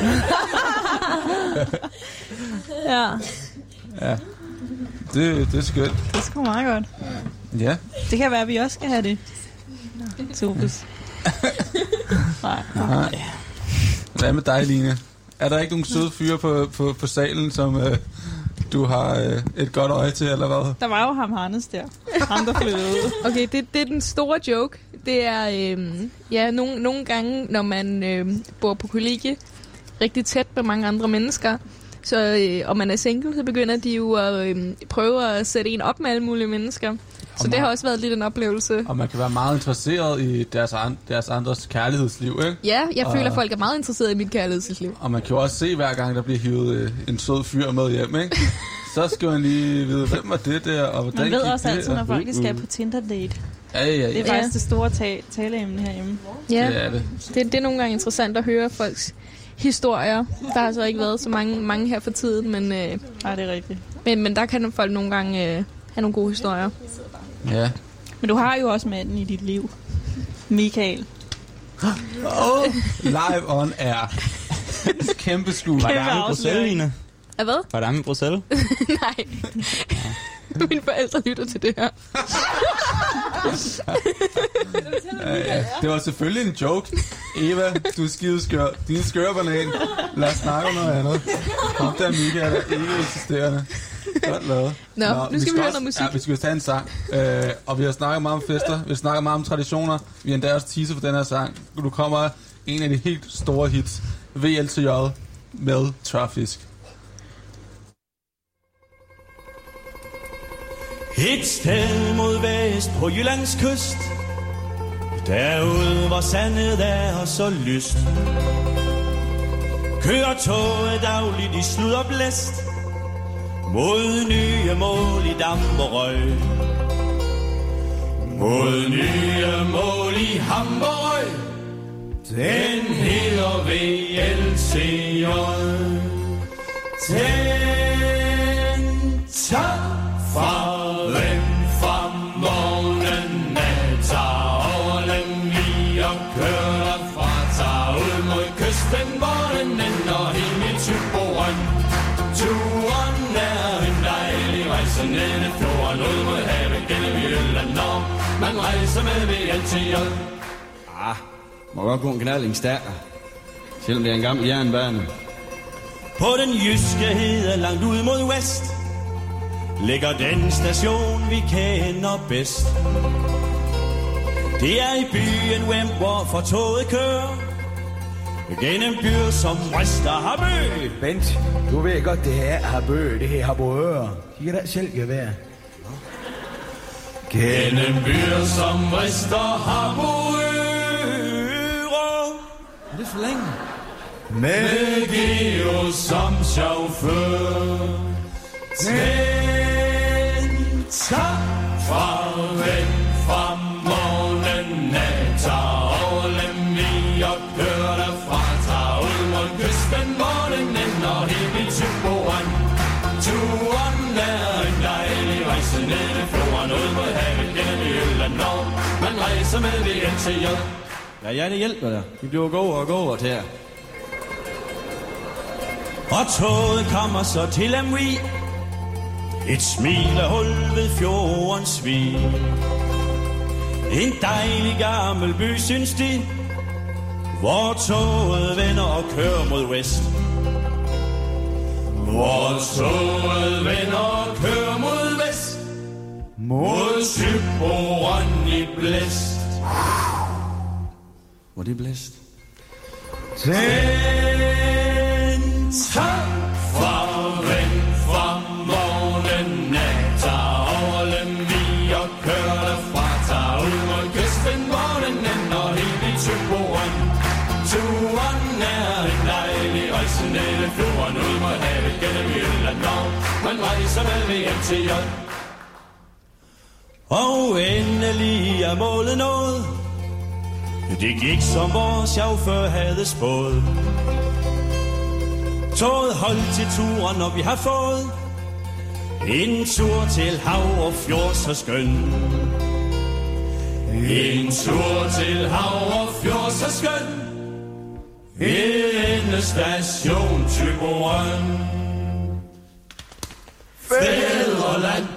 ja. Ja. Det, det er skønt. Det er sgu meget godt. Ja. Det kan være, at vi også skal have det. Topus. Nej. Nej. Hvad med dig, Line? Er der ikke nogen søde fyre på, på, på salen, som øh, du har øh, et godt øje til, eller hvad? Der var jo ham Hannes der. Ham, der flyttede ud. Okay, det, det er den store joke. Det er, øh, ja, nogle, nogle gange, når man øh, bor på kollegie, rigtig tæt med mange andre mennesker. Så øh, om man er single, så begynder de jo at øh, prøve at sætte en op med alle mulige mennesker. Så man, det har også været lidt en oplevelse. Og man kan være meget interesseret i deres, an, deres andres kærlighedsliv, ikke? Ja, jeg og, føler, at folk er meget interesseret i mit kærlighedsliv. Og man kan jo også se, hver gang der bliver hivet øh, en sød fyr med hjem, ikke? Så skal man lige vide, hvem var det der, og hvordan man ved gik også det, altid, når og, folk skal uh, på Tinder-date. Ja, ja, ja. Det er faktisk ja. det store ta- taleemne herhjemme. Ja, det er det. det. Det er nogle gange interessant at høre folks historier. Der har så ikke været så mange, mange her for tiden, men, øh, Nej, det er rigtigt. men, men der kan folk nogle gange øh, have nogle gode historier. Ja. Men du har jo også manden i dit liv. Michael. Oh, live on air. Kæmpe skue. Var der i Bruxelles, Line? Er hvad? Var der i Bruxelles? Nej. Mine forældre lytter til det her. ja, ja. Det var selvfølgelig en joke. Eva, du er skide skør. Din skøre banan. Lad os snakke om noget andet. Kom der, Michael, er ikke eksisterende. Godt lavet. Nå, Nå, nu skal vi, skal vi høre også, noget musik. Ja, vi skal tage en sang. Øh, og vi har snakket meget om fester. Vi har snakket meget om traditioner. Vi har endda også teaser for den her sang. Du kommer en af de helt store hits. V L T J med Tørfisk. Et sted mod vest på Jyllands kyst, derude hvor sandet er så lyst, kører toget dagligt i slud og blæst, mod nye mål i damp og røg. Mod nye mål i Hamburg, den hedder V L T J. Den tager farven fra morgenen af, tager over Lemvig og kører derfra, tager ud mod kysten, hvor den ender helt i Thyborøn. Turen er en dejlig rejse ned ad fjorden, ud mod havet gennem Jylland, når man rejser med V L T J. Ah, må godt gå en knalding stærkere, selvom det er en gammel jernbane. På den jyske hede langt ud mod vest ligger den station, vi kender bedst. Det er i byen Wem, hvorfor toget kører gennem byer som Rest og Habø. Bent, du ved godt, det her er Habø, det her Habø. De kan da selv gevær. Gennem byer som Rest og Habø. Er det for længe? Med Geo som chauffør. Den tager farven fra morgenen af, tager over Lemvig og kører derfra, tager ud mod kysten, hvor den ender helt i Thyborøn. Turen er en dejlig rejse ned ad fjorden, ud mod havet gennem Jylland, når man rejser med V L T J. Ja, ja, det hjælper dig. Vi bliver gode og gode til her. Og toget kommer så til Lemvig, et smilehul ved fjordens vig. En dejlig gammel by, synes de, hvor toget vender og kører mod vest. Hvor toget vender og kører mod vest, mod Thyborøn i blæst. Hvor det blæst? Den tager farven fra morgenen af, tager over Lemvig og kører derfra, tager ud mod kysten, hvor den ender helt i Thyborøn. Turen er en dejlig rejse ned ad fjorden, ud mod havet gennem Jylland, når man rejser med V L T J. Og endelig er målet nået. Det gik som vores chauffør havde spået. Toget holdt til turen, og vi har fået en tur til hav og fjord så skøn. En tur til hav og fjord så skøn. Endestation Thyborøn. Fædreland.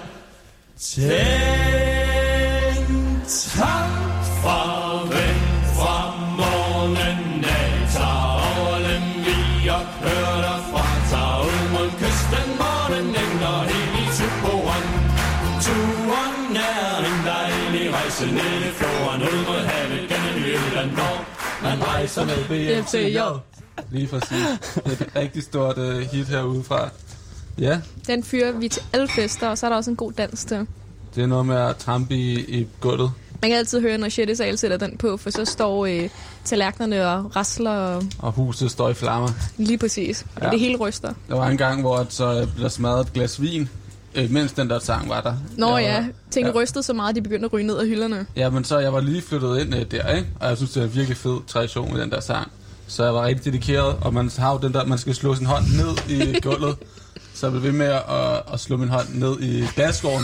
Tænd tak farven fra morgenen af, tager over Lemvig og kører derfra, tager ud mod kysten, hvor den ender helt i Thyborøn. Turen er en dejlig rejse ned i fjorden, ud mod havet gennem Jylland, når man rejser med V L T J. lige præcis. Et rigtig stort uh, hit herudefra. Ja. Den fyrer vi til alle fester, og så er der også en god dans til. Det er noget med at trampe i, i gulvet. Man kan altid høre, når sjette sal sætter den på, for så står øh, tallerkenerne og rasler. Og, og huset står i flammer. Lige præcis. Og ja. Det hele ryster. Der var en gang, hvor så blev smadret et glas vin, øh, mens den der sang var der. Nå jeg ja, var, tingene ja. rystede så meget, at de begyndte at ryge ned af hylderne. Ja, men så jeg var lige flyttet ind øh, der, ikke? Og jeg synes, det er en virkelig fed tradition med den der sang. Så jeg var rigtig dedikeret, og man har jo den der, man skal slå sin hånd ned i gulvet. Så jeg blev ved med at, at slå min hånd ned i glasskårene.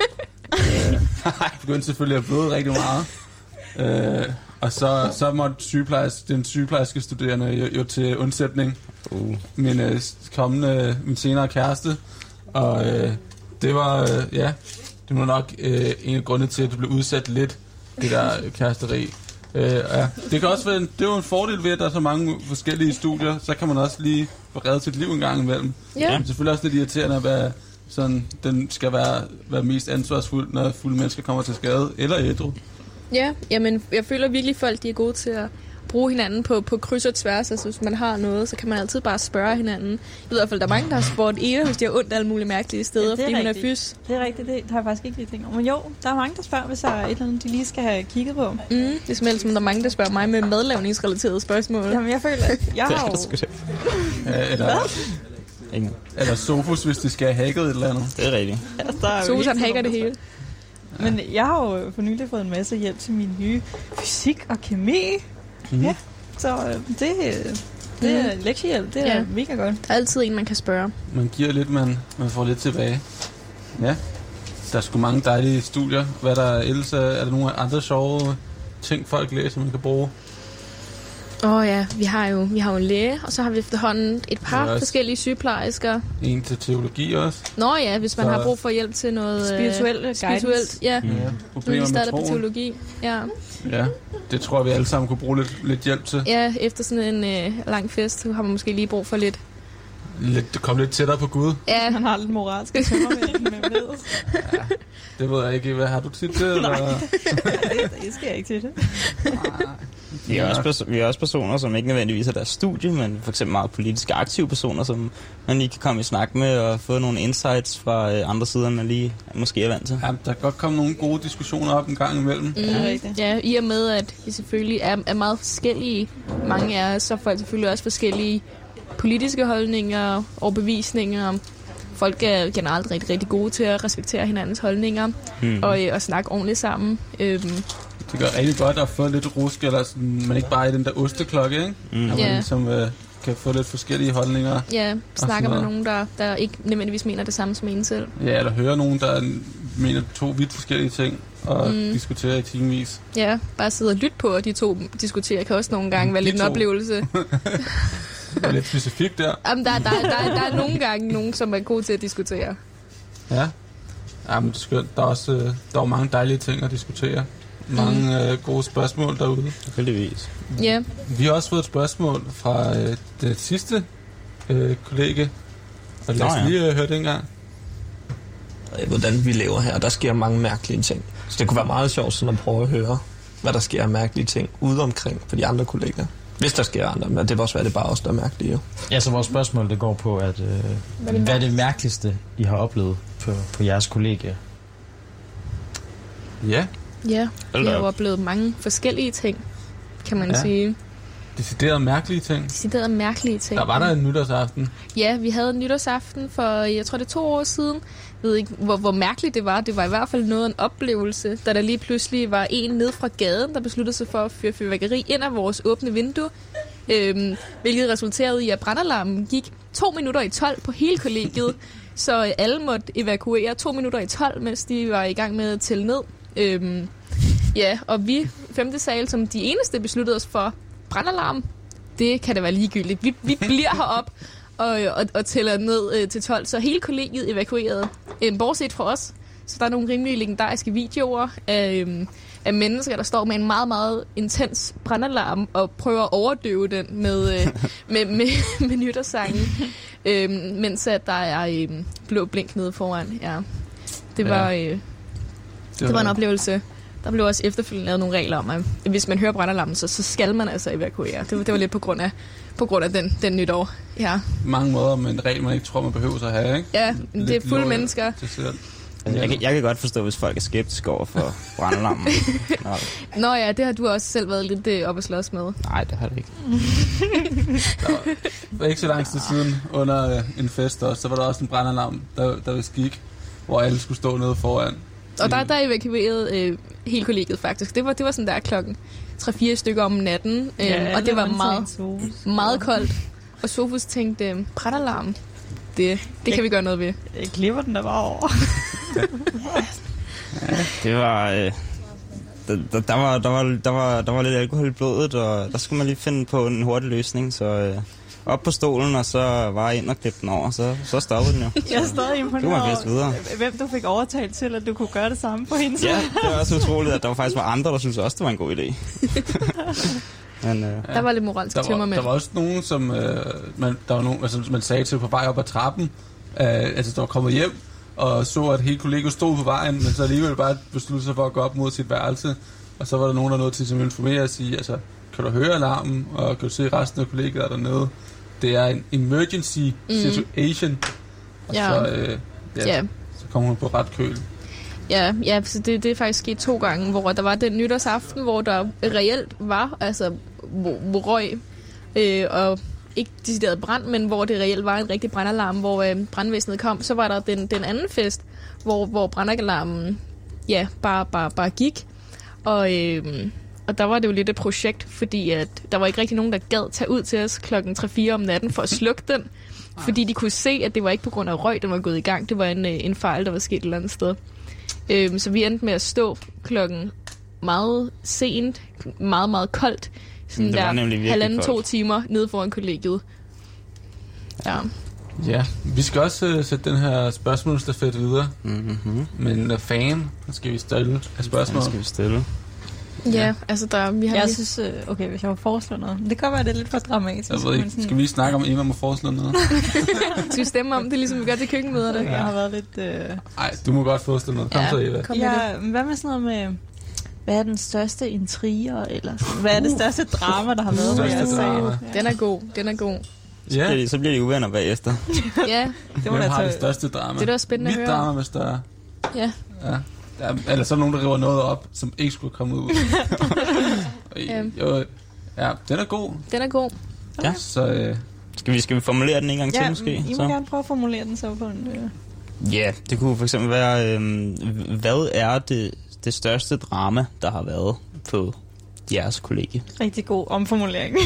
Jeg begyndte selvfølgelig at bløde rigtig meget. Øh, og så, så måtte sygeplejerske, den sygeplejerske studerende jo, jo til undsætning. Uh. Min øh, kommende, min senere kæreste. Og øh, det var, øh, ja, det var nok øh, en af grundene til, at det blev udsat lidt, det der kæresteri. Øh, ja. Det kan også være, en, det er jo en fordel ved, at der er så mange forskellige studier. Så kan man også lige få reddet sit liv en gang imellem. Ja. Det er selvfølgelig også lidt irriterende at være sådan, den skal være, være mest ansvarsfuld, når fulde mennesker kommer til skade, eller ædru. Ja, jamen, jeg føler virkelig, at folk de er gode til at bruge hinanden på, på kryds og tværs. Altså, hvis man har noget, så kan man altid bare spørge hinanden. Jeg ved i hvert fald, der er mange, der har spurgt Eva, hvis de har ondt alle mulige mærkelige steder, ja, fordi hun er fys. Det er rigtigt, det har jeg faktisk ikke lige tænkt over. Men jo, der er mange, der spørger, hvis der er et eller andet, de lige skal have kigget på. Mm, det er som helst, der er mange, der spørger mig med madlavningsrelaterede spørgsmål. Jamen, jeg føler, at jeg har jo... Ja, eller... Ingen. Eller Sofus, hvis de skal have hacket et eller andet. Det er rigtigt. Altså, Sofus, han hacker det hele. Ja. Men jeg har jo for nylig fået en masse hjælp til min nye fysik og kemi. Mm. Ja, så det, det er mm. lektiehjælp. Det er ja. mega godt. Der er altid en, man kan spørge. Man giver lidt, man, man får lidt tilbage. Ja, der er sgu mange dejlige studier. Hvad der ellers er, er der nogle andre sjove ting, folk læser, man kan bruge? Åh oh ja, vi har jo vi har jo en læge, og så har vi efterhånden et par forskellige sygeplejersker. En til teologi også. Nå ja, hvis man så har brug for hjælp til noget spirituelt, øh, spirituelt ja. Mm. Ja. Problemer med troen. På teologi. Ja. Ja, det tror jeg, vi alle sammen kunne bruge lidt, lidt hjælp til. Ja, efter sådan en øh, lang fest, så har man måske lige brug for lidt... Lidt, det kom lidt tættere på Gud. Ja. Han har lidt moralske tømmermænd med med. Ja, det ved jeg ikke. Hvad har du tit til? Eller? Nej, det skal jeg ikke til det. Vi er, også, vi er også personer, som ikke nødvendigvis er deres studie, men for eksempel meget politisk aktive personer, som man lige kan komme i snak med og få nogle insights fra øh, andre sider, man lige måske er vant til. Ja, der kan godt komme nogle gode diskussioner op en gang imellem. Mm, ja, ja, i og med, at vi selvfølgelig er, er meget forskellige. Mange af os, så får selvfølgelig også forskellige politiske holdninger og bevisninger. Folk er generelt rigtig, rigtig gode til at respektere hinandens holdninger mm. og, og snakke ordentligt sammen. Øhm. Det gør rigtig godt at få lidt rusk, eller sådan, man ikke bare er i den der osteklokke, ikke? Mm. At man yeah. ligesom øh, kan få lidt forskellige holdninger. Ja, snakker med nogen, der, der ikke nødvendigvis mener det samme som en selv. Ja, eller hører nogen, der mener to vidt forskellige ting, og mm. diskuterer i timevis. Ja, bare sidde og lytte på, og de to diskuterer kan også nogle gange være lidt en oplevelse. Det er lidt specifikt der. Jamen, der, der, der, der, der er nogle gange nogen, som er gode til at diskutere. Ja. Jamen, det er skønt. Der er også øh, der er mange dejlige ting at diskutere. Mange mm. øh, gode spørgsmål derude. Heldigvis. Ja. Yeah. Vi har også fået et spørgsmål fra øh, det sidste øh, kollega. Og lad os ja. lige øh, høre det engang. Hvordan vi lever her. Der sker mange mærkelige ting. Så det kunne være meget sjovt sådan at prøve at høre, hvad der sker af mærkelige ting ude omkring for de andre kolleger. Hvis der sker andre, men det vil også være, det bare også der er mærkelige. Jo. Ja, så vores spørgsmål det går på, at øh, hvad, er hvad er det mærkeligste, I har oplevet på, på jeres kollegier? Ja. Ja, vi har jo oplevet mange forskellige ting, kan man ja. sige. Decideret mærkelige ting. Decideret mærkelige ting. Der var der en nytårsaften. Ja, vi havde en nytårsaften for, jeg tror det er to år siden. Jeg ved ikke, hvor, hvor mærkeligt det var. Det var i hvert fald noget af en oplevelse, da der lige pludselig var en ned fra gaden, der besluttede sig for at fyre fyrværkeri ind af vores åbne vindue. Øhm, hvilket resulterede i, at brandalarmen gik to minutter i tolv på hele kollegiet. Så alle måtte evakuere to minutter i tolv, mens de var i gang med at tælle ned. Øhm, ja, og vi, femte sal, som de eneste besluttede os for brandalarm, det kan da være ligegyldigt. Vi, vi bliver heroppe og, og, og tæller ned øh, til tolv, så hele kollegiet evakueret, øh, bortset fra os. Så der er nogle rimelig legendariske videoer af, øh, af mennesker, der står med en meget, meget intens brandalarm og prøver at overdøve den med, øh, med, med, med nytårssangen, øh, mens at der er øh, blå blink nede foran. Ja. Det var... Øh, Det var, det var en oplevelse. der blev også efterfølgende lavet nogle regler om, at hvis man hører brandalarmen, så, så skal man altså evakuere. Det var, det var lidt på grund af, på grund af den, den nytår. Ja. Mange måder, men en regel, man ikke tror, man behøver at have, ikke? Ja, det er fulde mennesker. Altså, jeg, kan, jeg kan godt forstå, hvis folk er skeptiske over for brandalarmen. Nå ja, det har du også selv været lidt øh, op at slås med. Nej, det har det ikke. Der var, for ikke så lang tid siden under øh, en fest også, så var der også en brandalarm, der, der gik, hvor alle skulle stå nede foran. Og der, der evakuerede øh, hele kollegiet faktisk. Det var, det var sådan der klokken tre fire stykker om natten, øh, ja, og det var meget, meget koldt. Og Sofus tænkte, øh, brandalarm, det, det kan vi gøre noget ved. Jeg klipper den der bare over. Ja, det var, øh, der, der, der, var, der, var, der, var, der var lidt alkohol i blodet, og der skulle man lige finde på en hurtig løsning, så øh, op på stolen, og så var jeg ind og klippe den over, så, så stoppede den jo. Jeg er stadig imponeret over, hvem du fik overtalt til, at du kunne gøre det samme på hendes. Ja, det var også utroligt, at der var faktisk var andre, der syntes også, det var en god idé. Men, øh, der var lidt moralske tømmer med. Der var også nogen, som øh, man, der var nogen, altså, man sagde til på vej op ad trappen, øh, altså der var kommet hjem, og så, at hele kollegaet stod på vejen, men så alligevel bare besluttede sig for at gå op mod sit værelse. Og så var der nogen, der nåede til at informere og sige, altså, kan du høre alarmen, og kan du se resten af kollegaet der dernede? Det er en emergency situation. Mm. Og ja. så, øh, ja, yeah. så kom hun på ret køl. Ja, ja, så det, det er faktisk sket to gange, hvor der var den nytårsaften, hvor der reelt var, altså, hvor, hvor røg, øh, og ikke decideret brand, men hvor det reelt var en rigtig brandalarm, hvor øh, brandvæsenet kom. Så var der den, den anden fest, hvor, hvor brandalarmen ja, bare, bare, bare gik. Og, øh, og der var det jo lidt et projekt, fordi at der var ikke rigtig nogen, der gad tage ud til os klokken tre fire om natten for at slukke den. Fordi de kunne se, at det var ikke på grund af røg, den var gået i gang. Det var en, en fejl, der var sket et eller andet sted. Øh, så vi endte med at stå klokken meget sent, meget, meget koldt. Sådan der halvanden to timer nede foran kollegiet. Ja. Ja, vi skal også uh, sætte den her spørgsmålsstafet videre. Mm-hmm. Men uh, fan, skal vi stille af spørgsmål? Ja, skal vi stille. Ja, ja, altså der... Vi har jeg lige... synes, uh, okay, hvis jeg må foreslå noget. Det kan være, det er lidt for dramatisk. Jeg ved ikke, sådan... skal vi snakke om, Emma må foreslå noget? Skal vi stemme om det, ligesom vi gør til køkkenmøderne? Ja. Jeg har været lidt... Nej, uh... du må godt foreslå noget. Kom ja, så, Eva. Kom ja, hvad med sådan noget med... Hvad er den største intriger, eller sådan? Hvad er det største drama, der har været på jeres sag? Ja. Den er god, den er god. Så, yeah. bliver de, så bliver de uvenner bagefter. Ja. Det Hvem har det største drama? Det er da spændende Mit at høre. drama med større. Ja. Ja. Ja, eller så er nogen, der river noget op, som ikke skulle komme ud. ja. Jo, ja, den er god. Den er god. Ja. Så, øh... skal, vi, skal vi formulere den en gang ja, til, måske? Ja, I må så? gerne prøve at formulere den så på en... Øh... Ja, det kunne for eksempel være, øh, hvad er det, det største drama, der har været på jeres kollegie? Rigtig god omformulering.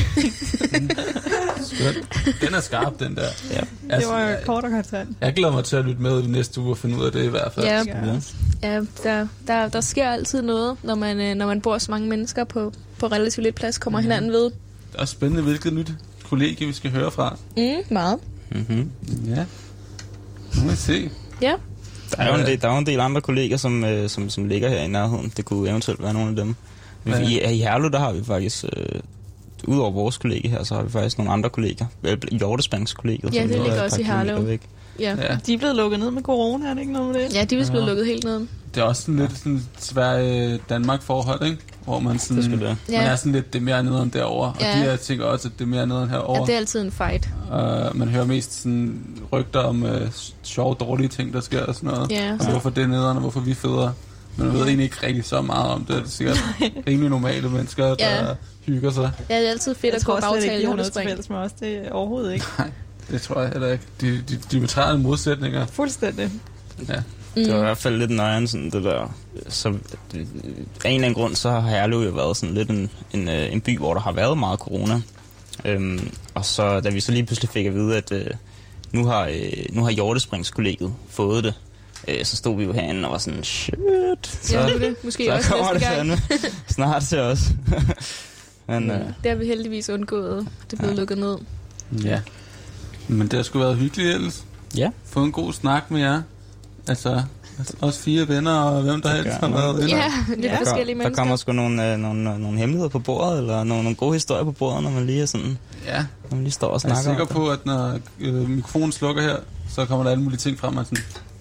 Den er skarp, den der. Ja. Altså, det var kort og kontant. Jeg glæder mig til at lytte med i næste uge og finde ud af det i hvert fald. Ja, ja der, der, der sker altid noget, når man, når man bor så mange mennesker på, på relativt lidt plads, kommer mm-hmm. hinanden ved. Det er også spændende, hvilket nyt kollegie vi skal høre fra. Mm, meget. Mm-hmm. Ja. Nu må vi se. Ja. Der er jo en del, der er jo en del andre kolleger, som, øh, som, som ligger her i nærheden. Det kunne eventuelt være nogle af dem. Ja. I, I Herlev, der har vi faktisk... Øh, udover vores kollega her, så har vi faktisk nogle andre kolleger. Hjortespangskollegiet. Ja, det ligger også i Herlev. Ja. ja. De er blevet lukket ned med corona, er det ikke noget med det? Ja, de er blevet ja. lukket helt ned. Det er også sådan lidt sådan Sverige-Danmark-forhold, ikke? Hvor man sådan... Det det. Ja. Man er sådan lidt, det er mere nederen derovre. Ja. Og de her tænker også, at det er mere nederen herovre. Ja, det er altid en fight. Uh, man hører mest sådan rygter om uh, sjove, dårlige ting, der sker og sådan noget. Ja. Og hvorfor det er nederen, og hvorfor vi er federe. Men man ved egentlig ikke rigtig så meget om det. Det er sikkert rimelig normale mennesker, der... Ja. hygger sig. Ja, det er altid fedt at gå og bagtale noget til fælles med os. Det er overhovedet ikke. Nej, det tror jeg heller ikke. De, de, de betragter modsætninger. Fuldstændig. Ja. Mm. Det var i hvert fald lidt nøjeren, sådan det der. Så, det, af en eller anden grund, så har Herlev jo været sådan lidt en, en, en by, hvor der har været meget corona. Øhm, og så, da vi så lige pludselig fik at vide, at øh, nu har, øh, nu har Hjortespringskollegiet fået det, øh, så stod vi jo herinde og var sådan, shit. Så, ja, det måske så også kommer det fandme snart til os. Men, ja, øh, det har vi heldigvis undgået. Det er blevet ja. lukket ned. Ja. Men det har sgu været hyggeligt ellers. Ja. Få en god snak med jer. Altså, også fire venner og hvem der helst har været venner. Ja, lidt ja. forskellige mennesker. Der kommer sgu nogle, øh, nogle, nogle hemmeligheder på bordet, eller nogle, nogle gode historier på bordet, når man lige er sådan... Ja. Når man lige står og snakker. Jeg er sikker på, at når øh, mikrofonen slukker her, så kommer der alle mulige ting frem, og sådan...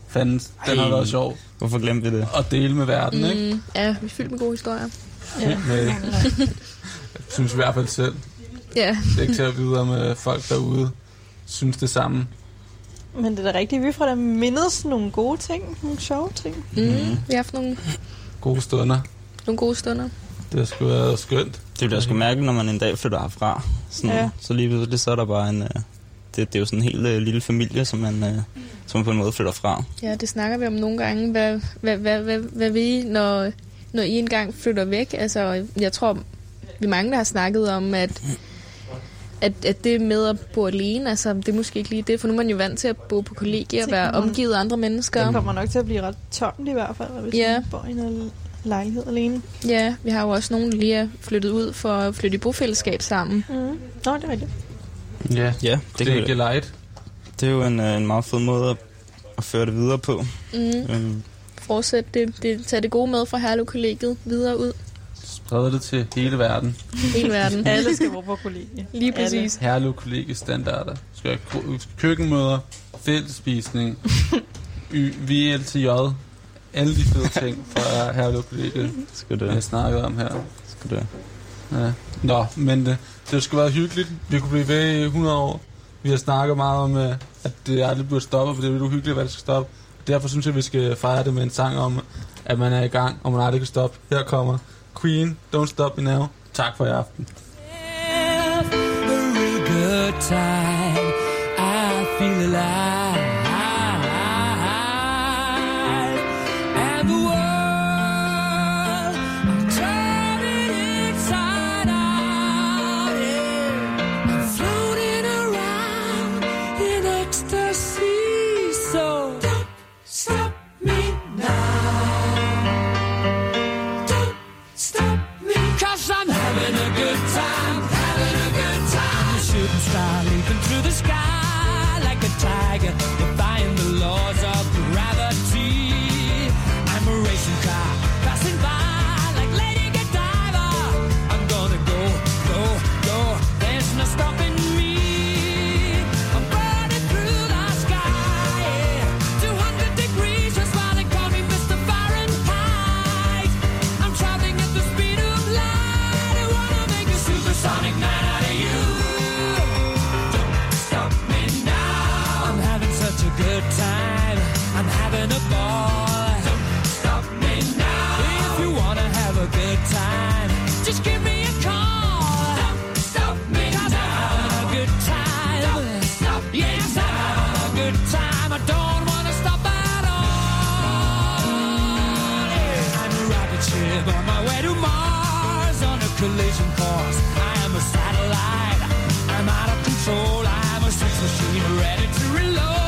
Fandens, den har været sjov. Hvorfor glemte vi det? Og dele med verden, Mm, ikke? ja, vi er fyldt med gode historier. Ja. Med, synes i hvert fald selv. Ja. Det er ikke til at vide, om øh, folk derude synes det samme. Men det er da rigtigt, vi får da mindes nogle gode ting, nogle sjove ting. Mm. Mm. Vi har haft nogle... Gode stunder. Nogle gode stunder. Det har sgu været skønt. Det bliver sgu mærkeligt, når man en dag flytter herfra. Sådan, Ja. Så lige pludselig så er der bare en... Uh, det, det er jo sådan en helt uh, lille familie, som man, uh, som man på en måde flytter fra. Ja, det snakker vi om nogle gange. Hvad, hvad, hvad, hvad, hvad vil I, når, når I engang flytter væk? Altså, jeg tror, vi mange, der har snakket om, at, at, at det med at bo alene, altså, det er måske ikke lige det, for nu er man jo vant til at bo på kollegier og være omgivet af andre mennesker. Det kommer nok til at blive ret tomt i hvert fald, hvis Ja. man bor i en lejlighed alene. Ja, vi har jo også nogen, der lige er flyttet ud for at flytte i bofællesskab sammen. Mm. Nå, det er rigtigt. Ja, ja det, det er ikke light. Det er jo en, en meget fed måde at, at føre det videre på. Mm. Um, Fortsæt det, det, tag det gode med fra Herlev-kollegiet videre ud. Spreder det til hele verden. Hele verden. Alle skal bo på kollegie. Lige præcis. Herlev kollegiestandarder. Skal have k- køkkenmøder, fællesspisning, y- V L T J. Alle de fede ting fra Herlev kollegiet, skal det. jeg snakkede om her. Skal det. Ja. Nå, men det, det skulle være hyggeligt. Vi kunne blive ved i hundrede år. Vi har snakket meget om, at det aldrig burde stoppe, for det er lidt uhyggeligt, hvad det skal stoppe. Derfor synes jeg, vi skal fejre det med en sang om, at man er i gang, og man aldrig kan stoppe. Her kommer Queen, Don't Stop Me Now. Tak for i aften. A real good time. I feel alive. And the world, I'm turning inside out. Yeah. I'm floating around in ecstasy. So don't stop me now. Don't stop me. 'Cause I'm having a good time, having a good time. A shooting star leaping through the sky like a tiger, defying the laws of gravity. I'm a racing car passing by like Lady Godiva. I'm gonna go, go, go. There's no stopping me. I'm burning through the sky, yeah. two hundred degrees, just while they call me Mister Fahrenheit. I'm traveling at the speed of light. I wanna make a supersonic man out of you. Don't stop me now. I'm having such a good time. I'm having a ball. Don't stop me now. If you wanna have a good time, just give me a call. Don't stop me now. 'Cause I'm having a good time. Don't stop me yes, now. I'm having a good time. I don't wanna stop at all. Yeah. I'm a rocket ship on my way to Mars on a collision course. I am a satellite. I'm out of control. I'm a sex machine ready to reload.